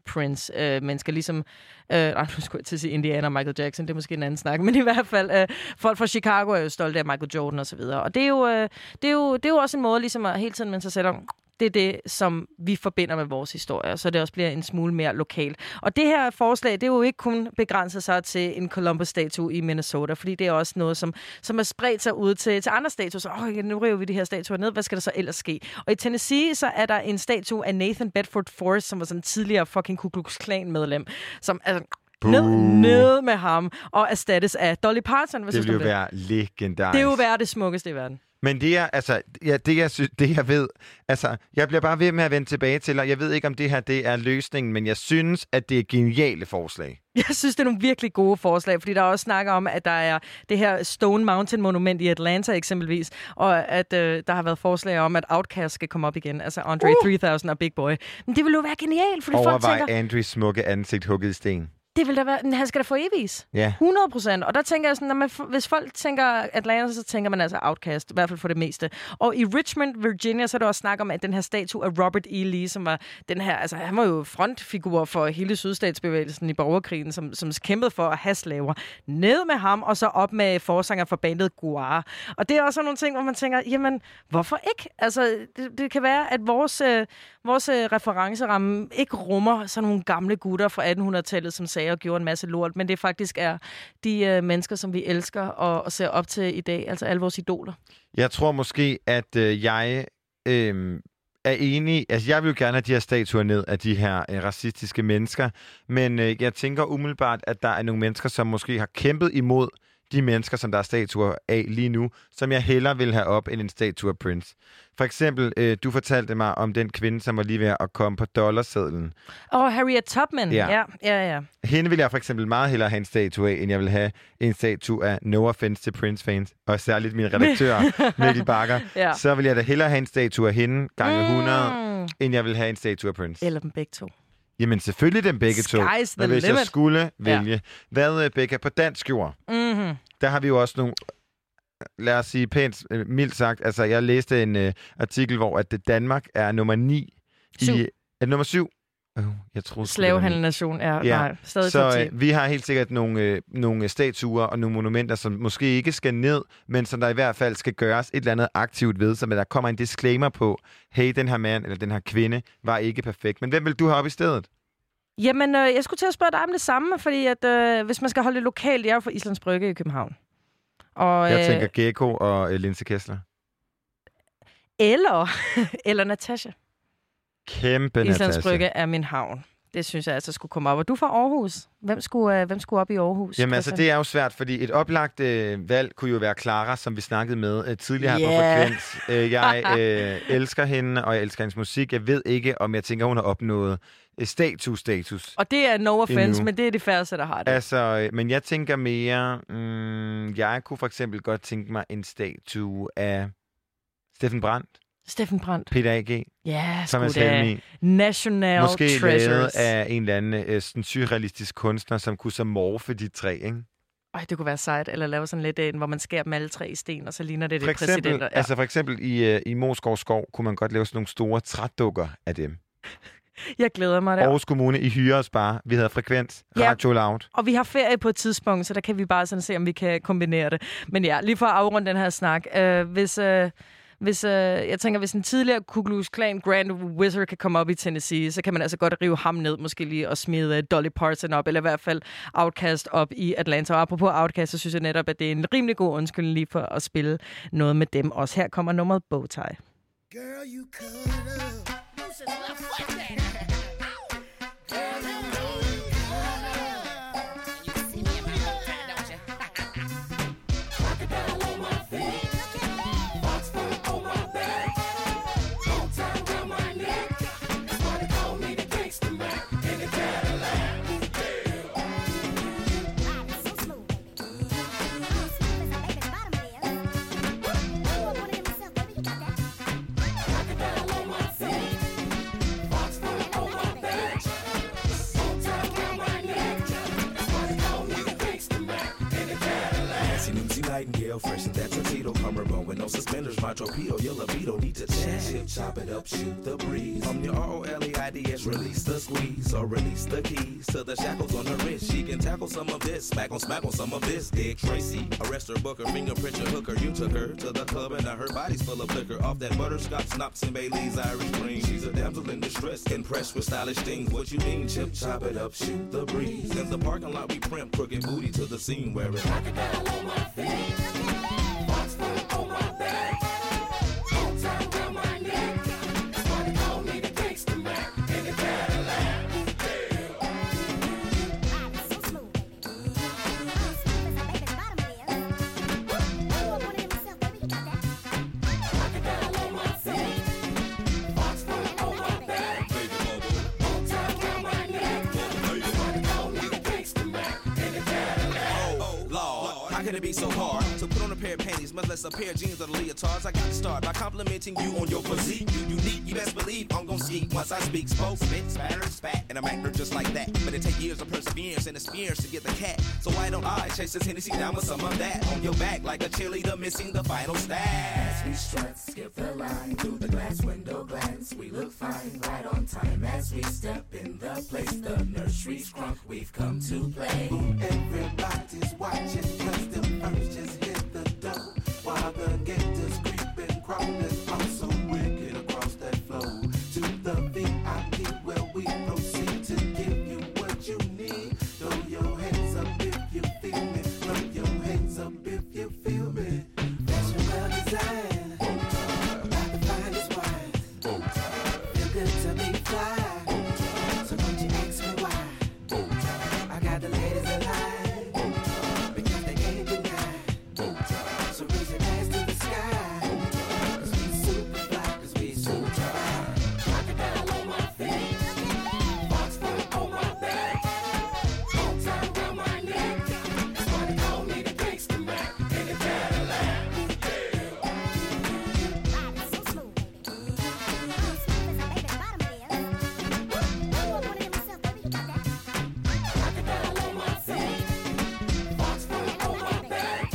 Prince. Øh, mennesker ligesom... Øh, nej, nu skulle jeg til at sige Indiana og Michael Jackson. Det er måske en anden snak. Men i hvert fald, øh, folk fra Chicago er jo stolte af Michael Jordan og så videre. Og det er jo, øh, det er jo, det er jo også en måde ligesom at hele tiden minde sig selv om, det er det, som vi forbinder med vores historie, så det også bliver en smule mere lokalt. Og det her forslag, det er jo ikke kun begrænset sig til en Columbus-statue i Minnesota, fordi det er også noget, som, som er spredt sig ud til, til andre statuer. Så åh, nu river vi de her statuer ned. Hvad skal der så ellers ske? Og i Tennessee, så er der en statue af Nathan Bedford Forrest, som var sådan en tidligere fucking Ku Klux Klan-medlem, som er ned, ned med ham og erstattes af Dolly Parton. Hvad det vil jo det? være legendarisk. Det er jo være det smukkeste i verden. Men det er, altså, ja, det, jeg synes, det jeg ved, altså, jeg bliver bare ved med at vende tilbage til, og jeg ved ikke, om det her det er løsningen, men jeg synes, at det er geniale forslag. Jeg synes, det er nogle virkelig gode forslag, fordi der også snakker om, at der er det her Stone Mountain Monument i Atlanta eksempelvis, og at øh, der har været forslag om, at Outkast skal komme op igen, altså Andre uh! tre tusind og Big Boy. Men det vil jo være genialt, fordi Overvej folk tænker... Andrews smukke ansigt hugget i sten. Det vil da være... Han skal da få evigt. Ja. hundrede procent. Og der tænker jeg sådan, at man, hvis folk tænker Atlanta, så tænker man altså Outkast, i hvert fald for det meste. Og i Richmond, Virginia, så er der også snak om, at den her statue af Robert E. Lee, som var den her... Altså, han var jo frontfigur for hele sydstatsbevægelsen i borgerkrigen, som, som kæmpede for at have slaver. Ned med ham, og så op med forsanger for bandet Guar. Og det er også nogle ting, hvor man tænker, jamen, hvorfor ikke? Altså, det, det kan være, at vores, øh, vores øh, referenceramme ikke rummer sådan nogle gamle gutter fra attenhundredetallet, som sagde og gjorde en masse lort, men det faktisk er de øh, mennesker, som vi elsker og, og ser op til i dag, altså alle vores idoler. Jeg tror måske, at øh, jeg øh, er enig, altså jeg vil jo gerne have de her statuer ned af de her øh, racistiske mennesker, men øh, jeg tænker umiddelbart, at der er nogle mennesker, som måske har kæmpet imod de mennesker, som der er statuer af lige nu, som jeg hellere vil have op end en statue af Prince. For eksempel, øh, du fortalte mig om den kvinde, som var lige ved at komme på dollarsedlen. Åh, oh, Harriet Tubman. Ja. ja, ja, ja. Hende vil jeg for eksempel meget hellere have en statue af, end jeg vil have en statue af No Offense til Prince-fans, og særligt min redaktør, Mikkel Bakker. Ja. Så vil jeg da hellere have en statue af hende, gange mm. hundrede, end jeg vil have en statue af Prince. Eller dem begge to. Jamen selvfølgelig dem begge Sky's to. Men hvis limit. jeg skulle vælge. Ja. Hvad, Becca, på dansk jord? Mm-hmm. Der har vi jo også nogle, lad os sige pænt, mildt sagt, altså jeg læste en uh, artikel, hvor at Danmark er nummer ni. Syv. I, er nummer syv? Oh, jeg troede, Slavehandel-nation er ja. nej, stadig så top ti. Uh, vi har helt sikkert nogle, øh, nogle statuer og nogle monumenter, som måske ikke skal ned, men som der i hvert fald skal gøres et eller andet aktivt ved, så der kommer en disclaimer på, hey, den her mand eller den her kvinde var ikke perfekt. Men hvem vil du have op i stedet? Jamen, øh, jeg skulle til at spørge dig om det samme, fordi at, øh, hvis man skal holde det lokalt, jeg er jo fra Islands Brygge i København. Og, jeg øh, tænker Gekko og øh, Linse Kessler. Eller, eller Natasha. Kæmpe Islands Natasha. Brygge er min havn. Det synes jeg altså skulle komme op. Og du er fra Aarhus. Hvem skulle, øh, hvem skulle op i Aarhus? Jamen altså, det er jo svært, fordi et oplagt øh, valg kunne jo være Clara, som vi snakkede med øh, tidligere her Yeah. på Frekvens. Øh, jeg øh, elsker hende, og jeg elsker hendes musik. Jeg ved ikke, om jeg tænker, hun har opnået øh, status-status. Og det er no offense, endnu. men det er det færreste, der har det. Altså, øh, men jeg tænker mere... Mm, jeg kunne for eksempel godt tænke mig en statue af Steffen Brandt. Steffen Brandt. Peter A G. Ja, Thomas sgu da. Helmig. National Måske treasures. lavet af en eller anden øh, sådan surrealistisk kunstner, som kunne så morfe de tre, ikke? Ej, det kunne være sejt. Eller lave sådan lidt en, hvor man skærer dem alle tre i sten, og så ligner det For det eksempel, præsidenter. Ja. altså for eksempel i, uh, i Moskov Skov kunne man godt lave sådan nogle store trædukker af dem. Jeg glæder mig der. Aarhus Kommune i Hyres bare. Vi havde Frekvens, Ja. Radio Loud. Og vi har ferie på et tidspunkt, så der kan vi bare sådan se, om vi kan kombinere det. Men ja, lige for at afrunde den her snak. Øh, hvis, øh, hvis, øh, jeg tænker, hvis en tidligere Ku Klux Klan Grand Wizard kan komme op i Tennessee, så kan man altså godt rive ham ned, måske lige og smide Dolly Parton op, eller i hvert fald Outkast op i Atlanta. Og apropos Outkast, så synes jeg netop, at det er en rimelig god undskyldning lige for at spille noget med dem. Også her kommer nummeret Bowtie. Girl, you cut it up. You should love like that. Girl, you know you cut it up. You see me in my time, don't you? Crocodile on my feet, fox fur on my back, long time around my neck. Somebody call me the gangster Mac in the Cadillac. Crocodile on my feet, fox Lucy Nightingale, fresh as that Tito, come bone with no suspenders, my torpedo, your libido need to chat. Chip, chop it up, shoot the breeze. From your R O L E I D S, release the squeeze, or release the keys to the shackles on her wrist. She can tackle some of this, smack on smack on some of this. Dick Tracy, arrest her, book her, fingerprint your hooker. You took her to the club and now her body's full of liquor. Off that butterscotch, Snops and Bailey's Irish cream. She's a damsel in distress, impressed with stylish things. What you mean, Chip, chop it up, shoot the breeze. In the parking lot we primp, crooked booty to the scene where it's rock it down on my feet. Box full on my back. Whole time around my neck. That's why they call me the gangster Mac. And the Cadillac. Can it be so hard to put on a pair of panties, much less a pair of jeans or the leotards? I got to start by complimenting you on your physique. You unique, you best believe I'm gon' ski once I speak. Spoke, spit, spatter, spat, and I'm acting just like that. But it take years of perseverance and experience to get the cat. So why don't I chase this Hennessy down with some of that on your back like a cheerleader missing the final stat? As we strut, skip the line through the glass window glance. We look fine, right on time as we step in the place. The nursery's crunk, we've come to play. Everybody's watching, cause the first just hit the door. While the getters creeping, crawling, also wicked across that floor. To the V I P where we proceed to give you what you need. Throw your hands up if you feel me. Throw your hands up if you feel me. Fashion well designed. About the finest wine. Feel good to be fly. So don't you ask me why. I got the ladies alive. So raise your hands to the sky. Cause we super fly, cause we super fly. Rock it down on my feet. Box full on my back. Whole time around my neck. That's why they call me the gangster Mac. And the Cadillac. Rock it down on my feet. Box full on my back.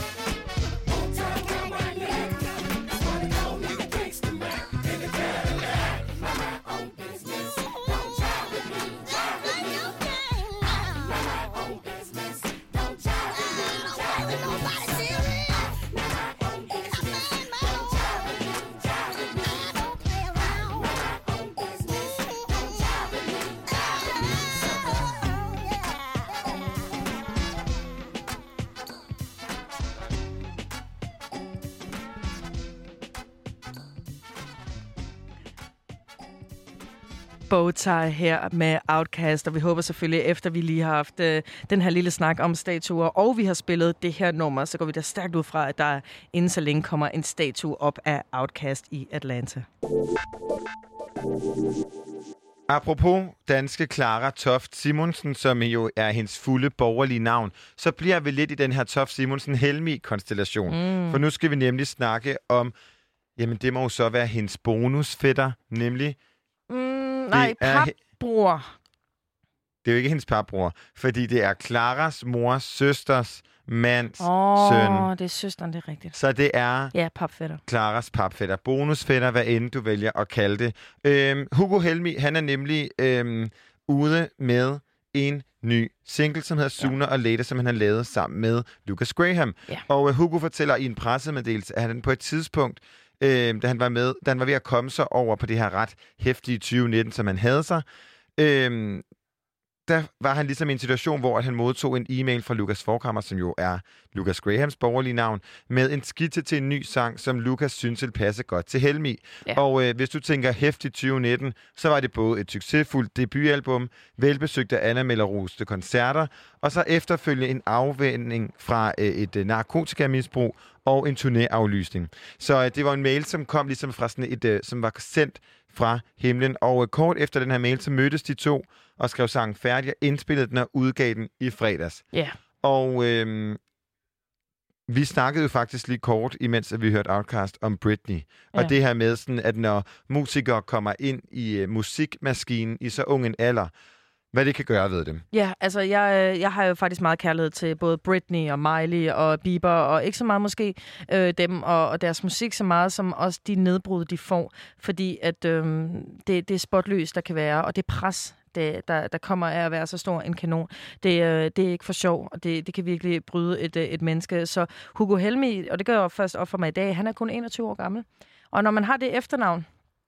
Bowtie her med Outkast, og vi håber selvfølgelig, efter vi lige har haft øh, den her lille snak om statuer, og vi har spillet det her nummer, så går vi da stærkt ud fra, at der inden så længe kommer en statue op af Outkast i Atlanta. Apropos danske Clara Toft Simonsen, som jo er hendes fulde borgerlige navn, så bliver vi lidt i den her Toft Simonsen-Helmi-konstellation. Mm. For nu skal vi nemlig snakke om, jamen det må jo så være hendes bonusfætter, nemlig... Mm, nej, papbror. Det er jo ikke hendes papbror, fordi det er Claras mors søsters mands oh, søn. Åh, det er søsteren, det er rigtigt. Så det er ja, papfætter. Claras papfætter. Bonusfætter, hvad end du vælger at kalde det. Øhm, Hugo Helmi, han er nemlig øhm, ude med en ny single, som hedder Sooner ja. og Later, som han har lavet sammen med Lucas Graham. Ja. Og uh, Hugo fortæller i en pressemeddelelse, at han på et tidspunkt, øh, da han var med, da han var ved at komme sig over på det her ret heftige tyve nitten, som han havde sig, øh, der var han ligesom i en situation, hvor han modtog en e-mail fra Lucas Forchhammer, som jo er Lucas Grahams borgerlige navn, med en skitse til en ny sang, som Lucas synes ville passe godt til Helmi. Ja. Og øh, hvis du tænker hæftigt tyve nitten, så var det både et succesfuldt debutalbum, velbesøgte anmelderroste koncerter, og så efterfølgende en afvending fra øh, et øh, narkotikamisbrug og en turnéaflysning. Så øh, det var en mail, som kom ligesom fra sådan et, øh, som var sendt fra himlen, og øh, kort efter den her mail, så mødtes de to og skrev sangen færdig og indspillede den og udgav den i fredags. Ja. Yeah. Og øhm, vi snakkede jo faktisk lige kort, imens at vi hørte Outkast om Britney. Og ja. det her med, sådan, at når musikere kommer ind i uh, musikmaskinen i så ung en alder, hvad det kan gøre ved dem. Ja, altså jeg, jeg har jo faktisk meget kærlighed til både Britney og Miley og Bieber, og ikke så meget måske øh, dem og, og deres musik så meget, som også de nedbrud, de får, fordi at øh, det, det er spotløst, der kan være, og det pres, det, der, der kommer af at være så stor en kanon, det, øh, det er ikke for sjov, og det, det kan virkelig bryde et, et menneske. Så Hugo Helmig, og det gør jeg først op for mig i dag, han er kun enogtyve år gammel, og når man har det efternavn,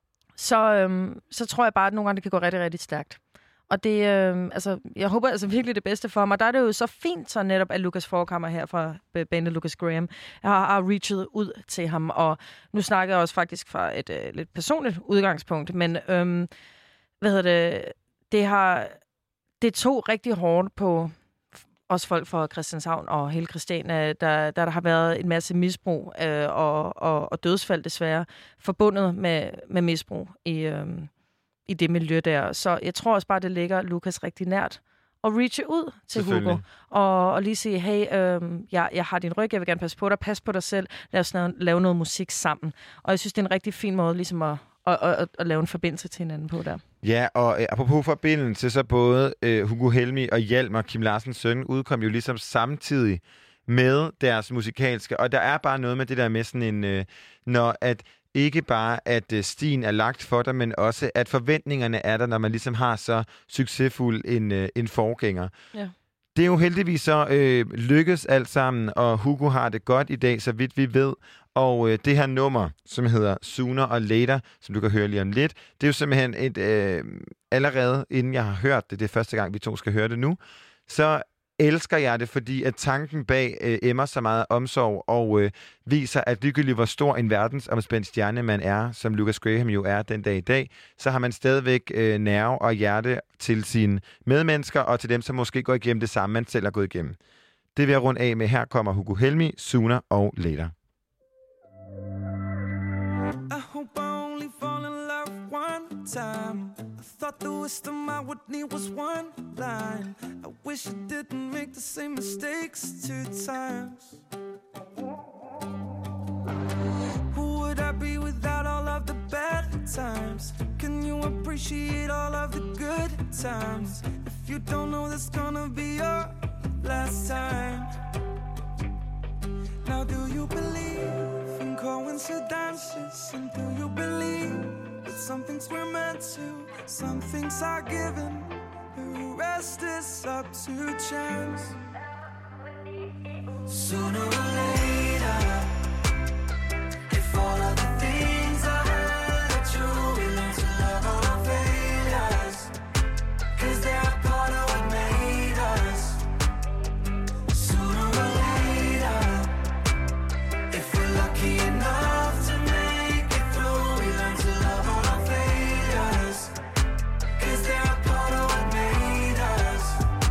så, øh, så tror jeg bare, at nogle gange det kan gå rigtig, rigtig stærkt. Og det, øh, altså, jeg håber altså virkelig det bedste for ham. Og der er det jo så fint så netop, at Lucas Forkammer her fra bandet Lucas Graham har, har reachet ud til ham. Og nu snakker jeg også faktisk fra et øh, lidt personligt udgangspunkt. Men øh, hvad hedder det? Det har det tog rigtig hårdt på også folk fra Christianshavn og hele Christiania, der, der, der har været en masse misbrug øh, og, og, og dødsfald desværre forbundet med, med misbrug i øh, i det miljø der. Så jeg tror også bare, det ligger Lucas rigtig nært og reache ud til Hugo og, og lige sige, hey, øhm, jeg, jeg har din ryg, jeg vil gerne passe på dig, pas på dig selv, lad os lave, lave noget musik sammen. Og jeg synes, det er en rigtig fin måde ligesom at, at, at, at lave en forbindelse til hinanden på der. Ja, og øh, apropos forbindelse, så både øh, Hugo Helmig og Hjalmar, Kim Larsens søn, udkom jo ligesom samtidig med deres musikalske, og der er bare noget med det der med sådan en, øh, når at ikke bare, at øh, stien er lagt for dig, men også, at forventningerne er der, når man ligesom har så succesfuld en, øh, en forgænger. Ja. Det er jo heldigvis så øh, lykkes alt sammen, og Hugo har det godt i dag, så vidt vi ved. Og øh, det her nummer, som hedder Sooner or Later, som du kan høre lige om lidt, det er jo simpelthen et, øh, allerede inden jeg har hørt det, det er første gang, vi to skal høre det nu, så elsker jeg det, fordi at tanken bag øh, emmer så meget omsorg og øh, viser, at ligegyldigt hvor stor en verdensomspændt stjerne man er, som Lucas Graham jo er den dag i dag, så har man stadigvæk øh, nerve og hjerte til sine medmennesker og til dem, som måske går igennem det samme, man selv har gået igennem. Det vil jeg runde af med. Her kommer Hugo Helmig, Sooner or Later. I hope I only fall in love one time. I thought the wisdom I would need was one line. I wish I didn't make the same mistakes two times. Who would I be without all of the bad times? Can you appreciate all of the good times? If you don't know, that's gonna be your last time. Now do you believe in coincidences? And do you believe that some things we're meant to, some things are given, the rest is up to chance? Sooner or later, if all of the things I heard are true, we learn to love all our failures, 'cause they are part of what made us. Sooner or later, if we're lucky enough to make it through, we learn to love all our failures, 'cause they are part of what made us.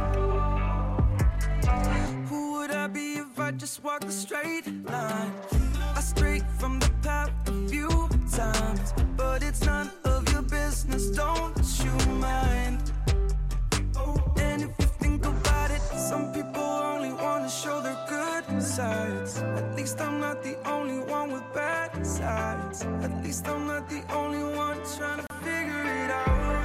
Who would I be if I just walked a straight line? I strayed from the path a few times, but it's none of your business, don't you mind? And if you think about it, some people only want to show their good sides. At least I'm not the only one with bad sides. At least I'm not the only one trying to figure it out.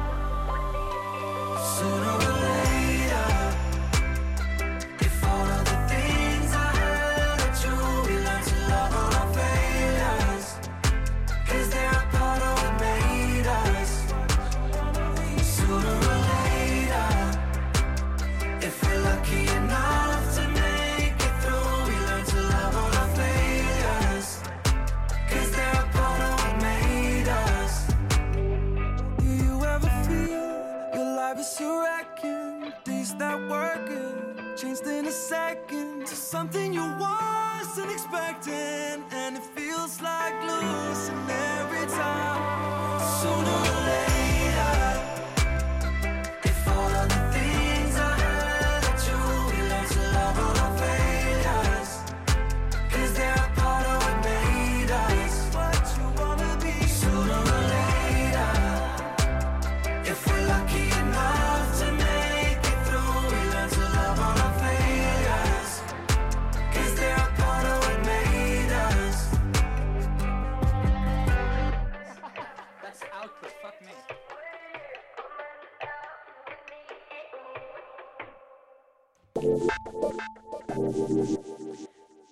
Sooner or later, if all of the things I heard are true, we learn to love all our failures, 'cause they are part of what made us. Sooner or later, if we're lucky enough to make it through, we learn to love all our failures, 'cause they are part of what made us. Do you ever feel your life is your wrecking? Days not working, changed in a second to something you wasn't expecting, and it feels like losing every time. Sooner or later, if all of the things I heard are true, we learn to love all our failures, 'cause they are part of what made us. What you wanna be. Sooner or later, if we're lucky enough to make it through, we learn to love all our failures, 'cause they are part of what made us.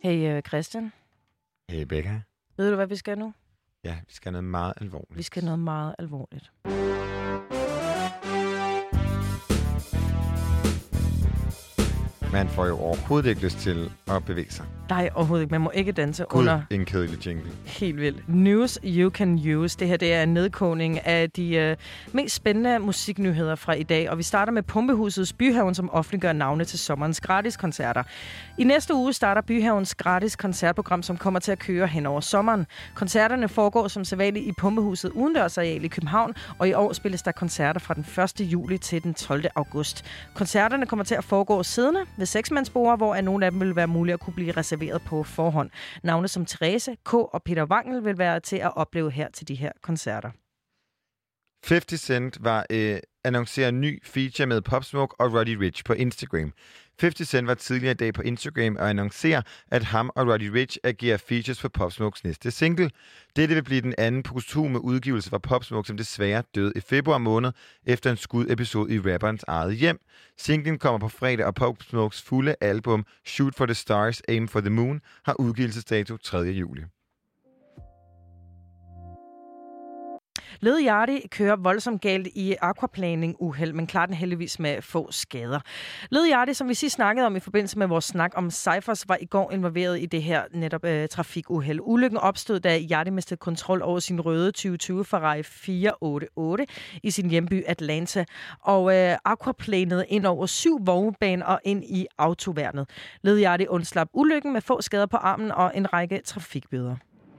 Hey uh, Christian. Hey Becca. Ved du, hvad vi skal nu? Ja, vi skal noget meget alvorligt. Vi skal noget meget alvorligt. Man får jo overhovedet ikke lyst til at bevæge sig. Nej, overhovedet ikke. Man må ikke danse Gud, under... en kedelig jingle. Helt vildt. News you can use. Det her det er en nedkogning af de øh, mest spændende musiknyheder fra i dag. Og vi starter med Pumpehusets Byhaven, som offentliggør navne til sommerens gratis koncerter. I næste uge starter Byhavens gratis koncertprogram, som kommer til at køre hen over sommeren. Koncerterne foregår som sædvanligt i Pumpehuset udendørsareal i København, og i år spilles der koncerter fra den første juli til den tolvte august. Koncerterne kommer til at foregå siddende ved seksmandsborde, hvor nogle af dem vil være muligt at kunne blive reserveret på forhånd. Navne som Therese, K og Peter Wangel vil være til at opleve her til de her koncerter. halvtreds Cent var øh, annonceret en ny feature med Pop Smoke og Roddy Ricch på Instagram. halvtreds Cent var tidligere i dag på Instagram og annoncerer, at ham og Roddy Ricch agerer features for Pop Smokes næste single. Dette vil blive den anden posthume udgivelse fra Pop Smoke, som desværre døde i februar måned efter en skudepisode i rapperens eget hjem. Singlen kommer på fredag, og Pop Smokes fulde album Shoot for the Stars, Aim for the Moon har udgivelsesdato tredje juli. Led Yachty kører voldsomt galt i aquaplaning-uheld, men klarer den heldigvis med få skader. Led Yachty, som vi sidst snakkede om i forbindelse med vores snak om Cyphers, var i går involveret i det her netop øh, trafikuheld. Ulykken opstod, da Yachty mistede kontrol over sin røde tyve tyve Ferrari fire otte otte i sin hjemby Atlanta, og øh, aquaplanede ind over syv vognbaner og ind i autoværnet. Led Yachty undslap ulykken med få skader på armen og en række trafikbøder.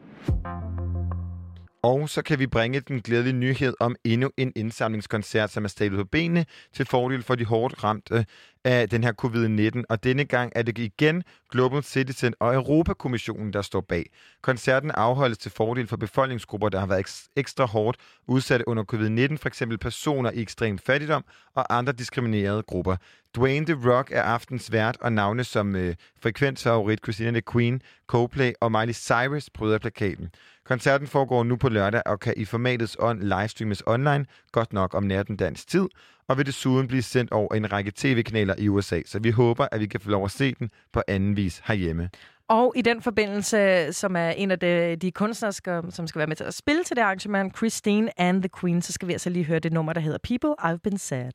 Og så kan vi bringe den glædelige nyhed om endnu en indsamlingskoncert, som er stablet på benene til fordel for de hårdt ramte af den her covid nitten. Og denne gang er det igen Global Citizen og Europakommissionen, der står bag. Koncerten afholdes til fordel for befolkningsgrupper, der har været ekstra hårdt udsatte under covid nitten, f.eks. personer i ekstrem fattigdom og andre diskriminerede grupper. Dwayne The Rock er aftens vært, og navne som øh, frekvensfavorit Christina the Queen, Coldplay og Miley Cyrus bryder plakaten. Koncerten foregår nu på lørdag og kan i formatets ånd livestreames online, godt nok om natten dansk tid, og vil desuden blive sendt over en række tv-kanaler i U S A, så vi håber, at vi kan få lov at se den på anden vis herhjemme. Og i den forbindelse, som er en af de, de kunstnere, som skal være med til at spille til det arrangement, Christine and the Queen, så skal vi altså lige høre det nummer, der hedder People I've Been Sad.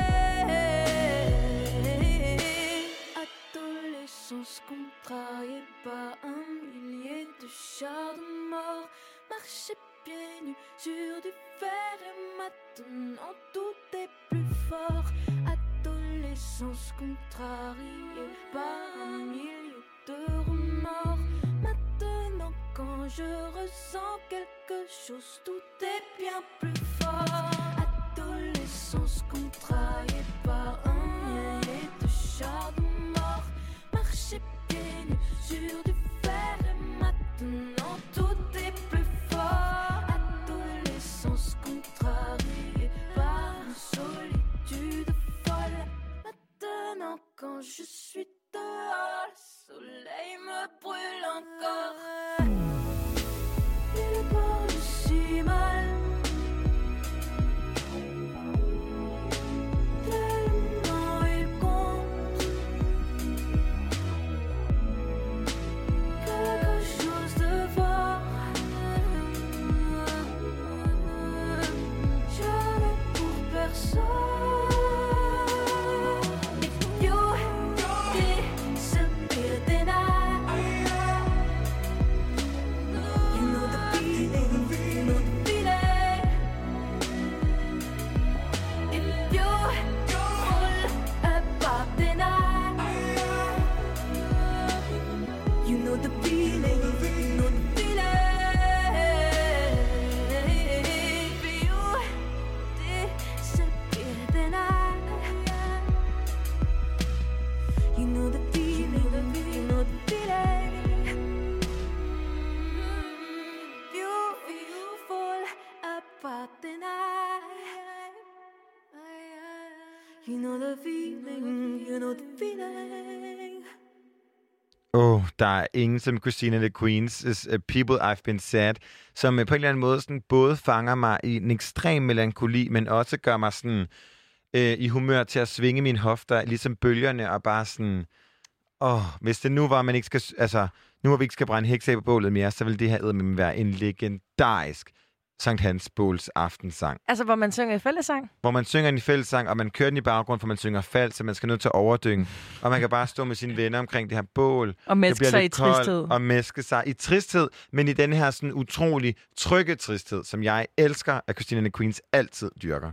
Contrarié mort. Marcher pieds nus sur du fer et maintenant tout est plus fort. Adolescence contrariée par un milieu de remords. Maintenant quand je ressens quelque chose, tout est bien plus fort. Adolescence contrariée par un millier de charbon mort. Marcher pieds nus sur du fer et maintenant tout est plus fort. Adolescence contrariée par une solitude folle. Maintenant quand je suis dehors, le soleil me brûle encore. Il est pas si mal. Tellement il compte quelque chose de fort. Je n'ai pour personne. If you disappear, then I, you know the feeling, you know the feeling. If you fall apart, then I, you know the feeling, you know the feeling. If you disappear, then I, you know the feeling, you know the feeling. If you, if you fall apart, then I, you know the feeling, you know the feeling. Åh, oh, der er ingen som Christina the Queens' uh, People I've Been Sad, som uh, på en eller anden måde sådan, både fanger mig i en ekstrem melankoli, men også gør mig sådan uh, i humør til at svinge mine hofter, ligesom bølgerne, og bare sådan, åh, oh, hvis det nu var, man ikke skal, altså, nu hvor vi ikke skal brænde hekse på bålet mere, så vil det her eddermame være en legendarisk Sankt Hans Båls aftensang. Altså, hvor man synger i fællessang? Hvor man synger i fællessang, og man kører den i baggrund, for man synger falsk, så man skal nødt til at overdynge. Og man kan bare stå med sine venner omkring det her bål. Og mæske sig i koldt, tristhed. Og mæske sig i tristhed, men i den her sådan utrolig trygge tristhed, som jeg elsker, at Christina the Queens altid dyrker.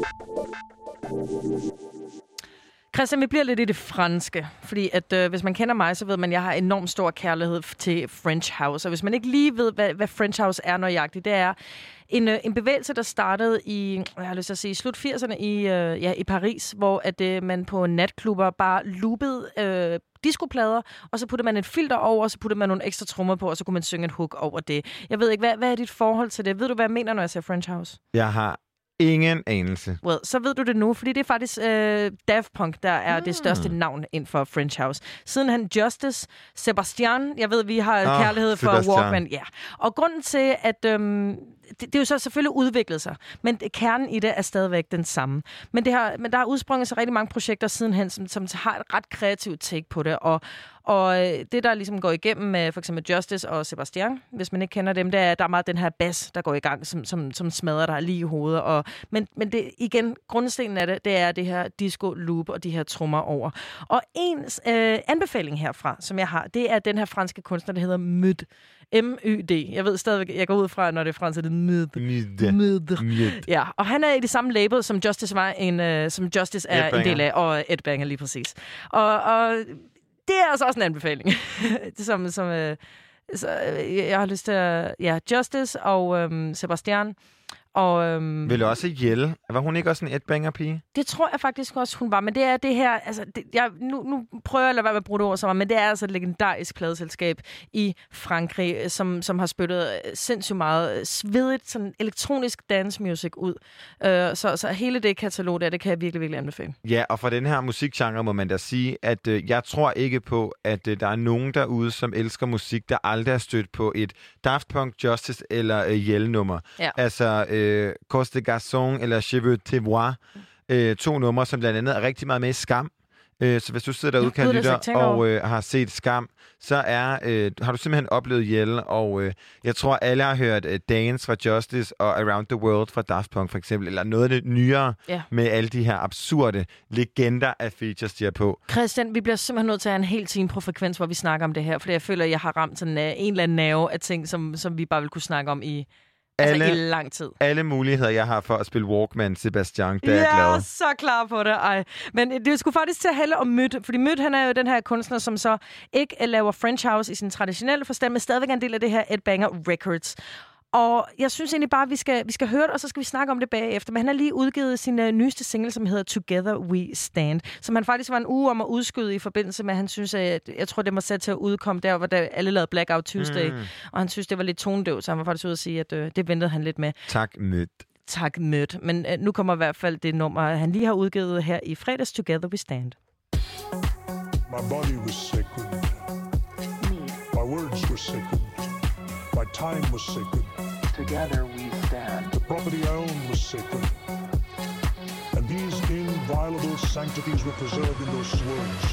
Christian, vi bliver lidt i det franske, fordi at øh, hvis man kender mig, så ved man, at jeg har enormt stor kærlighed til French House. Og hvis man ikke lige ved, hvad, hvad French House er nøjagtigt, det er en, øh, en bevægelse, der startede i, jeg har lyst til at sige, slut firserne i, øh, ja, i Paris, hvor at, øh, man på natklubber bare loopede øh, discoplader, og så puttede man et filter over, og så puttede man nogle ekstra trommer på, og så kunne man synge et hook over det. Jeg ved ikke, hvad, hvad er dit forhold til det? Ved du, hvad jeg mener, når jeg siger French House? Jeg har ingen anelse. Well, så ved du det nu, fordi det er faktisk øh, Daft Punk, der er mm. det største navn inden for French House. Siden han Justice, Sebastian, jeg ved, vi har oh, kærlighed for Sebastian. Walkman. Ja. Og grunden til, at øhm, det, det er jo så selvfølgelig udviklet sig, men kernen i det er stadigvæk den samme. Men, det har, men der har udsprunget sig rigtig mange projekter sidenhen, som, som har et ret kreativt take på det, og Og det, der ligesom går igennem med for eksempel Justice og Sebastian, hvis man ikke kender dem, det er, der er meget den her bass, der går i gang, som, som, som smadrer dig lige i hovedet. Og, men, men det, igen, grundstenen af det, det er det her disco-loop og de her trommer over. Og en øh, anbefaling herfra, som jeg har, det er den her franske kunstner, der hedder Mud. M Y D. Jeg ved stadigvæk, jeg går ud fra, når det er fransk, det er Mud. Mud. Mud. Ja, og han er i det samme label, som Justice var en, øh, som Justice er en del af, og Ed Banger lige præcis. Og, og det er altså også en anbefaling, som, som øh, så, øh, jeg har lyst til at, ja, Justice og øh, Sebastian. Og, øhm, Vel også Jelle. Var hun ikke også en et-banger-pige? Det tror jeg faktisk også, hun var. Men det er det her... Altså, det, jeg, nu, nu prøver jeg at lade være med at bruge det ord sammen, men det er altså et legendarisk pladeselskab i Frankrig, som, som har spyttet sindssygt meget svedigt, sådan elektronisk dance music ud. Uh, så, så hele det katalog der, det kan jeg virkelig, virkelig anbefale. Ja, og for den her musikgenre må man da sige, at øh, jeg tror ikke på, at øh, der er nogen derude, som elsker musik, der aldrig har stødt på et Daft Punk, Justice eller øh, Jelle-nummer. Ja. Altså... Øh, Cause de Garçon eller Cheveux de Bois. Øh, to numre, som blandt andet er rigtig meget med i Skam. Øh, så hvis du sidder derude, kan lytte og øh, har set Skam, så er, øh, har du simpelthen oplevet Jelle, og øh, jeg tror, alle har hørt øh, Dance fra Justice og Around the World fra Daft Punk for eksempel, eller noget af det nyere ja. med alle de her absurde legender af features, de er på. Christian, vi bliver simpelthen nødt til at have en hel time på frekvens, hvor vi snakker om det her, fordi jeg føler, at jeg har ramt sådan, uh, en eller anden nerve af ting, som, som vi bare vil kunne snakke om i... Alle, altså i lang tid. Alle muligheder, jeg har for at spille Walkman, Sebastian, det er jeg jeg glad. Jeg er så klar på det. Ej. Men det skulle faktisk til at handle om Mødt, fordi Mødt, han er jo den her kunstner, som så ikke laver French House i sin traditionelle forstand, men stadigvæk er en del af det her Ed Banger Records. Og jeg synes egentlig bare, at vi skal, vi skal høre det, og så skal vi snakke om det bagefter. Men han har lige udgivet sin uh, nyeste single, som hedder Together We Stand, som han faktisk var en uge om at udskyde i forbindelse med, at han synes, at jeg tror, det var sat til at udkomme der, hvor der alle lavede Blackout Tuesday. Mm. Og han synes, det var lidt tonedøvt, så han var faktisk ude at sige, at uh, det ventede han lidt med. Tak, Mødt. Tak, Mødt. Men uh, nu kommer i hvert fald det nummer, han lige har udgivet her i fredags, Together We Stand. My body was sacred. My words were sacred. My time was sacred. Together we stand. The property I owned was sacred. And these inviolable sanctities were preserved in those words.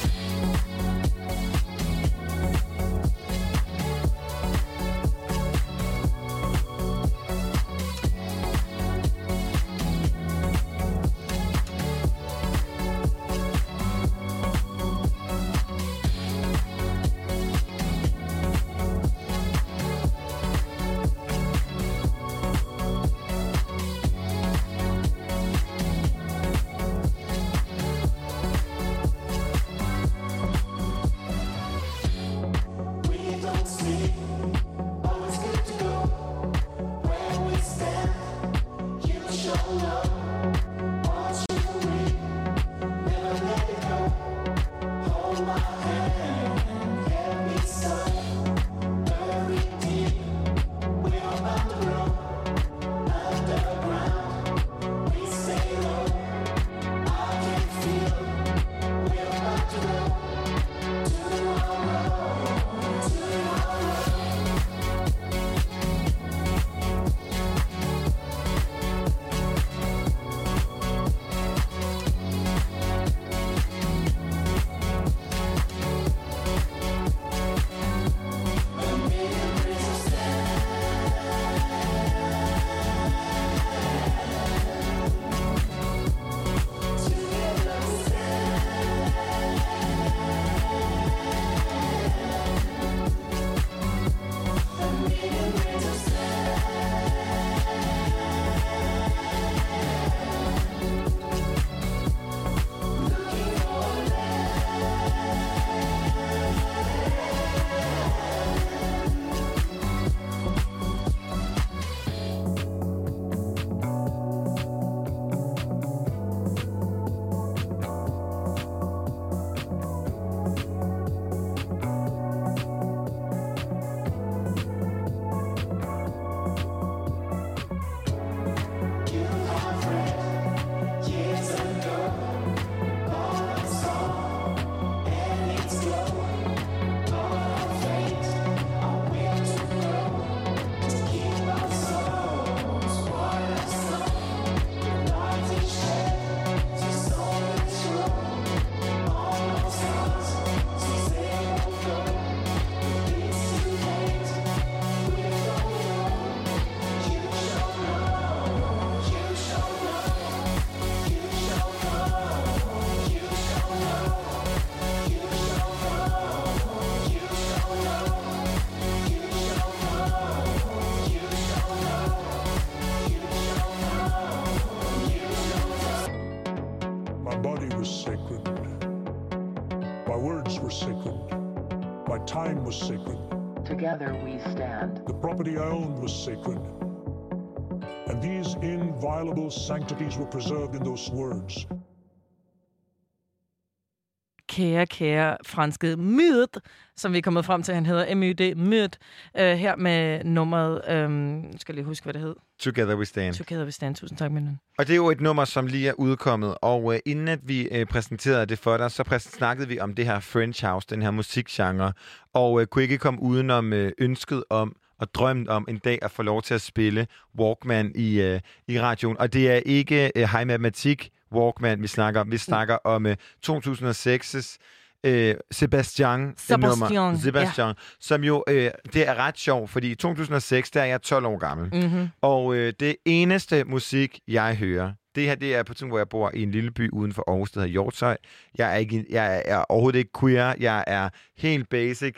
Time was sacred. Together we stand. The property I owned was sacred. And these inviolable sanctities were preserved in those words. Kære, kære franske Mødt, som vi er kommet frem til, han hedder M Y D Mødt, øh, her med nummeret, øh, nu skal jeg lige huske, hvad det hed. Together We Stand. Together We Stand, tusind tak, Minden. Og det er jo et nummer, som lige er udkommet, og øh, inden at vi øh, præsenterede det for dig, så præs- snakkede vi om det her French House, den her musikgenre, og øh, kunne ikke komme udenom øh, ønsket om, og drømt om en dag at få lov til at spille Walkman i, øh, i radioen. Og det er ikke øh, high matematik Walkman, vi snakker om. Vi snakker om uh, to tusind og seks Øh, Sebastian, Sebastian, nummer, Sebastian ja. som jo, øh, det er ret sjovt, fordi i to tusind og seks, der er jeg tolv år gammel. Mm-hmm. Og øh, det eneste musik, jeg hører, det her, det er på tiden, hvor jeg bor i en lille by uden for Aarhus, der hedder Hjortshøj. Jeg er, ikke, jeg er overhovedet ikke queer, jeg er helt basic.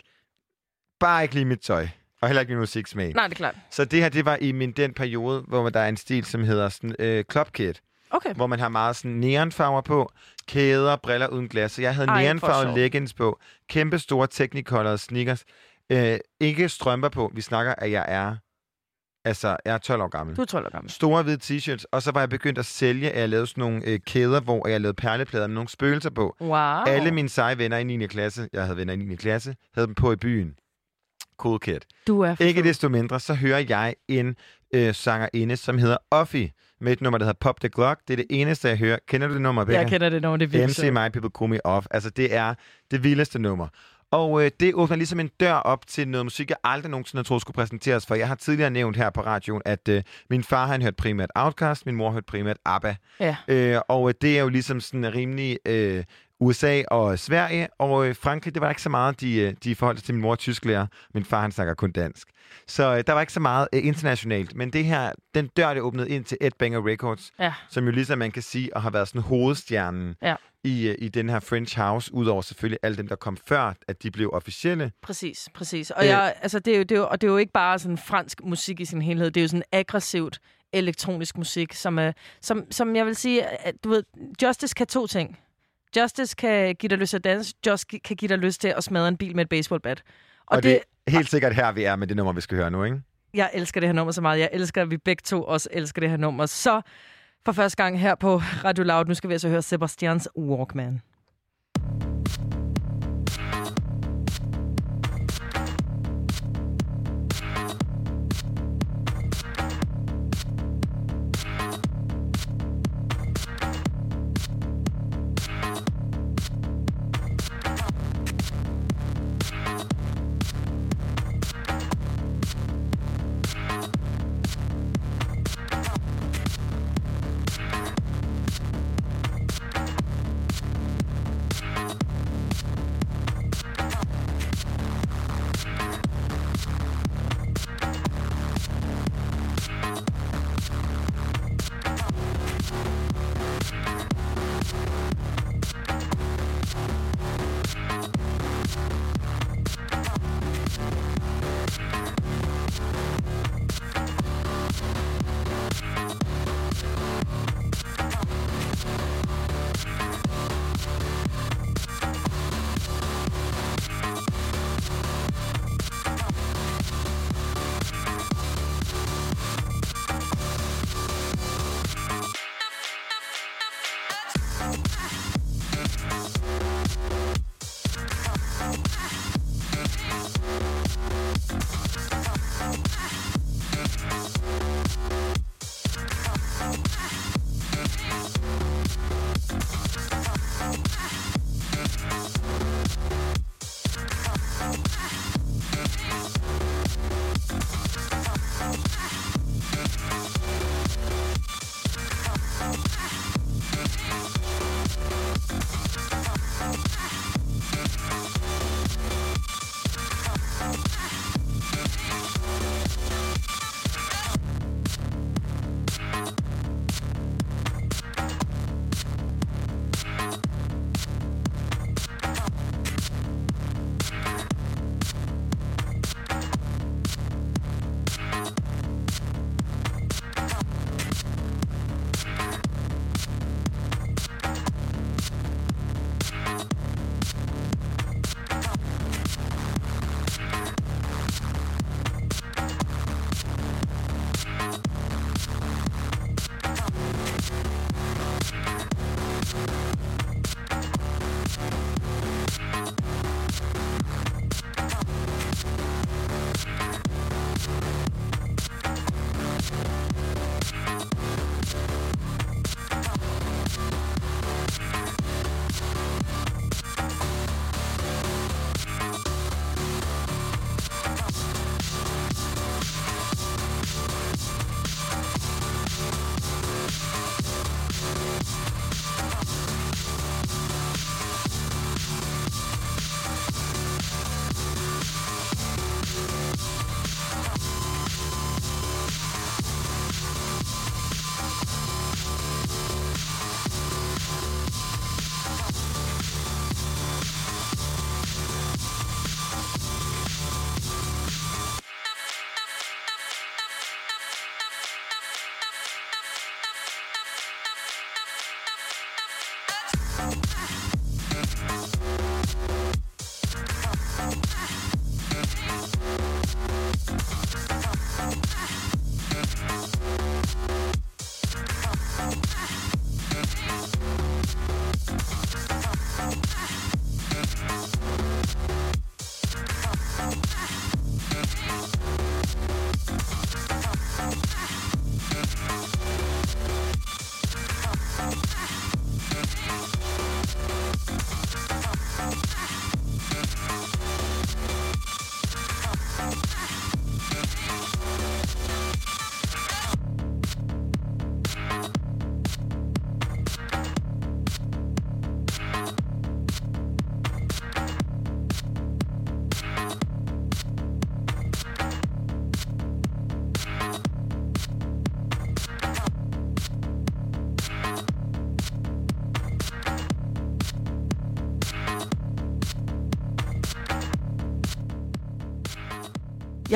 Bare ikke lige mit tøj, og heller ikke min musiksmag. Nej, det er klart. Så det her, det var i min den periode, hvor der er en stil, som hedder sådan, øh, Club Kid. Okay. Hvor man har meget sådan neonfarver på, kæder, briller uden glas. Så jeg havde Ej, neonfarvede leggings på, kæmpe store Technicolor sneakers, øh, ikke strømper på. Vi snakker, at jeg er, altså, jeg er tolv år gammel. Du er tolv år gammel. Store hvide t-shirts, og så var jeg begyndt at sælge, at jeg lavede sådan nogle øh, kæder, hvor jeg lavede perleplader med nogle spøgelser på. Wow. Alle mine seje venner i niende klasse, jeg havde venner i niende klasse, havde dem på i byen. Cool kid. Du er Ikke desto mindre, så hører jeg en øh, sangerinde, som hedder Offie, med et nummer, der hedder Pop the Glock. Det er det eneste, jeg hører. Kender du det nummer, Becca? Jeg kender det nummer, det er vildt. M C My People Call Me Off. Altså, det er det vildeste nummer. Og øh, det åbner ligesom en dør op til noget musik, jeg aldrig nogensinde troede skulle præsenteres for. Jeg har tidligere nævnt her på radioen, at øh, min far, han hørte primært Outkast, min mor hørte primært ABBA. Ja. Øh, og øh, det er jo ligesom sådan rimelig øh, U S A og Sverige, og øh, Frankrig, det var ikke så meget, de, øh, de forholdt til min mor tysklærer. Min far, han snakker kun dansk. Så øh, der var ikke så meget øh, internationalt. Men det her, den dør, det åbnede ind til Ed Banger Records, ja. som jo ligesom man kan sige, og har været sådan hovedstjernen ja. i, i den her French House, udover selvfølgelig alle dem, der kom før, at de blev officielle. Præcis, præcis. Og, jeg, altså, det er jo, det er jo, og det er jo ikke bare sådan fransk musik i sin helhed, det er jo sådan aggressivt elektronisk musik, som, er, som, som jeg vil sige, at du ved, Justice kan to ting. Justice kan give dig lyst til at danse, Justice kan give dig lyst til at smadre en bil med et baseballbat. Og, og det, det er helt sikkert her, vi er med det nummer, vi skal høre nu, ikke? Jeg elsker det her nummer så meget. Jeg elsker, at vi begge to også elsker det her nummer. Så for første gang her på Radio Loud, nu skal vi altså høre Sebastians Walkman.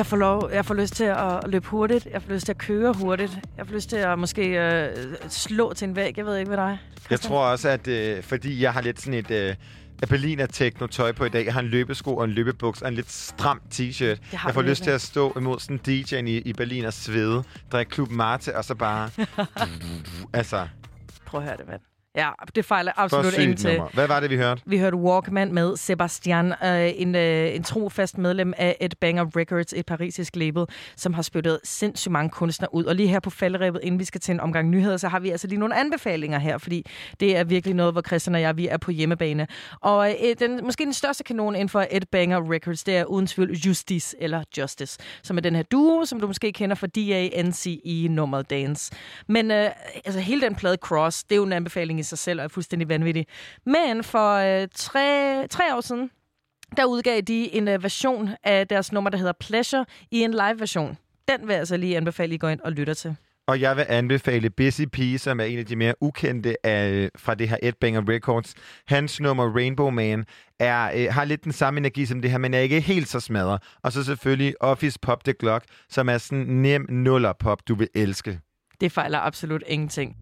Jeg får, lov, jeg får lyst til at løbe hurtigt. Jeg får lyst til at køre hurtigt. Jeg får lyst til at måske øh, slå til en væg. Jeg ved ikke, hvad dig. Christian? Jeg tror også, at øh, fordi jeg har lidt sådan et øh, Berliner techno-tøj på i dag. Jeg har en løbesko og en løbebuks og en lidt stram t-shirt. Jeg får lyst til at stå imod sådan D J'en i, i Berlin og svede. Drikke Club Mate og så bare... altså... Prøv at høre det, mand. Ja, det fejler absolut ingen til. Hvad var det, vi hørte? Vi hørte Walkman med Sebastian, øh, en, øh, en trofast medlem af Ed Banger Records, et parisisk label, som har spyttet sindssygt mange kunstnere ud. Og lige her på falderebet, inden vi skal til en omgang nyheder, så har vi altså lige nogle anbefalinger her, fordi det er virkelig noget, hvor Christian og jeg, vi er på hjemmebane. Og øh, den, måske den største kanon inden for Ed Banger Records, det er uden tvivl Justice, eller Justice, som er den her duo, som du måske kender fra D A N C i nummeret Dance. Men øh, altså hele den plade Cross, det er jo en anbefaling i sig selv, og er fuldstændig vanvittig. Men for øh, tre, tre år siden, der udgav de en øh, version af deres nummer, der hedder Pleasure, i en live-version. Den vil jeg altså lige anbefale, I går ind og lytter til. Og jeg vil anbefale Busy P, som er en af de mere ukendte af, fra det her Ed Banger Records. Hans nummer Rainbow Man er, øh, har lidt den samme energi som det her, men er ikke helt så smadret. Og så selvfølgelig Office Pop The Glock, som er sådan nem nuller pop, du vil elske. Det fejler absolut ingenting.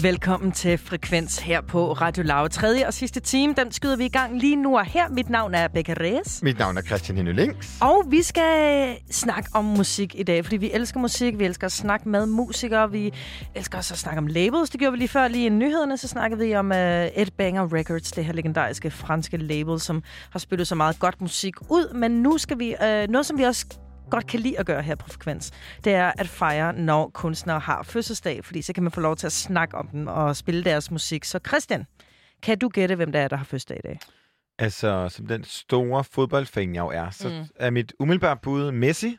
Velkommen til Frekvens her på Radio Loud. Tredje og sidste time, den skyder vi i gang lige nu og her. Mit navn er Becca Reyes. Mit navn er Christian Henny Links. Og vi skal snakke om musik i dag, fordi vi elsker musik. Vi elsker at snakke med musikere. Vi elsker også at snakke om labels. Det gjorde vi lige før. Lige i nyhederne, så snakkede vi om uh, Ed Banger Records, det her legendariske franske label, som har spillet så meget godt musik ud. Men nu skal vi, uh, noget som vi også godt kan lide at gøre her på Frekvens, det er at fejre, når kunstnere har fødselsdag, fordi så kan man få lov til at snakke om dem og spille deres musik. Så Christian, kan du gætte, hvem der er, der har fødselsdag i dag? Altså, som den store fodboldfan, jeg jo er, så mm. er mit umiddelbare bud Messi.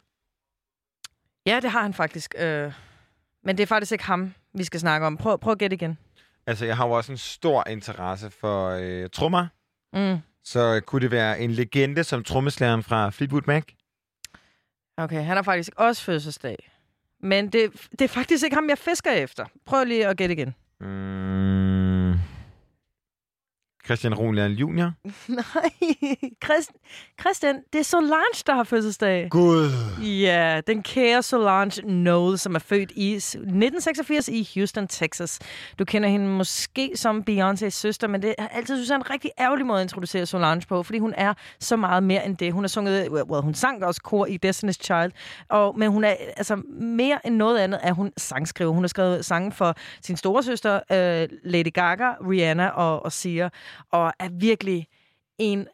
Ja, det har han faktisk. Øh, men det er faktisk ikke ham, vi skal snakke om. Prøv, prøv at gætte igen. Altså, jeg har jo også en stor interesse for øh, trommer. Mm. Så kunne det være en legende som trommeslageren fra Fleetwood Mac? Okay, han har faktisk også fødselsdag. Men det, det er faktisk ikke ham, jeg fisker efter. Prøv lige at gætte igen. Mm. Christian Roland junior Nej, Christ, Christian, det er Solange, der har fødselsdag. Gud. Ja, den kære Solange Knowles, som er født i nitten seksogfirs i Houston, Texas. Du kender hende måske som Beyoncés søster, men det er altid, synes jeg, en rigtig ærgerlig måde at introducere Solange på, fordi hun er så meget mere end det. Hun har sunget, well, hun sang også kor i Destiny's Child, og, men hun er altså mere end noget andet, er hun sangskriver. Hun har skrevet sange for sin store søster, uh, Lady Gaga, Rihanna og, og Sia, og er virkelig en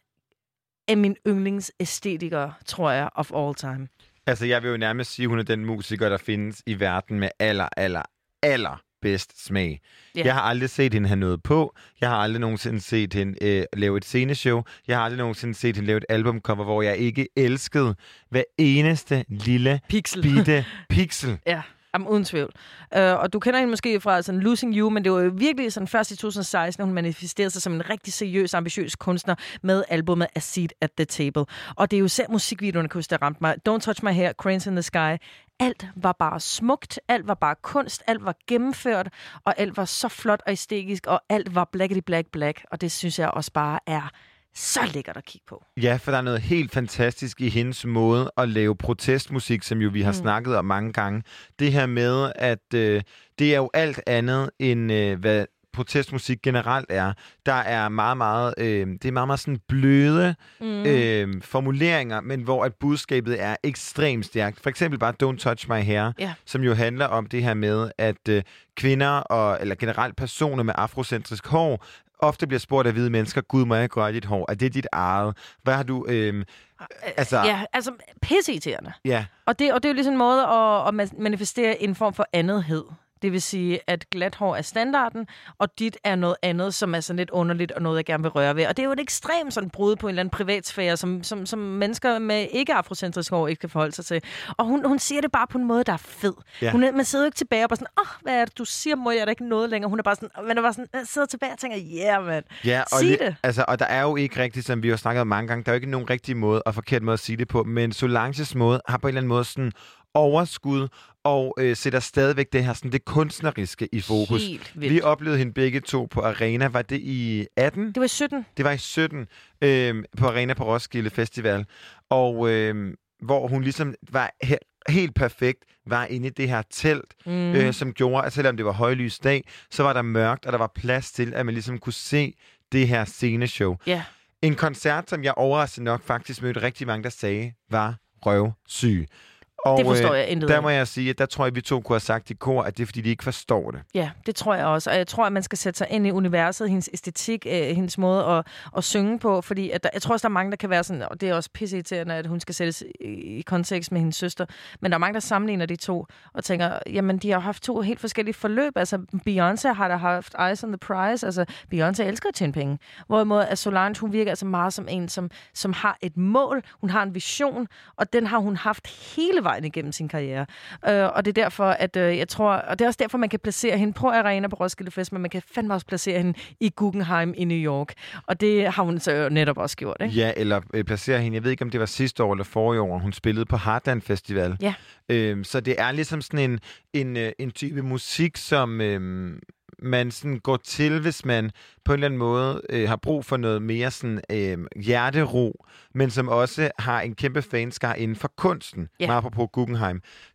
af mine yndlingsæstetikere, tror jeg, of all time. Altså, jeg vil jo nærmest sige, at hun er den musiker, der findes i verden med aller, aller, aller bedst smag. Yeah. Jeg har aldrig set hende have noget på. Jeg har aldrig nogensinde set hende øh, lave et sceneshow. Jeg har aldrig nogensinde set hende lave et albumcover, hvor jeg ikke elskede hver eneste lille pixel. bitte pixel. Ja. Jamen, uden tvivl. Uh, og du kender hende måske fra sådan Losing You, men det var jo virkelig sådan først i to tusind og seksten, hun manifesterede sig som en rigtig seriøs, ambitiøs kunstner med albumet A Seat at the Table. Og det er jo selv musikvideoerne, der ramte mig. Don't Touch My Hair, Cranes in the Sky. Alt var bare smukt, alt var bare kunst, alt var gennemført, og alt var så flot og æstetisk, og alt var blackety black black. Og det synes jeg også bare er så lækkert at kigge på. Ja, for der er noget helt fantastisk i hendes måde at lave protestmusik, som jo vi har mm. snakket om mange gange. Det her med, at øh, det er jo alt andet end øh, hvad protestmusik generelt er. Der er meget, meget, øh, det er meget, meget sådan bløde mm. øh, formuleringer, men hvor at budskabet er ekstremt stærkt. For eksempel bare Don't Touch My Hair, yeah. som jo handler om det her med, at øh, kvinder og eller generelt personer med afrocentrisk hår ofte bliver spurgt af hvide mennesker, Gud, må jeg gøre dit hår? Er det dit eget? Hvad har du... Øh, altså... Ja, altså pisseirriterende. Ja. Og det, og det er jo ligesom en måde at, at manifestere en form for andethed. Det vil sige, at glat hår er standarden, og dit er noget andet, som er sådan lidt underligt, og noget, jeg gerne vil røre ved. Og det er jo et ekstremt sådan brud på en eller anden privatsfære, som, som, som mennesker med ikke-afrocentrisk hår ikke kan forholde sig til. Og hun, hun siger det bare på en måde, der er fed. Ja. Hun er, man sidder jo ikke tilbage og bare sådan, åh, oh, hvad er det, du siger, må jeg da ikke noget længere. Hun er bare sådan, man er bare sådan, jeg sidder tilbage og tænker, yeah, man, ja, og sig li- det. Altså, og der er jo ikke rigtigt, som vi har snakket om mange gange, der er jo ikke nogen rigtig måde og forkert måde at sige det på, men Solanges måde har på en eller anden måde sådan overskud og øh, sætter stadigvæk det her sådan det kunstneriske i fokus. Vi oplevede hende begge to på Arena. Var det i atten? Det var i sytten. Det var i sytten øh, på Arena på Roskilde Festival. Og øh, hvor hun ligesom var he- helt perfekt, var inde i det her telt, mm. øh, som gjorde, at selvom det var højlys dag, så var der mørkt, og der var plads til, at man ligesom kunne se det her sceneshow. Yeah. En koncert, som jeg overraskende nok faktisk mødte rigtig mange, der sagde, var røvsyg. Og det forstår jeg intet der af. må jeg sige, at der tror jeg, at vi to kunne have sagt i kor, at det er, fordi de ikke forstår det. Ja, det tror jeg også. Og jeg tror, at man skal sætte sig ind i universet, hendes æstetik, øh, hendes måde at, at synge på. Fordi at der, jeg tror også, der er mange, der kan være sådan, og det er også pisseirriterende, at hun skal sættes i, i kontekst med hendes søster. Men der er mange, der sammenligner de to og tænker, jamen, de har haft to helt forskellige forløb. Altså, Beyoncé har da haft Eyes on the Prize. Altså, Beyoncé elsker at tjene penge. Hvorimod at Solange, hun virker altså meget som en, som, som har et mål. Hun har en vision, og den har hun haft hele vejen igennem sin karriere. Øh, og det er derfor, at øh, jeg tror, og det er også derfor, man kan placere hende på Arena på Roskilde Fest, men man kan fandme også placere hende i Guggenheim i New York. Og det har hun så netop også gjort, ikke? Ja, eller øh, placere hende, jeg ved ikke, om det var sidste år eller forrige år, hun spillede på Heartland Festival. Ja. Øh, så det er ligesom sådan en, en, øh, en type musik, som... Øh, man sådan går til, hvis man på en eller anden måde øh, har brug for noget mere sådan, øh, hjertero, men som også har en kæmpe fanskare inden for kunsten. Yeah. Meget apropos Guggenheim.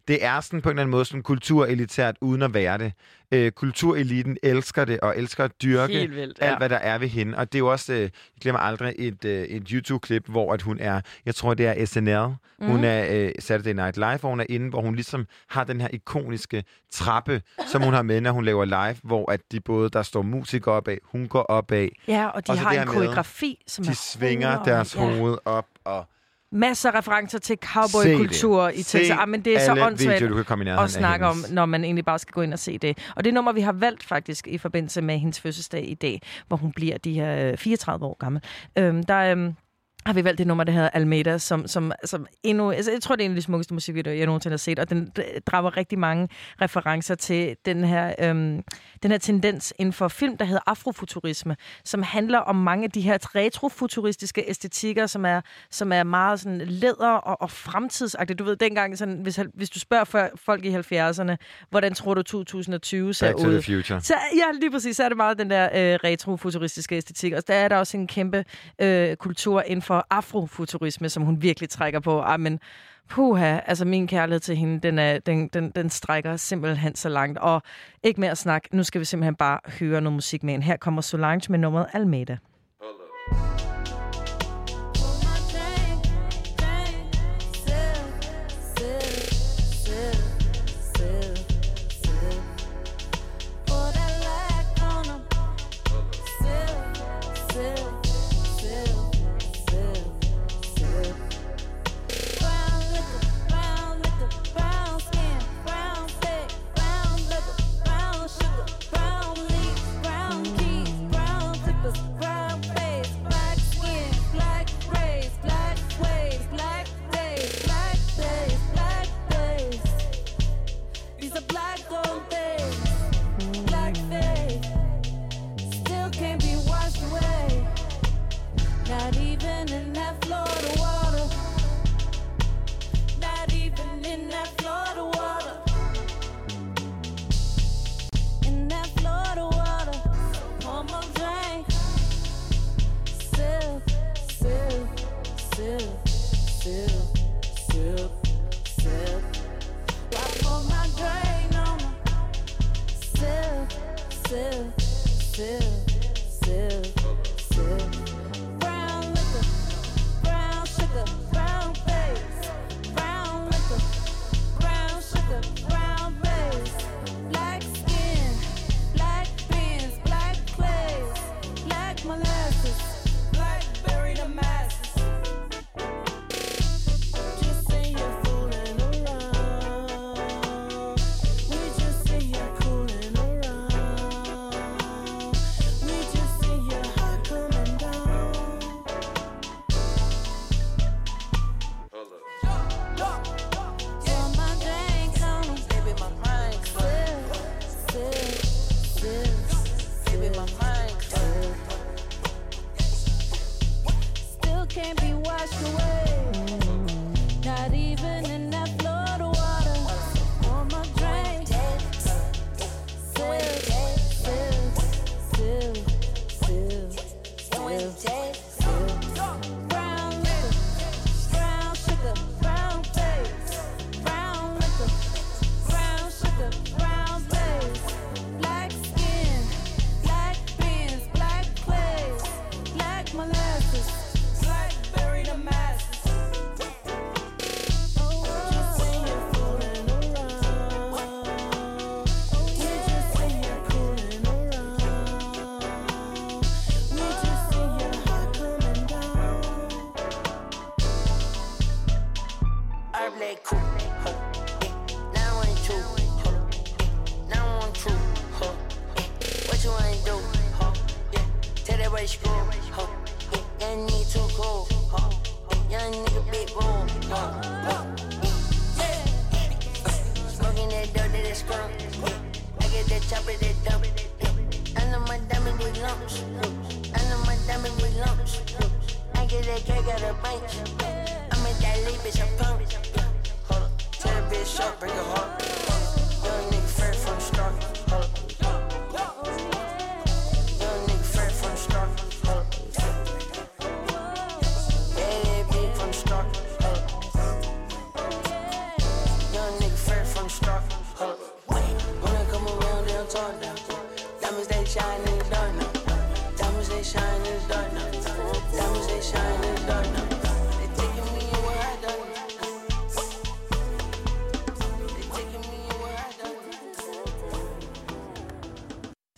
det er sådan på en eller anden måde sådan kulturelitært, uden at være det. Øh, kultureliten elsker det, og elsker at dyrke vildt, ja. alt, hvad der er ved hende. Og det er jo også, øh, jeg glemmer aldrig, et, øh, et YouTube-klip, hvor at hun er, jeg tror, det er S N L. Mm. Hun er øh, Saturday Night Live, hvor hun er inde, hvor hun ligesom har den her ikoniske trappe, som hun har med, når hun laver live, hvor at de både, der står musikere opad, hun går opad. Ja, og de og har en koreografi, som de er svinger deres ja. hoved op og... Masser af referencer til cowboykultur i Texas. Ah, men det er så åndssvagt at snakke om, når man egentlig bare skal gå ind og se det. Og det nummer, vi har valgt faktisk i forbindelse med hendes fødselsdag i dag, hvor hun bliver de her fireogtredive år gammel. Øhm, der øhm, har vi valgt det nummer, der hedder Almeida, som, som, som endnu... Altså, jeg tror, det er en af de smukkeste musikvideoer, jeg nogensinde har set, og den drager rigtig mange referencer til den her, øhm, den her tendens inden for film, der hedder afrofuturisme, som handler om mange af de her retrofuturistiske æstetikker, som er, som er meget sådan læder og, og fremtidsagtigt. Du ved, dengang, sådan, hvis, hvis du spørger folk i halvfjerdserne, hvordan tror du to tusind og tyve ser Back to ud? the future. Så, ja, lige præcis. Så er det meget den der øh, retrofuturistiske æstetik. Og der er der også en kæmpe øh, kultur inden for afrofuturisme, som hun virkelig trækker på. Ah, men puha, altså min kærlighed til hende, den, er, den, den, den strækker simpelthen så langt. Og ikke mere at snakke, nu skal vi simpelthen bare høre noget musik med hende. Her kommer Solange med nummeret Almeida.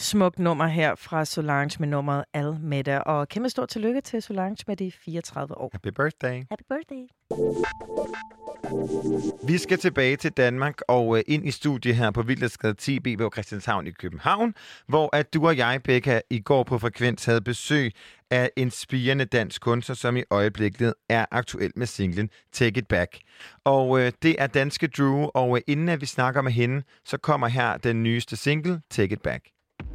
smukt nummer her fra Solange med nummeret Almeda. Og kæmpe stort tillykke til Solange med de fireogtredive år. Happy birthday. Happy birthday. Vi skal tilbage til Danmark og uh, ind i studiet her på Vildhedsgade ti B på Christianshavn i København, hvor at du og jeg, Becca, i går på Frekvens havde besøg af en spirende dansk kunstner, som i øjeblikket er aktuel med singlen Take It Back. Og uh, det er danske Drew, og uh, inden at vi snakker med hende, så kommer her den nyeste single, Take It Back.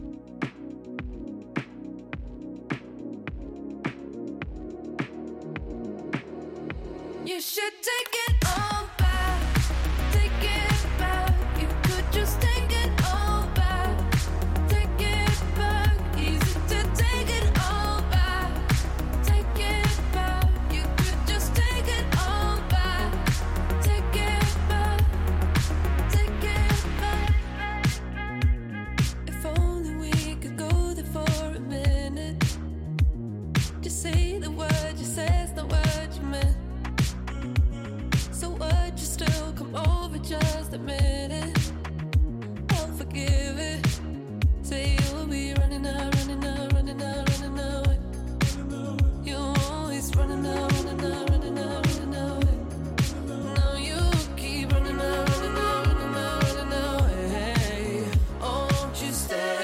You should take it all back, take it back. You could just take it all back, take it back. Easy to take it all back, take it back. You could just take it all back, take it back, take it back. If only we could go there for a minute. Just say the word, just say the word you meant. So would you still come over, just admit it? I'll forgive it. Say you'll be running out, running out, running out, running away. You're always running out, running out, running out, running away. Now you keep running out, running out, running out, running away. Oh, won't you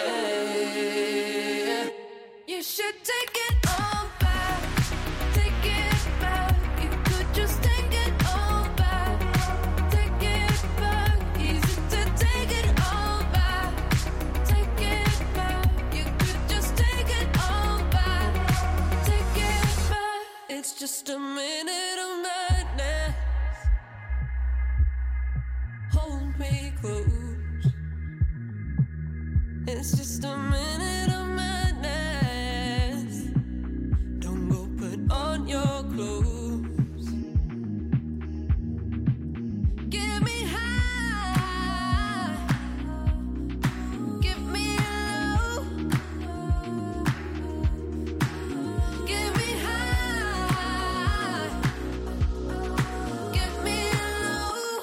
stay? You should take it all back, take it back. You could just take it all back, take it back. Easy to take it all back, take it back. You could just take it all back, take it back. It's just a minute of madness. Hold me close. It's just a minute of madness. Don't go put on your clothes. Get me high, get me low, get me high, get me low.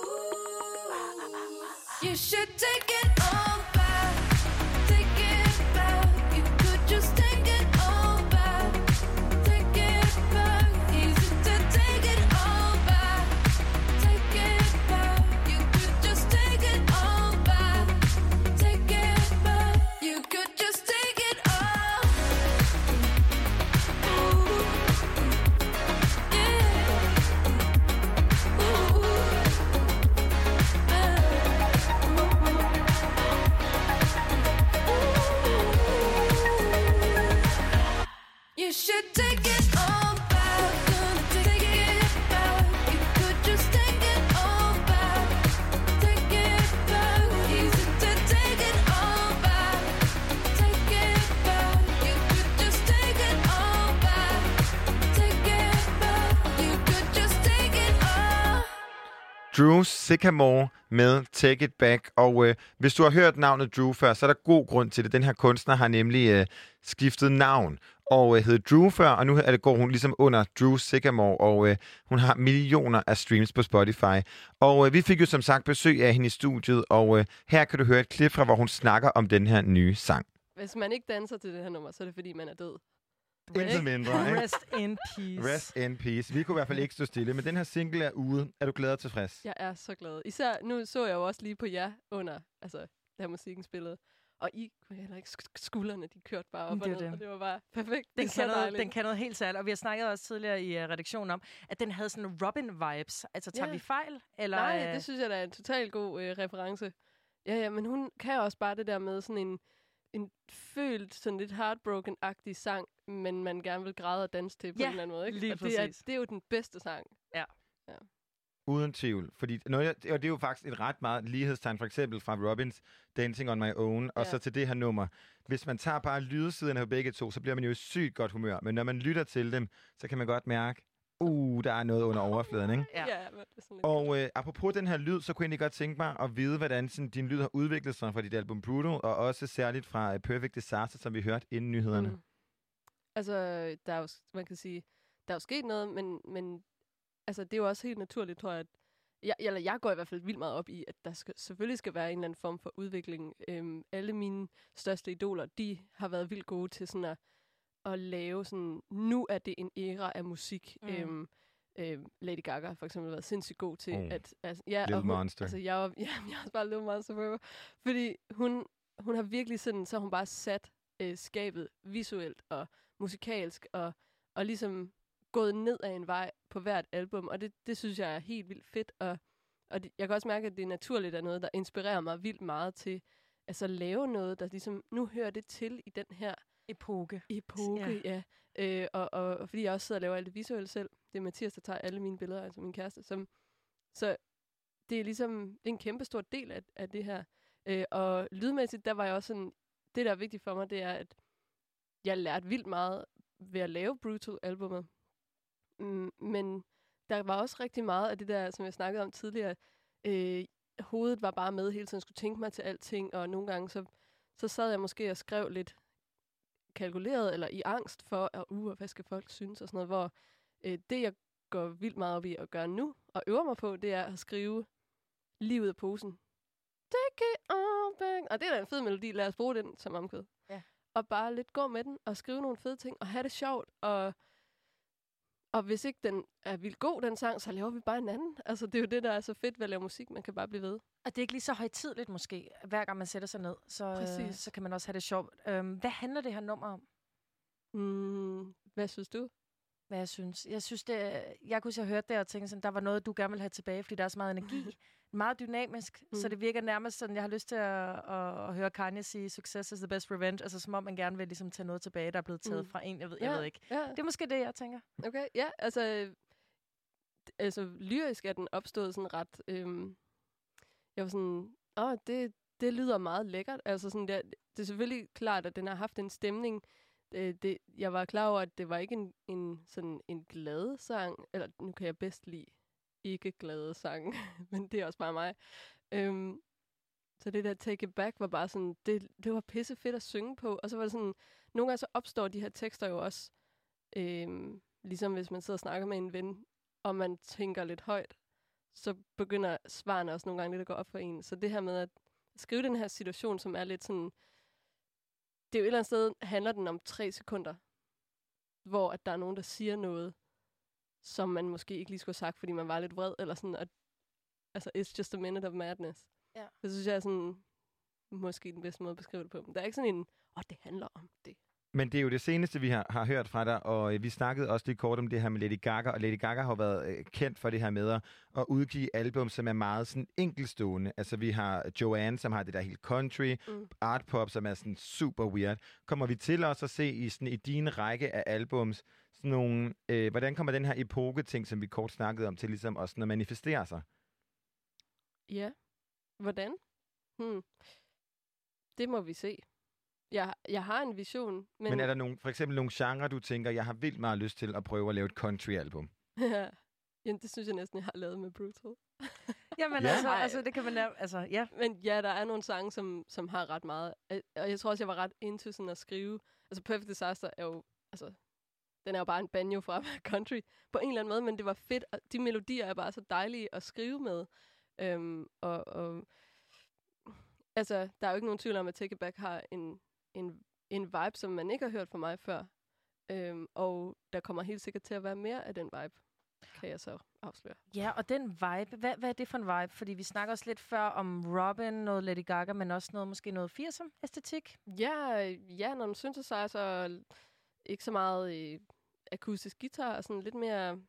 You should take it all back, take it back. You could just take it all back, take it back. Easy to take it all back, take it back. You could just take it all back, take it back. You could just take it all. Ooh, yeah. Ooh, you should take it all back, gonna take it back. You could just take it all back, take it back. Easy to take it all back, take it back. You could just take it all back, take it back. You could just take it all. Drew Sycamore med Take It Back. Og øh, hvis du har hørt navnet Drew før, så er der god grund til det. Den her kunstner har nemlig øh, skiftet navn og øh, hed Drew før, og nu er det, går hun ligesom under Drew Sycamore, og øh, hun har millioner af streams på Spotify. Og øh, vi fik jo som sagt besøg af hende i studiet, og øh, her kan du høre et klip fra, hvor hun snakker om den her nye sang. Hvis man ikke danser til det her nummer, så er det fordi, man er død. Intet mindre, ikke? Rest in peace. Rest in peace. Vi kunne i hvert fald ikke stå stille, men den her single er ude. Er du glad og tilfreds? Jeg er så glad. Især nu så jeg jo også lige på jer under, altså, da musikken spillede. Og I kunne heller ikke sk- skuldrene, de kørte bare op Det er og ned, det. og det var bare perfekt. Den Det er så kan, noget, dejligt. den kan noget helt særligt. Og vi har snakket også tidligere i uh, redaktionen om, at den havde sådan Robin-vibes. Altså, tager Ja. vi fejl? Eller, Nej, øh, det synes jeg, der er en totalt god øh, reference. Ja, ja, men hun kan også bare det der med sådan en, en følt, sådan lidt heartbroken-agtig sang, men man gerne vil græde og danse til på Ja, en eller anden måde. Ikke? lige Og det er, præcis. det er jo den bedste sang. Ja. ja. Uden tvivl. Fordi noget, og det er jo faktisk et ret meget lighedstegn, for eksempel fra Robins Dancing on My Own, og Ja. så til det her nummer. Hvis man tager bare lydsiderne på begge to, så bliver man jo i sygt godt humør. Men når man lytter til dem, så kan man godt mærke, uh, der er noget under overfladen, ikke? Ja, ja men det er sådan lidt Og øh, apropos den her lyd, så kunne jeg egentlig godt tænke mig at vide, hvordan sådan, din lyd har udviklet sig fra dit album Brutal, og også særligt fra uh, Perfect Disaster, som vi hørte inden nyhederne. Mm. Altså, der er jo, man kan sige, der er jo sket noget, men, men altså, det er jo også helt naturligt, tror jeg, at, Jeg, eller jeg går i hvert fald vildt meget op i, at der skal, selvfølgelig skal være en eller anden form for udvikling. Øhm, alle mine største idoler, de har været vildt gode til sådan at, at lave sådan, nu er det en æra af musik. Mm. Øhm, øh, Lady Gaga har for eksempel været sindssygt god til. Oh. at altså, ja, Little og hun, Monster. Altså, jeg, var, ja, jeg har bare Little Monster forever. Fordi hun, hun har virkelig sådan, så har hun bare sat øh, skabet visuelt og musikalsk, og, og ligesom gået ned ad en vej på hvert album, og det, det synes jeg er helt vildt fedt, og, og det, jeg kan også mærke, at det er naturligt er noget, der inspirerer mig vildt meget til altså at lave noget, der ligesom, nu hører det til i den her epoke. Epoke, ja. ja. Øh, og, og, og fordi jeg også sidder og laver alt det visuelle selv, det er Mathias, der tager alle mine billeder, altså min kæreste, som, så det er ligesom, det er en kæmpe stor del af, af det her. Øh, og lydmæssigt, der var jeg også sådan, det der er vigtigt for mig, det er, at jeg lærte vildt meget ved at lave Brutal-albummet. Mm, men der var også rigtig meget af det der, som jeg snakkede om tidligere. Øh, hovedet var bare med hele tiden, skulle tænke mig til alting, og nogle gange så, så sad jeg måske og skrev lidt kalkuleret, eller i angst for, at uh, hvad skal folk synes, og sådan noget, hvor øh, det, jeg går vildt meget op i at gøre nu, og øver mig på, det er at skrive lige ud af posen. Take it all back. Og det er da en fed melodi, lad os bruge den som omkvæd. Ja. Og bare lidt gå med den, og skrive nogle fede ting, og have det sjovt, og Og hvis ikke den er vildt god, den sang, så laver vi bare en anden. Altså, det er jo det, der er så fedt ved at lave musik. Man kan bare blive ved. Og det er ikke lige så højtidligt måske, hver gang man sætter sig ned. Så, øh, så kan man også have det sjovt. Øhm, hvad handler det her nummer om? Mm, hvad synes du? Hvad jeg synes? Jeg synes, det, jeg kunne så have hørt det og tænke sådan, der var noget, du gerne vil have tilbage, fordi der er så meget energi. Meget dynamisk, mm. så det virker nærmest sådan, jeg har lyst til at, at, at høre Kanye sige, success is the best revenge, altså som om man gerne vil ligesom tage noget tilbage, der er blevet taget mm. fra en, jeg ved, jeg ja, ved ikke. Ja. Det er måske det, jeg tænker. Okay, ja, altså, altså lyrisk er den opstået sådan ret, øhm, jeg var sådan, åh, det, det lyder meget lækkert, altså sådan, det, det er selvfølgelig klart, at den har haft en stemning. Det, det, jeg var klar over, at det var ikke en, en, sådan en glad sang, eller nu kan jeg bedst lide ikke glade sang, men det er også bare mig. Øhm, så det der Take It Back var bare sådan, det, det var pisse fedt at synge på, og så var det sådan, nogle gange så opstår de her tekster jo også, øhm, ligesom hvis man sidder og snakker med en ven, og man tænker lidt højt, så begynder svarene også nogle gange lidt at gå op for en. Så det her med at skrive den her situation, som er lidt sådan, det er jo et eller andet sted, handler den om tre sekunder, hvor at der er nogen, der siger noget, som man måske ikke lige skulle have sagt, fordi man var lidt vred, eller sådan, at, altså, it's just a minute of madness. Ja. Det synes jeg er sådan, måske den bedste måde at beskrive det på. Men der er ikke sådan en, åh, oh, det handler om det. Men det er jo det seneste, vi har, har hørt fra dig, og øh, vi snakkede også lidt kort om det her med Lady Gaga, og Lady Gaga har været øh, kendt for det her med at, at udgive album, som er meget sådan enkeltstående. Altså vi har Joanne, som har det der helt country, mm. art pop, som er sådan super weird. Kommer vi til også at se i, sådan, i din række af albums, sådan nogle, øh, hvordan kommer den her epoke-ting, som vi kort snakkede om, til ligesom også at manifestere sig? Ja. Hvordan? Hmm. Det må vi se. Jeg, jeg har en vision, men... Men er der nogle, for eksempel nogle genrer, du tænker, jeg har vildt meget lyst til at prøve at lave et country-album? Ja, jamen, det synes jeg næsten, jeg har lavet med Brutal. Jamen ja. altså, altså, det kan man lave, altså, ja. Men ja, der er nogle sange, som, som har ret meget. Og jeg tror også, jeg var ret into sådan at skrive. Altså, Perfect Disaster er jo, altså, den er jo bare en banjo fra country på en eller anden måde, men det var fedt. Og de melodier er bare så dejlige at skrive med. Øhm, og, og, altså, der er jo ikke nogen tvivl om, at Take It Back har en... En, en vibe, som man ikke har hørt fra mig før. Øhm, og der kommer helt sikkert til at være mere af den vibe, kan jeg så afsløre. Ja, og den vibe, hvad, hvad er det for en vibe? Fordi vi snakker også lidt før om Robin, noget Lady Gaga, men også noget, måske noget firserne æstetik. Ja, ja, når man synthesizer, ikke så meget øh, akustisk guitar, og sådan lidt mere,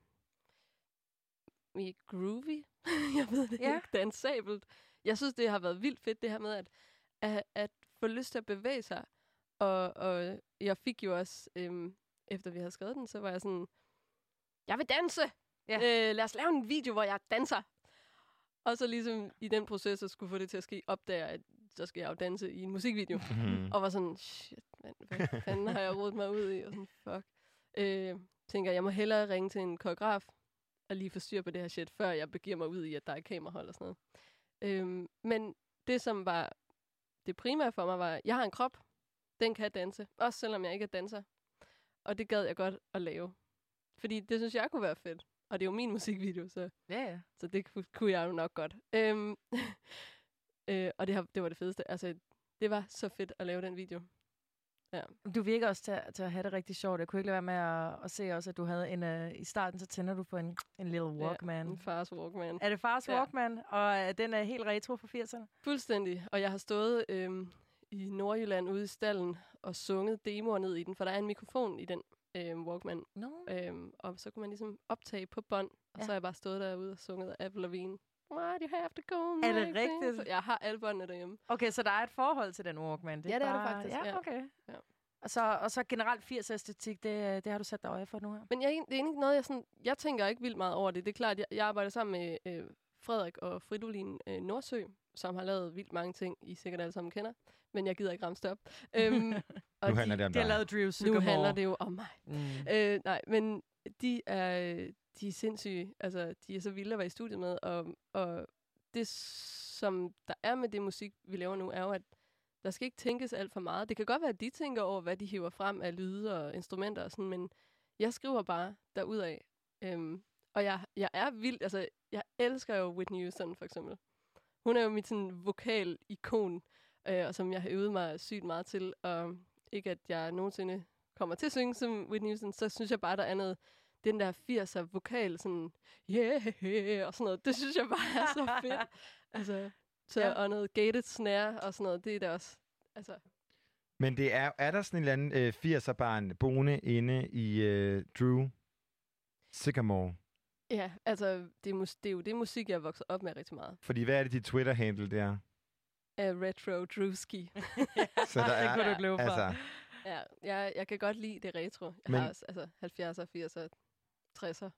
mere groovy. Jeg ved det ja. ikke, dansabelt. Jeg synes, det har været vildt fedt, det her med, at, at, at få lyst til at bevæge sig. Og, og jeg fik jo også, øhm, efter vi havde skrevet den, så var jeg sådan, jeg vil danse! Ja. Øh, lad os lave en video, hvor jeg danser! Og så ligesom i den proces, at skulle få det til at ske, opdager, at så skal jeg jo danse i en musikvideo. Mm. Og var sådan, shit, mand, hvad fanden har jeg rodet mig ud i? Og sådan, fuck. Øh, tænker, jeg må hellere ringe til en koreograf og lige få styr på det her shit, før jeg begiver mig ud i, at der er kamerahold og sådan noget. Øh, men det, som var det primære for mig, var, at jeg har en krop, den kan danse, også selvom jeg ikke er danser. Og det gad jeg godt at lave. Fordi det synes jeg kunne være fedt. Og det er jo min musikvideo, så, ja, ja. så det kunne, kunne jeg jo nok godt. Øhm, øh, og det, har, det var det fedeste. Altså, det var så fedt at lave den video. Ja. Du virker også til, til at have det rigtig sjovt. Jeg kunne ikke lade være med at, at se også, at du havde en... Uh, i starten, så tænder du på en, en lille Walkman. Ja, en fars Walkman. Er det fars Ja. Walkman? Og uh, den er helt retro fra firserne? Fuldstændig. Og jeg har stået øhm, i Nordjylland ude i stallen og sunget demoer ned i den, for der er en mikrofon i den øhm, Walkman. No. Øhm, og så kunne man ligesom optage på bånd, og Ja. så har jeg bare stået derude og sunget Avril Lavigne. Why do you have to go Er det like rigtigt? this? Jeg har alle båndene derhjemme. Okay, så der er et forhold til den Walkman? Ja, det er der bare- faktisk, Ja, ja. okay. Ja. Og så, og så generelt firs-æstetik, det, det har du sat dig øje for nu her? Men jeg, er egentlig- det er egentlig ikke noget, jeg sådan... Jeg tænker ikke vildt meget over det. Det er klart, jeg, jeg arbejder sammen med øh, Frederik og Fridolin øh, Nordsø, som har lavet vildt mange ting, I sikkert alle sammen kender. Men jeg gider ikke ramse op. øhm, og Nu handler det om De har dig. lavet Drew Nu Sycamore. handler det jo om mig. Mm. Øh, nej, men de er, de er sindssyge. Altså, de er så vilde at være i studiet med. Og, og det, som der er med det musik, vi laver nu, er jo, at der skal ikke tænkes alt for meget. Det kan godt være, at de tænker over, hvad de hiver frem af lyde og instrumenter og sådan, men jeg skriver bare derudad. Øhm, og jeg, jeg er vild, altså, jeg elsker jo Whitney Houston, for eksempel. Hun er jo mit sådan vokal-ikon, øh, og som jeg har øvet mig sygt meget til. Og ikke, at jeg nogensinde kommer til at synge som Whitney Houston, så synes jeg bare, der er noget, den der firser vokal, sådan, yeah, og sådan noget. Det synes jeg bare er så fedt. Altså, så, Ja. og noget gated snare og sådan noget, det er da også, altså, Men det er, er der sådan en eller anden øh, firser-barn boende inde i øh, Drew Sycamore? ja, altså, det er, mus- det er jo det musik, jeg er vokset op med rigtig meget. Fordi hvad er det, dit Twitter-handle der? Uh, retro Drewski. Så der er, kunne du ikke løbe fra. altså, Ja, jeg, jeg kan godt lide det retro. Jeg Men- Men... har også, altså, halvfjerdser, firser, tresser.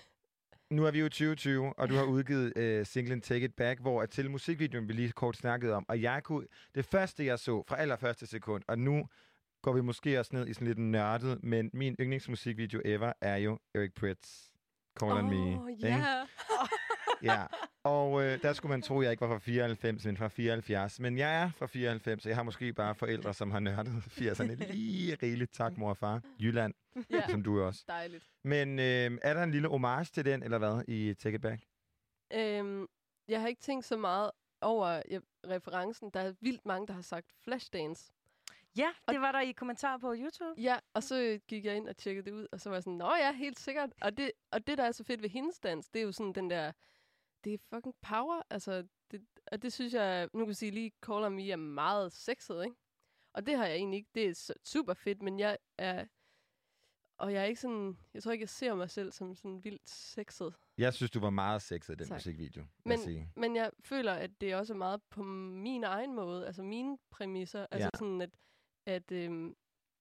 nu er vi jo tyve tyve, og du har udgivet øh, singlen Take It Back, hvor at til musikvideoen, vi lige kort snakkede om, og jeg kunne, det første, jeg så fra allerførste sekund, og nu går vi måske også ned i sådan lidt nørdet, men min yndlingsmusikvideo ever er jo Eric Prydz, Call on Me. Åh, ikke? ja. Ja, og øh, der skulle man tro, at jeg ikke var fra fireoghalvfems, men fra fireoghalvfjerds. Men jeg er fra fireoghalvfems, så jeg har måske bare forældre, som har nørdet firserne lige rigeligt. Tak, mor og far. Jylland, Ja. som du også. Dejligt. Men øh, er der en lille homage til den, eller hvad, i Take It Back? Øhm, jeg har ikke tænkt så meget over ja, referencen. Der er vildt mange, der har sagt Flashdance. Ja, det var der i kommentarer på YouTube. Ja, og så gik jeg ind og tjekkede det ud, og så var jeg sådan, nå ja, helt sikkert. Og det, og det der er så fedt ved hendes dans, det er jo sådan den der, det er fucking power. Altså, det, og det synes jeg, nu kan jeg sige lige, Call on Me er meget sexet, ikke? Og det har jeg egentlig ikke. Det er su- super fedt, men jeg er, og jeg er ikke sådan, jeg tror ikke, jeg ser mig selv som sådan vildt sexet. Jeg synes, du var meget sexet i den Tak. musikvideo. vil Men, jeg sige. men jeg føler, at det er også meget på min egen måde, altså mine præmisser. Altså Ja. sådan, at, at, øhm,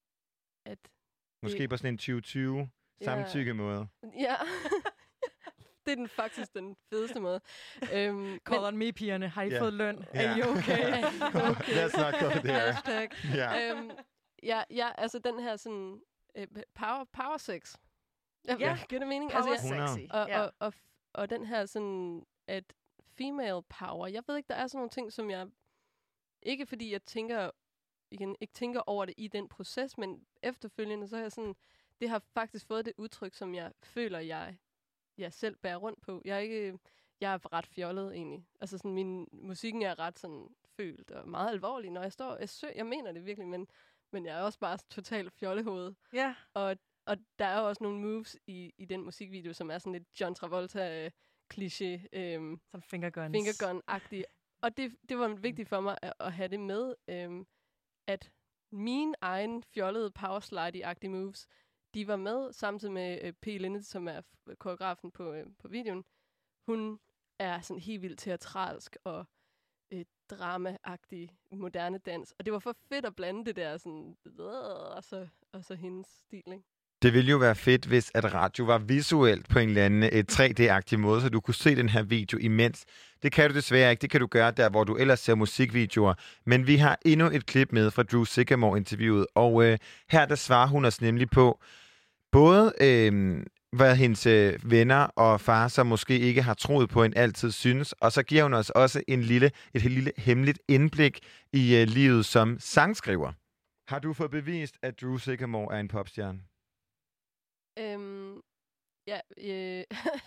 at Måske det- på sådan en tyve tyve Ja. samtykke måde. Ja, det er den faktisk den fedeste måde. Øhm, Call on me, pigerne. Har I Ja. fået løn? Ja. Er I okay? okay. Let's not go there. Hashtag. Ja. Øhm, ja, ja, altså den her sådan øh, power, power sex. Ja, Ja. giver det mening? Power altså, jeg, sexy. og, Ja. og, og, og den her sådan, at female power, jeg ved ikke, der er sådan nogle ting, som jeg, ikke fordi jeg tænker, igen, ikke tænker over det i den proces, men efterfølgende, så er jeg sådan, det har faktisk fået det udtryk, som jeg føler, jeg, jeg selv bærer rundt på. Jeg er ikke, jeg er ret fjollet egentlig. Altså sådan, min musikken er ret sådan følt og meget alvorlig, når jeg står, jeg, sø, jeg mener det virkelig, men, men jeg er også bare totalt fjollehoved. Ja. Og, og der er jo også nogle moves i, i den musikvideo, som er sådan lidt John Travolta øh, kliché, øhm, Som fingerguns. fingergun-agtig. Og det, det var vigtigt for mig at, at have det med, øhm, at mine egen fjollede powerslide-agtige moves, de var med samtidig med øh, P. Lindet, som er f- koreografen på, øh, på videoen. Hun er sådan helt vildt teatralsk og øh, drama-agtig moderne dans. Og det var for fedt at blande det der sådan, øh, og så, og så hendes stil, ikke? Det ville jo være fedt, hvis at radio var visuelt på en eller anden et tre D-agtig måde, så du kunne se den her video imens. Det kan du desværre ikke. Det kan du gøre der, hvor du ellers ser musikvideoer. Men vi har endnu et klip med fra Drew Sycamore-interviewet, og øh, her der svarer hun os nemlig på både, øh, hvad hendes øh, venner og far, som måske ikke har troet på en, altid synes, og så giver hun os også en lille, et lille hemmeligt indblik i øh, livet som sangskriver. Har du fået bevist, at Drew Sycamore er en popstjerne? Øhm, Ja, øh,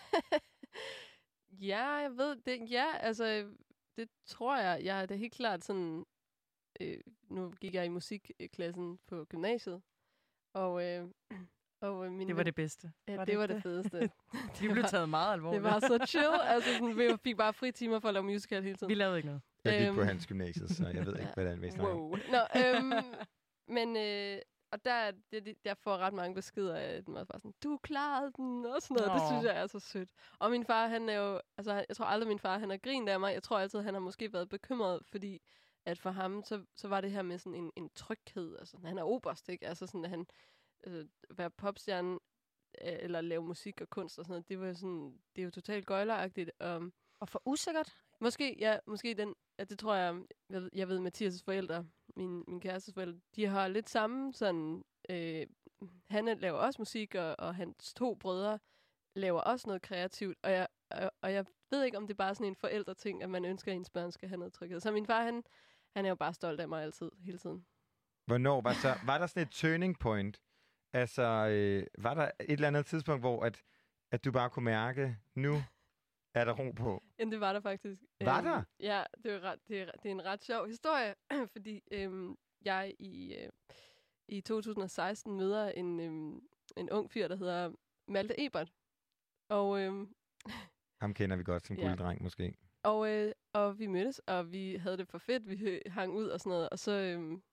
ja, jeg ved det. Ja, altså, det tror jeg. Jeg er da helt klart sådan... Øh, nu gik jeg i musikklassen på gymnasiet, og... Øh, og øh, min Det var det bedste. Ja, Var det, det var ikke det det? fedeste. Vi blev taget meget alvorligt. Det var så chill. Altså, sådan, vi fik bare fri timer for at lave musical hele tiden. Vi lavede ikke noget. Jeg gik Øhm, på hans gymnasiet, så jeg ved ikke, hvordan vi snakker. Wow. Nå, øhm, men... Øh, og der, det, det, jeg får ret mange beskeder af den, og bare sådan, du klarede den, og sådan noget. Nå. Det synes jeg er så sødt. Og min far, han er jo... Altså, jeg tror aldrig, min far, han har grint af mig. Jeg tror altid, han har måske været bekymret, fordi at for ham, så, så var det her med sådan en, en tryghed. Altså, han er oberst, ikke? Altså sådan, at han... Øh, være popstjerne, øh, eller lave musik og kunst og sådan noget, det var jo sådan... Det er jo totalt gøjleragtigt. Um, og for usikkert? Måske, ja. Måske den... Ja, det tror jeg... Jeg ved, jeg ved Mathias' forældre, min, min kærestes forældre, de har lidt samme sådan... Øh, han laver også musik, og, og hans to brødre laver også noget kreativt. Og jeg, og, og jeg ved ikke, om det er bare sådan en forældreting, at man ønsker, at ens børn skal have noget tryghed. Så min far, han, han er jo bare stolt af mig altid, hele tiden. Hvornår var, så, var der sådan et turning point? Altså, øh, var der et eller andet tidspunkt, hvor at, at du bare kunne mærke, nu er der ro på? Ja, det var der faktisk. Var øhm, der? Ja, det er, ret, det, er, det er en ret sjov historie, fordi øhm, jeg i... Øh, i to tusind og seksten møder en, øhm, en ung fyr, der hedder Malte Ebert. Og, øhm, Ham kender vi godt som Ja. gulddreng, måske. og, øh, og vi mødtes, og vi havde det for fedt. Vi hø- hang ud og sådan noget. Og så øhm,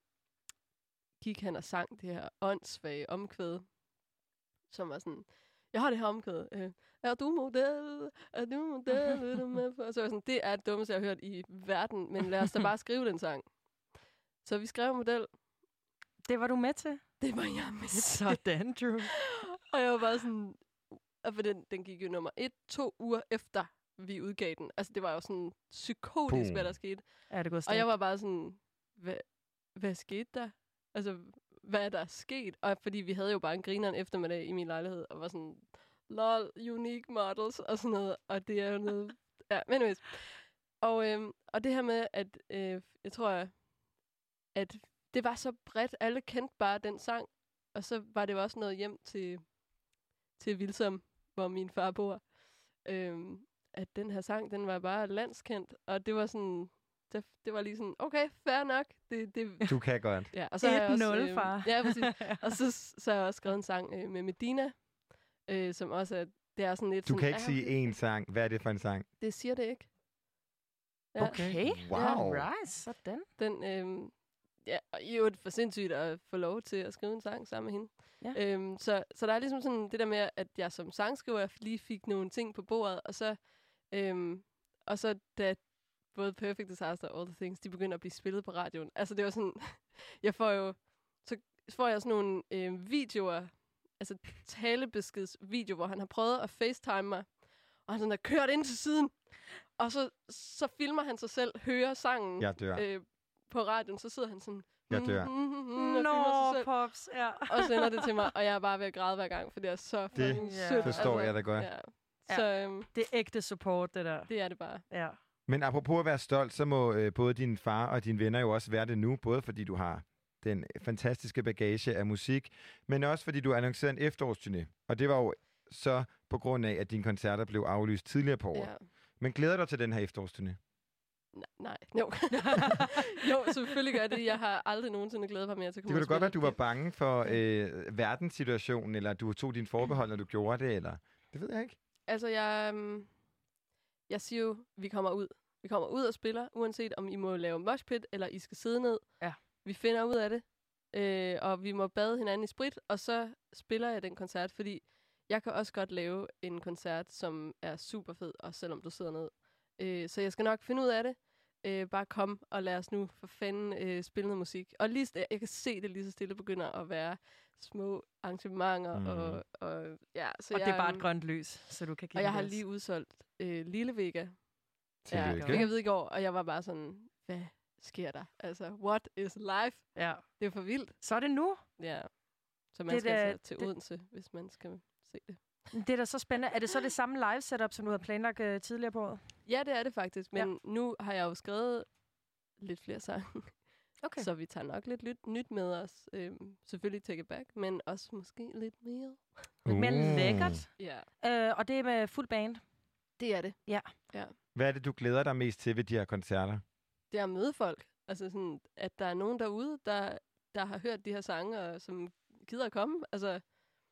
gik han og sang det her åndssvage omkvæd, som var sådan, jeg har det her omkvæd. Øh, er du model? Er du model? Vil du med på? Og så var jeg sådan, det er det dummeste, jeg har hørt i verden, men lad os da bare skrive den sang. Så vi skrev model. Det var du med til? Det var jeg med til. Sådan, Drew. Og jeg var bare sådan... Og for den, den gik jo nummer et, to uger efter, vi udgav den. Altså, det var jo sådan psykotisk, Boom. hvad der skete. Ja, det går Og stærkt. jeg var bare sådan... Hvad, hvad skete der? Altså, hvad er der sket? Og fordi vi havde jo bare en grineren eftermiddag i min lejlighed, og var sådan... Lol, unique models, og sådan noget. Og det er jo noget... Ja, men anyways. Og, øhm, og det her med, at... Øh, jeg tror, at det var så bredt. Alle kendte bare den sang. Og så var det jo også noget hjem til, til Vilsom, hvor min far bor. Øhm, at den her sang, den var bare landskendt. Og det var sådan... Det, det var lige sådan, okay, fair nok. Det, det, Du kan godt. Ja, og så har jeg også, et nul, far. Ja, præcis. Og så, så har jeg også skrevet en sang øh, med Medina, øh, som også er... Det er sådan lidt Du sådan, kan ikke ah, sige én sang. Hvad er det for en sang? Det siger det ikke. Okay. Wow. Right, sådan. Den, øhm, ja, og I er jo for sindssygt at få lov til at skrive en sang sammen med hende. Ja. Øhm, så, så der er ligesom sådan det der med, at jeg som sangskriver lige fik nogle ting på bordet, og så, øhm, og så da både Perfect Disaster og All the Things, de begynder at blive spillet på radioen. Altså det var sådan, jeg får jo, så får jeg sådan nogle øh, videoer, altså talebeskedsvideo, hvor han har prøvet at facetime mig, og han sådan er kørt ind til siden, og så, så filmer han sig selv, hører sangen Jeg dør. øh, på radioen, så sidder han sådan, Jeg dør. mm, mm, mm, og Nå, filmer sig selv, pops, ja. og sender det til mig, og jeg er bare ved at græde hver gang, for det er så Det fucking sødt. forstår jeg da godt. Ja. Ja. Så øhm, Det er ægte support, det der. det er det bare. Ja. Men apropos at være stolt, så må øh, både din far og dine venner jo også være det nu, både fordi du har den fantastiske bagage af musik, men også fordi du har annonceret en efterårsturné. Og det var jo så på grund af, at dine koncerter blev aflyst tidligere på året. Ja. Men glæder dig til den her efterårsturné? Nej, nej. Jo. jo, selvfølgelig gør jeg det. Jeg har aldrig nogensinde glædet mig mere til at Det komme kunne og da godt være, at spille. du var bange for øh, verdenssituationen, eller du tog din forbehold, når du gjorde det, eller... Det ved jeg ikke. Altså, jeg, um, jeg siger jo, vi kommer ud. Vi kommer ud og spiller, uanset om I må lave moshpit, eller I skal sidde ned. Ja. Vi finder ud af det, øh, og vi må bade hinanden i sprit, og så spiller jeg den koncert, fordi jeg kan også godt lave en koncert, som er super fed, også selvom du sidder ned. Øh, så jeg skal nok finde ud af det. Øh, bare kom og lad os nu for fanden øh, spille noget musik. Og lige, st- jeg kan se det lige så stille begynder at være små arrangementer. Mm. Og, og, ja, så Og jeg, det er bare et øhm, grønt lys, så du kan give Og jeg den har gas. lige udsolgt øh, Lille Vega. Tillykke. Ja, fik jeg ved i går, og jeg var bare sådan, hvad sker der? Altså, what is life? Ja. Det er for vildt. Så er det nu. Ja. Så man Det det skal da- altså til det- Odense, hvis man skal se det. Det er da så spændende. Er det så det samme live setup, som du havde planlagt uh, tidligere på året? Ja, det er det faktisk. Men ja. nu har jeg jo skrevet lidt flere sange. Okay. Så vi tager nok lidt nyt, nyt med os. Øhm, selvfølgelig Take It Back, men også måske lidt mere. Lidt mere Uh. lækkert. Ja. Øh, og det er med fuld band. Det er det. Ja. ja. Hvad er det, du glæder dig mest til ved de her koncerter? Det er at møde folk. Altså sådan, at der er nogen derude, der, der har hørt de her sange, og som gider at komme. Altså,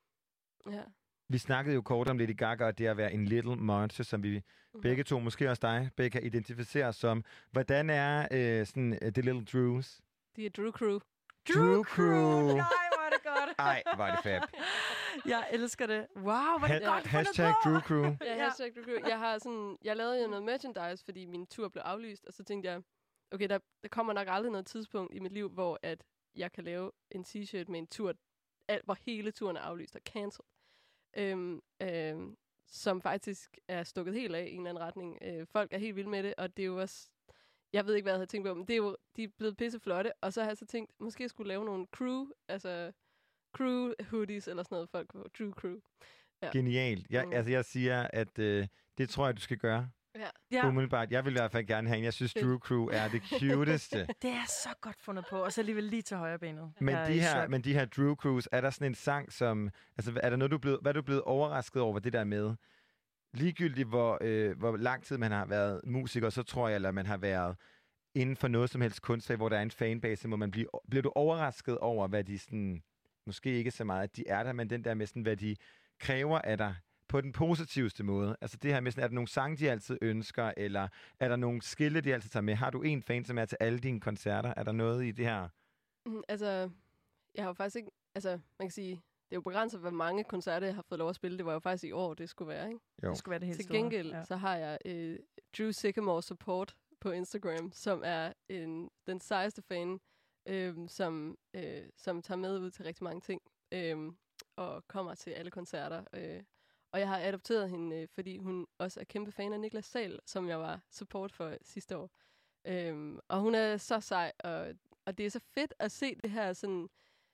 ja. Vi snakkede jo kort om Lady Gaga, og det at være en little monster, som vi mm-hmm. begge to, måske også dig, Becca, identificerer som. Hvordan er øh, sådan uh, The Little Drews? De er Drew Crew. Drew Crew! Nej, hvor er det godt. Ej, hvor er det fab. Jeg elsker det. Wow, hvor er det Ha- godt hashtag Drew Crew. Ja, hashtag Drew Crew. Jeg, har sådan, jeg lavede jo noget merchandise, fordi min tur blev aflyst, og så tænkte jeg, okay, der, der kommer nok aldrig noget tidspunkt i mit liv, hvor at jeg kan lave en t-shirt med en tur, al, hvor hele turen er aflyst og cancelled. Øhm, øhm, som faktisk er stukket helt af i en eller anden retning. Øh, folk er helt vilde med det, og det er jo også... Jeg ved ikke, hvad jeg havde tænkt på, men det er jo, de er blevet pisseflotte, og så har jeg så tænkt, måske jeg skulle lave nogle crew, altså crew hoodies eller sådan noget, folk på Drew Crew. Ja. Genialt. Jeg, Mm. altså, jeg siger, at øh, det tror jeg, du skal gøre. Ja. Ja. Umiddelbart. Jeg vil i hvert fald gerne have en. Jeg synes, Fedt. Drew Crew er det cuteste. Det er så godt fundet på, og så alligevel lige til højre benet. Men Jeg er de, i her, chok. men de her Drew Crews, er der sådan en sang, som... Altså, er der noget, du er blevet, hvad er du blevet overrasket over det der med? Ligegyldigt, hvor, øh, hvor lang tid man har været musiker, så tror jeg, eller man har været inden for noget som helst kunstfag, hvor der er en fanbase, må man blive... Bliver du overrasket over, hvad de sådan... Måske ikke så meget, at de er der, men den der med sådan, hvad de kræver af dig på den positivste måde. Altså det her med sådan, er der nogle sange, de altid ønsker, eller er der nogle skille, de altid tager med? Har du en fan, som er til alle dine koncerter? Er der noget i det her? Mm, altså, jeg har jo faktisk ikke... Altså, man kan sige, det er jo begrænset, hvor mange koncerter, jeg har fået lov at spille. Det var jo faktisk i år, det skulle være, ikke? Jo. Det skulle være det helt Til store, gengæld, ja. så har jeg øh, Drew Sycamore Support på Instagram, som er en, den sejeste fan, øh, som, øh, som tager med ud til rigtig mange ting, øh, og kommer til alle koncerter. Øh. Og jeg har adopteret hende, øh, fordi hun også er kæmpe fan af Niklas Sahl, som jeg var support for sidste år. Øh, og hun er så sej, og, og det er så fedt at se det her sådan,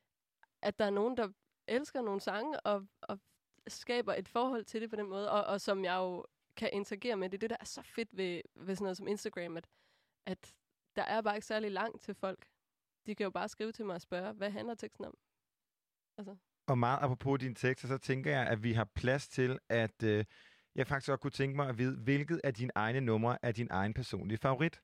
at der er nogen, der elsker nogle sange, og, og skaber et forhold til det på den måde, og, og som jeg jo kan interagere med. Det er det, der er så fedt ved, ved sådan noget som Instagram, at, at der er bare ikke særlig langt til folk. De kan jo bare skrive til mig og spørge, hvad handler teksten om? Altså. Og meget apropos dine tekster, så tænker jeg, at vi har plads til, at øh, jeg faktisk også kunne tænke mig at vide, hvilket af dine egne numre er din egen personlige favorit?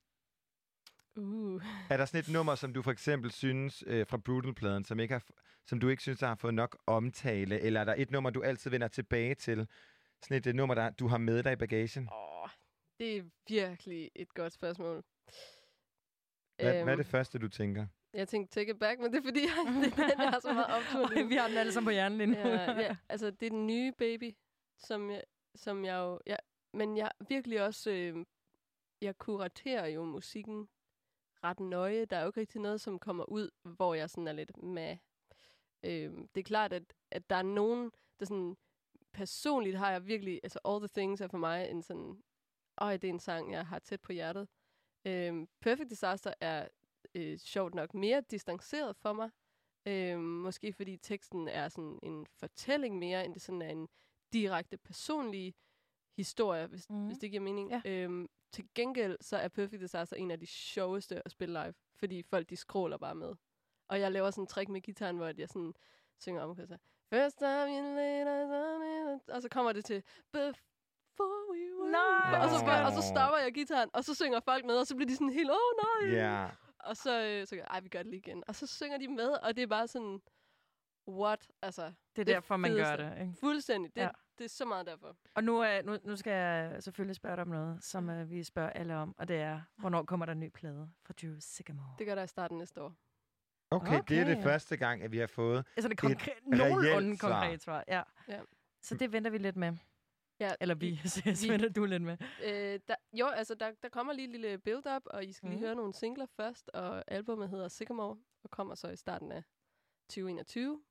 Uh. Er der sådan et nummer, som du for eksempel synes øh, fra Brutal-pladen, som, ikke har, som du ikke synes, der har fået nok omtale? Eller er der et nummer, du altid vender tilbage til? Sådan et uh, nummer, der du har med dig i bagagen? Åh, det er virkelig et godt spørgsmål. Hvad, Øhm, hvad er det første, du tænker? Jeg tænkte Take It Back, men det er fordi, jeg, det er den, jeg har så meget optur lige nu. Vi har den alle sammen på hjernen lige nu. ja, ja, altså det er den nye Baby, som jeg, som jeg jo... Ja, men jeg virkelig også... Øh, jeg kuraterer jo musikken ret nøje. Der er jo ikke rigtig noget, som kommer ud, hvor jeg sådan er lidt med. Øh, det er klart, at, at der er nogen, der sådan... Personligt har jeg virkelig... Altså All The Things er for mig en sådan... Øj, det er en sang, jeg har tæt på hjertet. Øh, Perfect Disaster er... Øh, sjovt nok mere distanceret for mig. Øh, måske fordi teksten er sådan en fortælling mere, end det sådan er en direkte personlig historie, hvis, mm. hvis det giver mening. Ja. Øh, til gengæld så er Perfect Disaster en af de sjoveste at spille live, fordi folk de scroller bare med. Og jeg laver sådan en trick med gitaren, hvor jeg sådan synger om, så First time you later, og så kommer det til Before we were. Nej, og, så, og så stopper jeg gitaren, og så synger folk med, og så bliver de sådan helt, åh oh, nej. Yeah. Og så, øh, så ej, vi gør det lige igen. Og så synger de med, og det er bare sådan, what? Altså, det er derfor, man gør fedeste. det, ikke? Fuldstændig. Det, Ja. det er så meget derfor. Og nu, øh, nu, nu skal jeg selvfølgelig spørge dig om noget, som øh, vi spørger alle om, og det er, hvornår kommer der en ny plade fra Drew Sycamore? Det gør der i starten næste år. Okay, okay, det er det første gang, at vi har fået altså, det konkre- et nogenlunde reelt svar. konkret svar. Ja. Ja. Så det venter vi lidt med. Ja, Eller vi, vi- så venter du lidt med. Øh, der, jo, altså, der, der kommer lige et lille build-up, og I skal lige Mhm. høre nogle singler først, og albumet hedder Sycamore, og kommer så i starten af tyve enogtyve.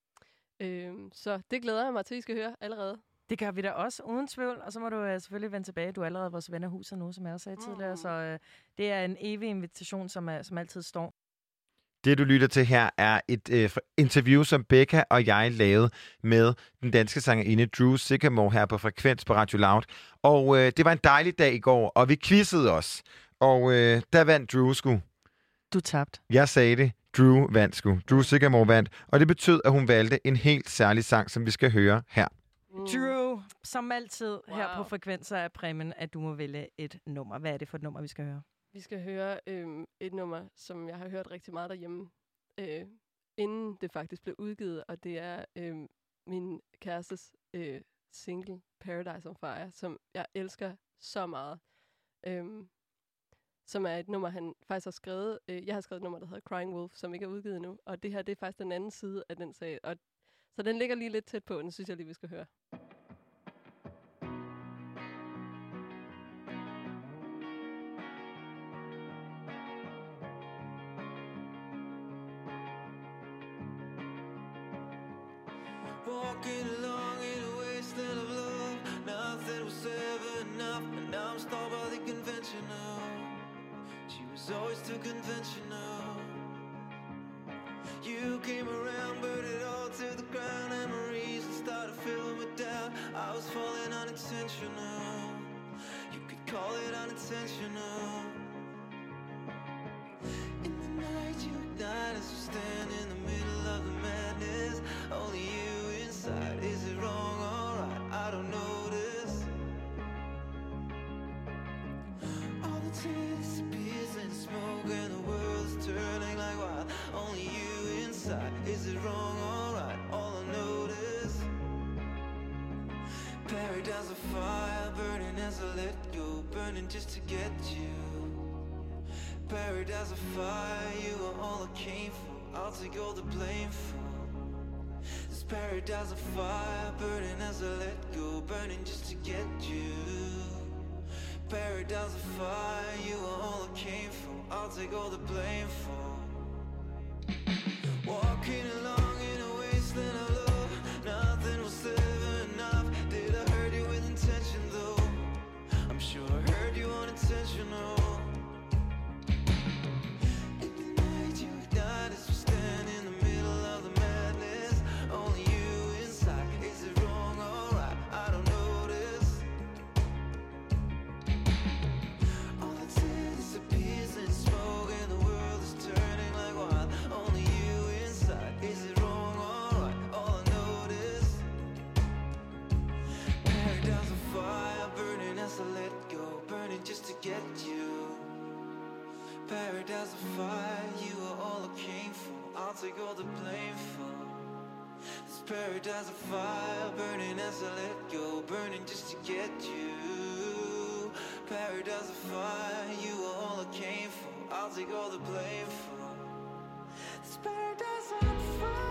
Øhm, så det glæder jeg mig til, I skal høre allerede. Det gør vi da også, uden tvivl. Og så må du øh, selvfølgelig vende tilbage. Du er allerede vores ven af huset nu, som jeg også sagde tidligere. Så øh, det er en evig invitation, som, er, som altid står. Det, du lytter til her, er et øh, interview, som Becca og jeg lavede med den danske sangerinde Drew Sycamore her på Frekvens på Radio Loud. Og øh, det var en dejlig dag i går, og vi quizzede os. Og øh, der vandt Drew sgu. Du tabte. Jeg sagde det. Drew vandt sgu. Drew Sigamore vandt. Og det betød, at hun valgte en helt særlig sang, som vi skal høre her. Mm. Drew, som altid wow. her på Frekvenser er præmien, at du må vælge et nummer. Hvad er det for et nummer, vi skal høre? Vi skal høre øh, et nummer, som jeg har hørt rigtig meget derhjemme, øh, inden det faktisk blev udgivet, og det er øh, min kærestes øh, single, Paradise on Fire, som jeg elsker så meget. Øh, som er et nummer, han faktisk har skrevet. Øh, jeg har skrevet et nummer, der hedder Crying Wolf, som ikke er udgivet nu, og det her, det er faktisk den anden side af den sag, og så den ligger lige lidt tæt på, den synes jeg lige, vi skal høre. Walking along in a wasteland of love, nothing was ever enough, and now I'm stalled by the conventional. She was always too conventional. You came around, burned it all to the ground, and memories started filling with doubt. I was falling unintentional. You could call it unintentional. In the night you ignite as we stand in the middle of the madness. Only you inside. Is it wrong or right? I don't notice. All the tears disappears in smoke, and the world's turning like wild. Only you inside. Is it wrong or right? All I notice. Paradise of fire, burning as I let go, burning just to get you. Paradise of fire, you are all I came for. I'll take all the blame for. This paradise of fire, burning as I let go, burning just to get you. Paradise of fire, you are all I came for. I'll take all the blame for. Walking along in a wasteland of love, nothing was ever enough. Did I hurt you with intention though? I'm sure I hurt you unintentional. In the night you ignite as we stand in the middle of the madness. Only you inside. Is it wrong or right? I don't notice. All the tears disappears in smoke, and the world is turning like wild. Only you inside. Is it wrong or right? All I notice. Paradise of fire, burning as I let go, burning just to get you. Paradise of fire, you are all I came for. I'll take all the blame for. This paradise of fire, burning as I let go, burning just to get you. Paradise of fire, you are all I came for. I'll take all the blame for. This paradise on fire.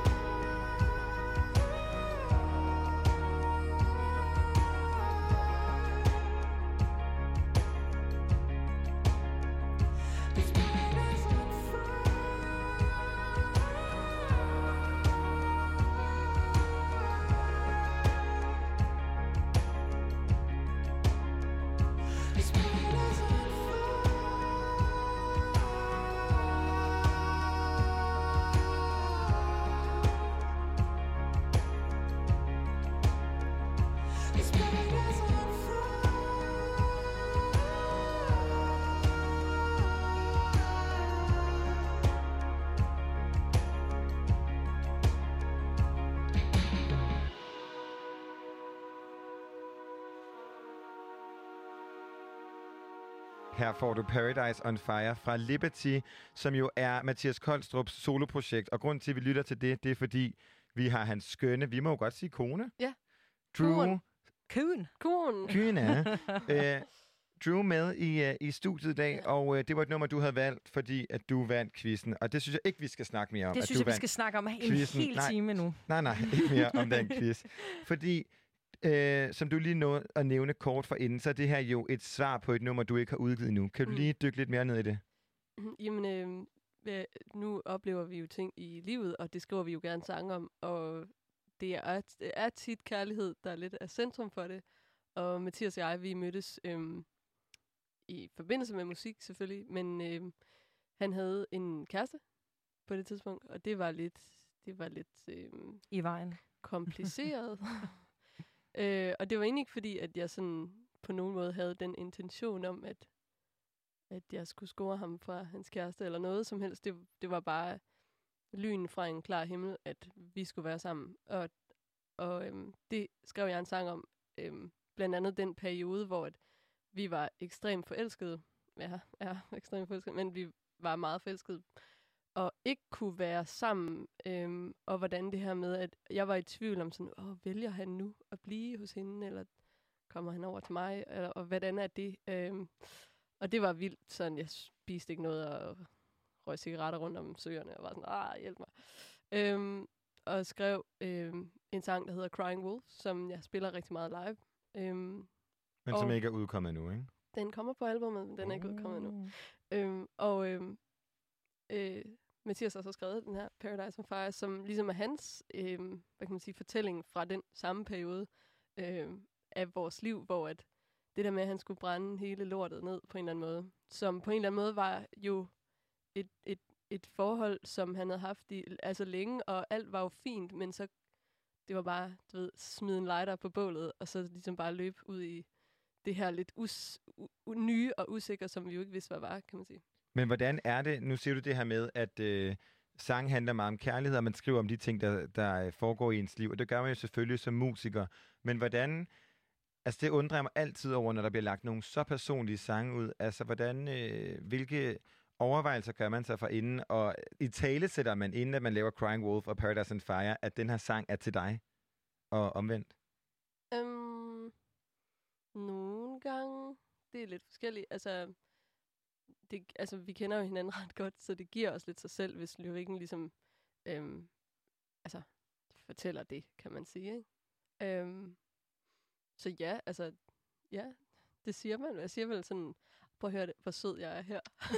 Her får du Paradise on Fire fra Liberty, som jo er Mathias Kolstrups soloprojekt. Og grunden til, at vi lytter til det, det er fordi, vi har hans skønne, vi må jo godt sige kone. Ja. Drew. Kuhn. Kuhn. Kuhn, ja. øh, Drew med i, uh, i studiet i dag, og uh, det var et nummer, du havde valgt, fordi at du vandt quizzen. Og det synes jeg ikke, vi skal snakke mere om. Det at synes du jeg, vi skal snakke om en quizzen. hel nej, time nu. Nej, nej, ikke mere om den quiz. Fordi, øh, som du lige nåede at nævne kort for inden, så er det her jo et svar på et nummer, du ikke har udgivet nu. Kan du Mm. lige dykke lidt mere ned i det? Jamen, øh, ja, nu oplever vi jo ting i livet, og det skriver vi jo gerne sange om, og det er, det er tit kærlighed, der er lidt af centrum for det. Og Mathias og jeg, vi mødtes øhm, i forbindelse med musik selvfølgelig, men øhm, han havde en kæreste på det tidspunkt, og det var lidt, det var lidt øhm, i vejen kompliceret. øh, og det var egentlig ikke fordi, at jeg sådan på nogen måde havde den intention om, at, at jeg skulle score ham fra hans kæreste eller noget som helst. Det, det var bare lyn fra en klar himmel, at vi skulle være sammen. Og, og øhm, det skrev jeg en sang om. Øhm, blandt andet den periode, hvor at vi var ekstremt forelskede. Ja, ja, ekstremt forelskede, men vi var meget forelskede. Og ikke kunne være sammen. Øhm, og hvordan det her med, at jeg var i tvivl om sådan, åh, vælger han nu at blive hos hende, eller kommer han over til mig, eller, og hvordan er det? Øhm, og det var vildt, sådan jeg spiste ikke noget og røg cigaretter rundt om søerne, og var sådan, ah, hjælp mig. Øhm, og skrev øhm, en sang, der hedder Crying Wolf, som jeg spiller rigtig meget live. Øhm, Men som ikke er udkommet nu, ikke? Den kommer på albumet, men den er ikke udkommet nu. Øhm, og øhm, øh, Mathias har så skrevet den her Paradise on Fire, som ligesom er hans øhm, hvad kan man sige, fortælling fra den samme periode øhm, af vores liv, hvor at det der med, at han skulle brænde hele lortet ned på en eller anden måde, som på en eller anden måde var jo et, et, et forhold, som han havde haft i, altså længe, og alt var jo fint, men så det var bare, du ved, smide en lighter på bålet, og så ligesom bare løbe ud i det her lidt us, u, nye og usikre, som vi jo ikke vidste, hvad var, kan man sige. Men hvordan er det, nu siger du det her med, at øh, sang handler meget om kærlighed, og man skriver om de ting, der, der foregår i ens liv, og det gør man jo selvfølgelig som musiker. Men hvordan, altså det undrer jeg mig altid over, når der bliver lagt nogle så personlige sange ud. Altså hvordan, øh, hvilke overvejelser gør man sig for inden, og i tale sætter man inden, at man laver Crying Wolf og Paradise on Fire, at den her sang er til dig, og omvendt? Um, nogle gange, det er lidt forskelligt. Altså, det, altså, vi kender jo hinanden ret godt, så det giver os lidt sig selv, hvis lyrikken ligesom øhm, altså, fortæller det, kan man sige. Ikke? Øhm, så ja, altså, ja, det siger man. Jeg siger vel sådan, prøv at høre det, hvor sød jeg er her.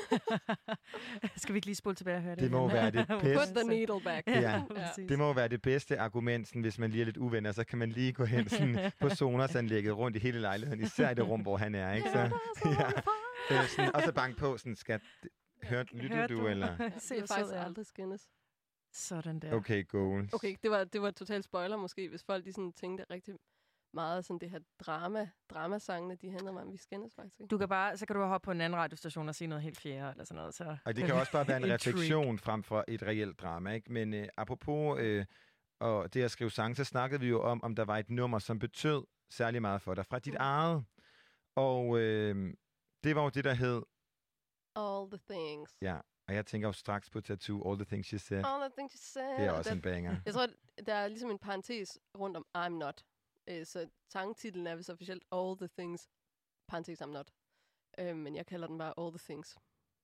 Skal vi ikke lige spole tilbage og høre det? Det må være det bedste. Put the needle back. Ja, Ja. det må være det bedste argument, sådan, hvis man lige er lidt uvenner, så kan man lige gå hen sådan, på Sonos-anlægget rundt i hele lejligheden, især i det rum, hvor han er, ikke? Så, ja. Øh, sådan, og så bank på, sådan, skat, hørte, lyttede du, eller? Se, jeg faktisk aldrig skændes. Sådan der. Okay, goals. Okay, det var, det var totalt spoiler måske, hvis folk de sådan tænkte rigtig meget sådan det her drama, dramasangene, de handler om, vi skændes faktisk ikke. Du kan bare, så kan du hoppe på en anden radiostation og sige noget helt fjerde, eller sådan noget. Så. Og det kan også bare være en refleksion frem for et reelt drama, ikke? Men øh, apropos øh, og det at skrive sange, så snakkede vi jo om, om der var et nummer, som betød særlig meget for dig, fra dit eget. Og øh, det var jo det, der hed... All the things. Ja, og jeg tænker jo straks på Tattoo, All the Things She Said. All the things she said. Det er også en banger. Jeg tror, der er ligesom en parentes rundt om I'm Not. Øh, så sangtitlen er vist officielt All the Things, parentes I'm Not. Øh, men jeg kalder den bare All the Things.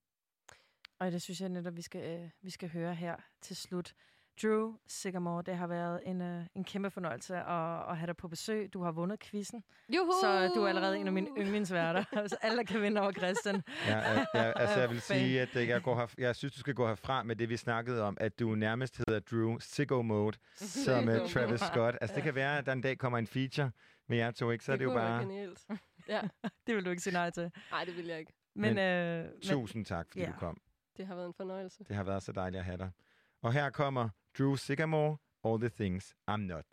Og det synes jeg netop, vi skal, øh, vi skal høre her til slut. Drew Sigamore, det har været en, øh, en kæmpe fornøjelse at, at have dig på besøg. Du har vundet quizzen. Juhu! Så du er allerede en af mine yndlingsværter. Så alle kan vinde over Christian. Ja, jeg, jeg, altså jeg vil sige, at jeg, går her, jeg synes, du skal gå herfra med det, vi snakkede om, at du nærmest hedder Drew Sicko Mode, som uh, Travis Scott. Altså det kan være, at der en dag kommer en feature med jer to, ikke? Så det er det jo bare... Genialt. Ja. Det vil du ikke sige nej til. Nej, det vil jeg ikke. Men, men øh, tusind men, tak, fordi ja. du kom. Det har været en fornøjelse. Det har været så dejligt at have dig. Og her kommer Drew Sigamore, All the Things I'm Not.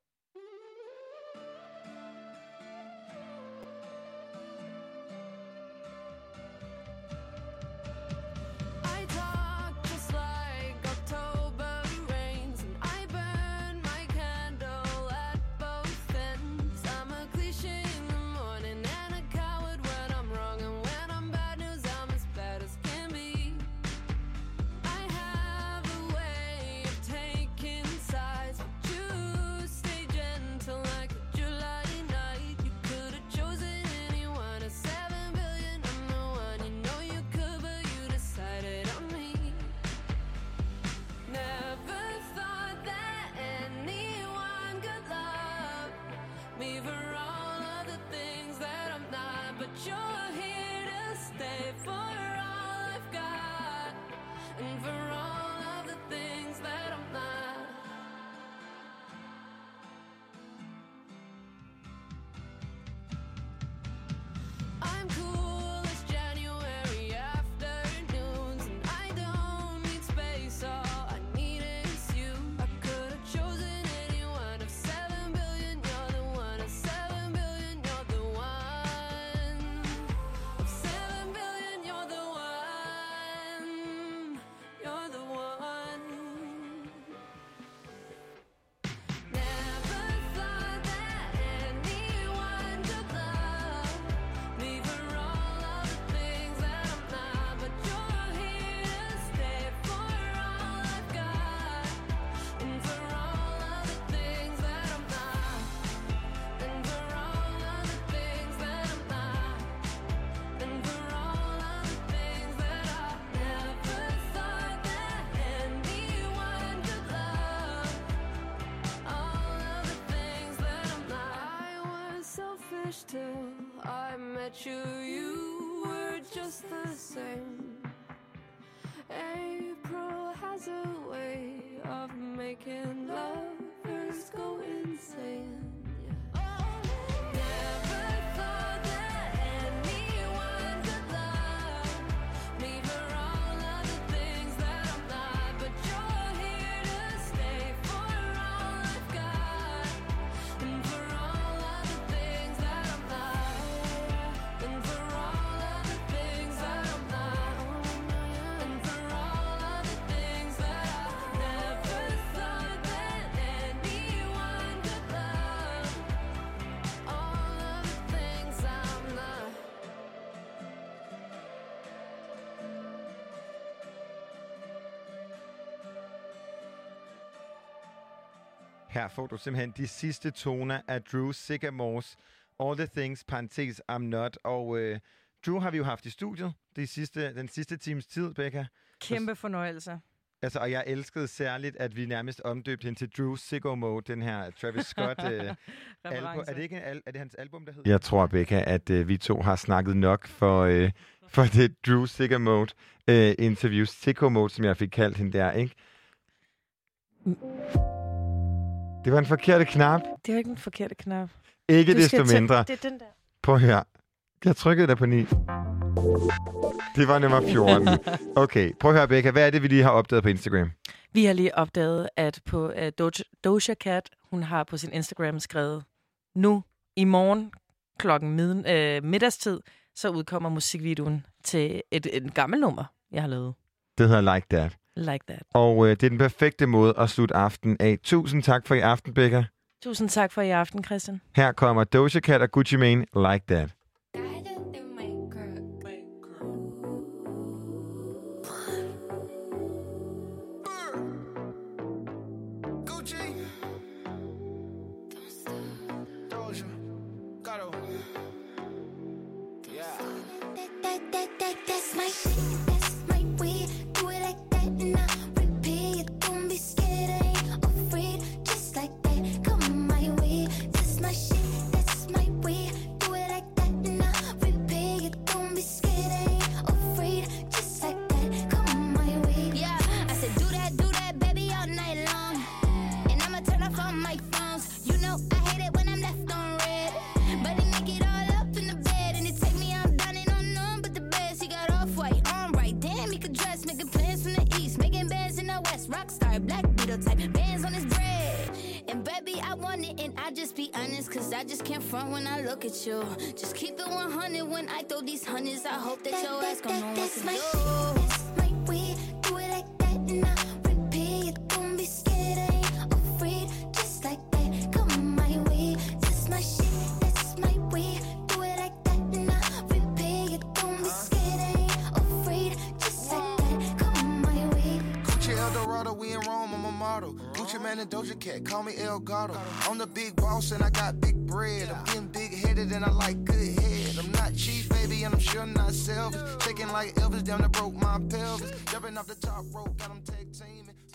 I talk just like October rains, and I burn my candle at both ends. I'm a cliche in the morning and a coward when I'm wrong, and when I'm bad news, I'm as bad as can be. I have a way of taking sides, but you I met you, you were just the same. April has a way of making lovers go insane. Never thought that anyone could love me for all of the things that I'm not, but you're here to stay for all I've got, and for all of the things that I'm not, and for all of the things that I'm not, and for all of the things that I never thought that anyone could love, all of the things I'm not. Her får du simpelthen de sidste toner af Drew Sycamores All the Things, parentes, I'm Not. Og øh, Drew har vi jo haft i studiet de sidste, den sidste times tid, Becca. Kæmpe fornøjelse. Altså, og jeg elskede særligt, at vi nærmest omdøbte hende til Drew Sycamore, den her Travis Scott øh, album. Er det ikke en al- er det hans album, der hedder? Jeg tror, Becca, at øh, vi to har snakket nok for, øh, for det Drew Sycamore øh, interview. Sycamore, som jeg fik kaldt hende der, ikke? Det var en forkerte knap. Det er ikke en forkerte knap. Ikke Du desto skal mindre. til- det er den der. Prøv at høre. Jeg trykkede der på ni. Det var nummer fjorten. Okay, prøv at høre, Becca. Hvad er det, vi lige har opdaget på Instagram? Vi har lige opdaget, at på uh, Doja, Doja Cat, hun har på sin Instagram skrevet, nu i morgen klokken mid, uh, middagstid, så udkommer musikvideoen til et, et gammelt nummer, jeg har lavet. Det hedder Like That. Like That. Og øh, det er den perfekte måde at slutte aftenen af. Tusind tak for i aften, Becca. Tusind tak for i aften, Christian. Her kommer Doja Cat og Gucci Mane, Like That. That's my shit, that's my way. Do it like that and I repeat. Don't be scared, I ain't afraid. Just like that, come my way. That's my shit, that's my way. Do it like that and I repeat. Don't be scared, I ain't afraid. Just like that, come my way. Yeah, I said do that, do that, baby, all night long. And I'ma turn off all my phones. You know I hate it when I'm left on red. But they make it all up in the bed and it take me out down and on none but the best. He got off-white on right, damn he could dress. Making plans from the east, making bands in the west. Rockstar, black beetle type, bands on his bread. And baby I want it and I just be honest, cause I just can't front when I look at you. Just keep it one hundred when I throw these hundreds. I hope that, that your ass gon' know what to my do. shit, That's my way, do it like that and I repeat. Don't be scared, I ain't afraid. Just like that, come my way. That's my shit, that's my way. Do it like that and I repeat. Don't be scared, I ain't afraid. Just like that, come my way. Gucci Eldorado, we in Rome, I'm a model. Gucci Man and Doja Cat, call me El Gato. I'm the big boss and I got big bread. I'm getting big-headed and I like good head. I'm not cheap, baby, and I'm sure not selfish. Shaking like Elvis, down the broke my pelvis. Jumping off the top rope, got them tag teaming.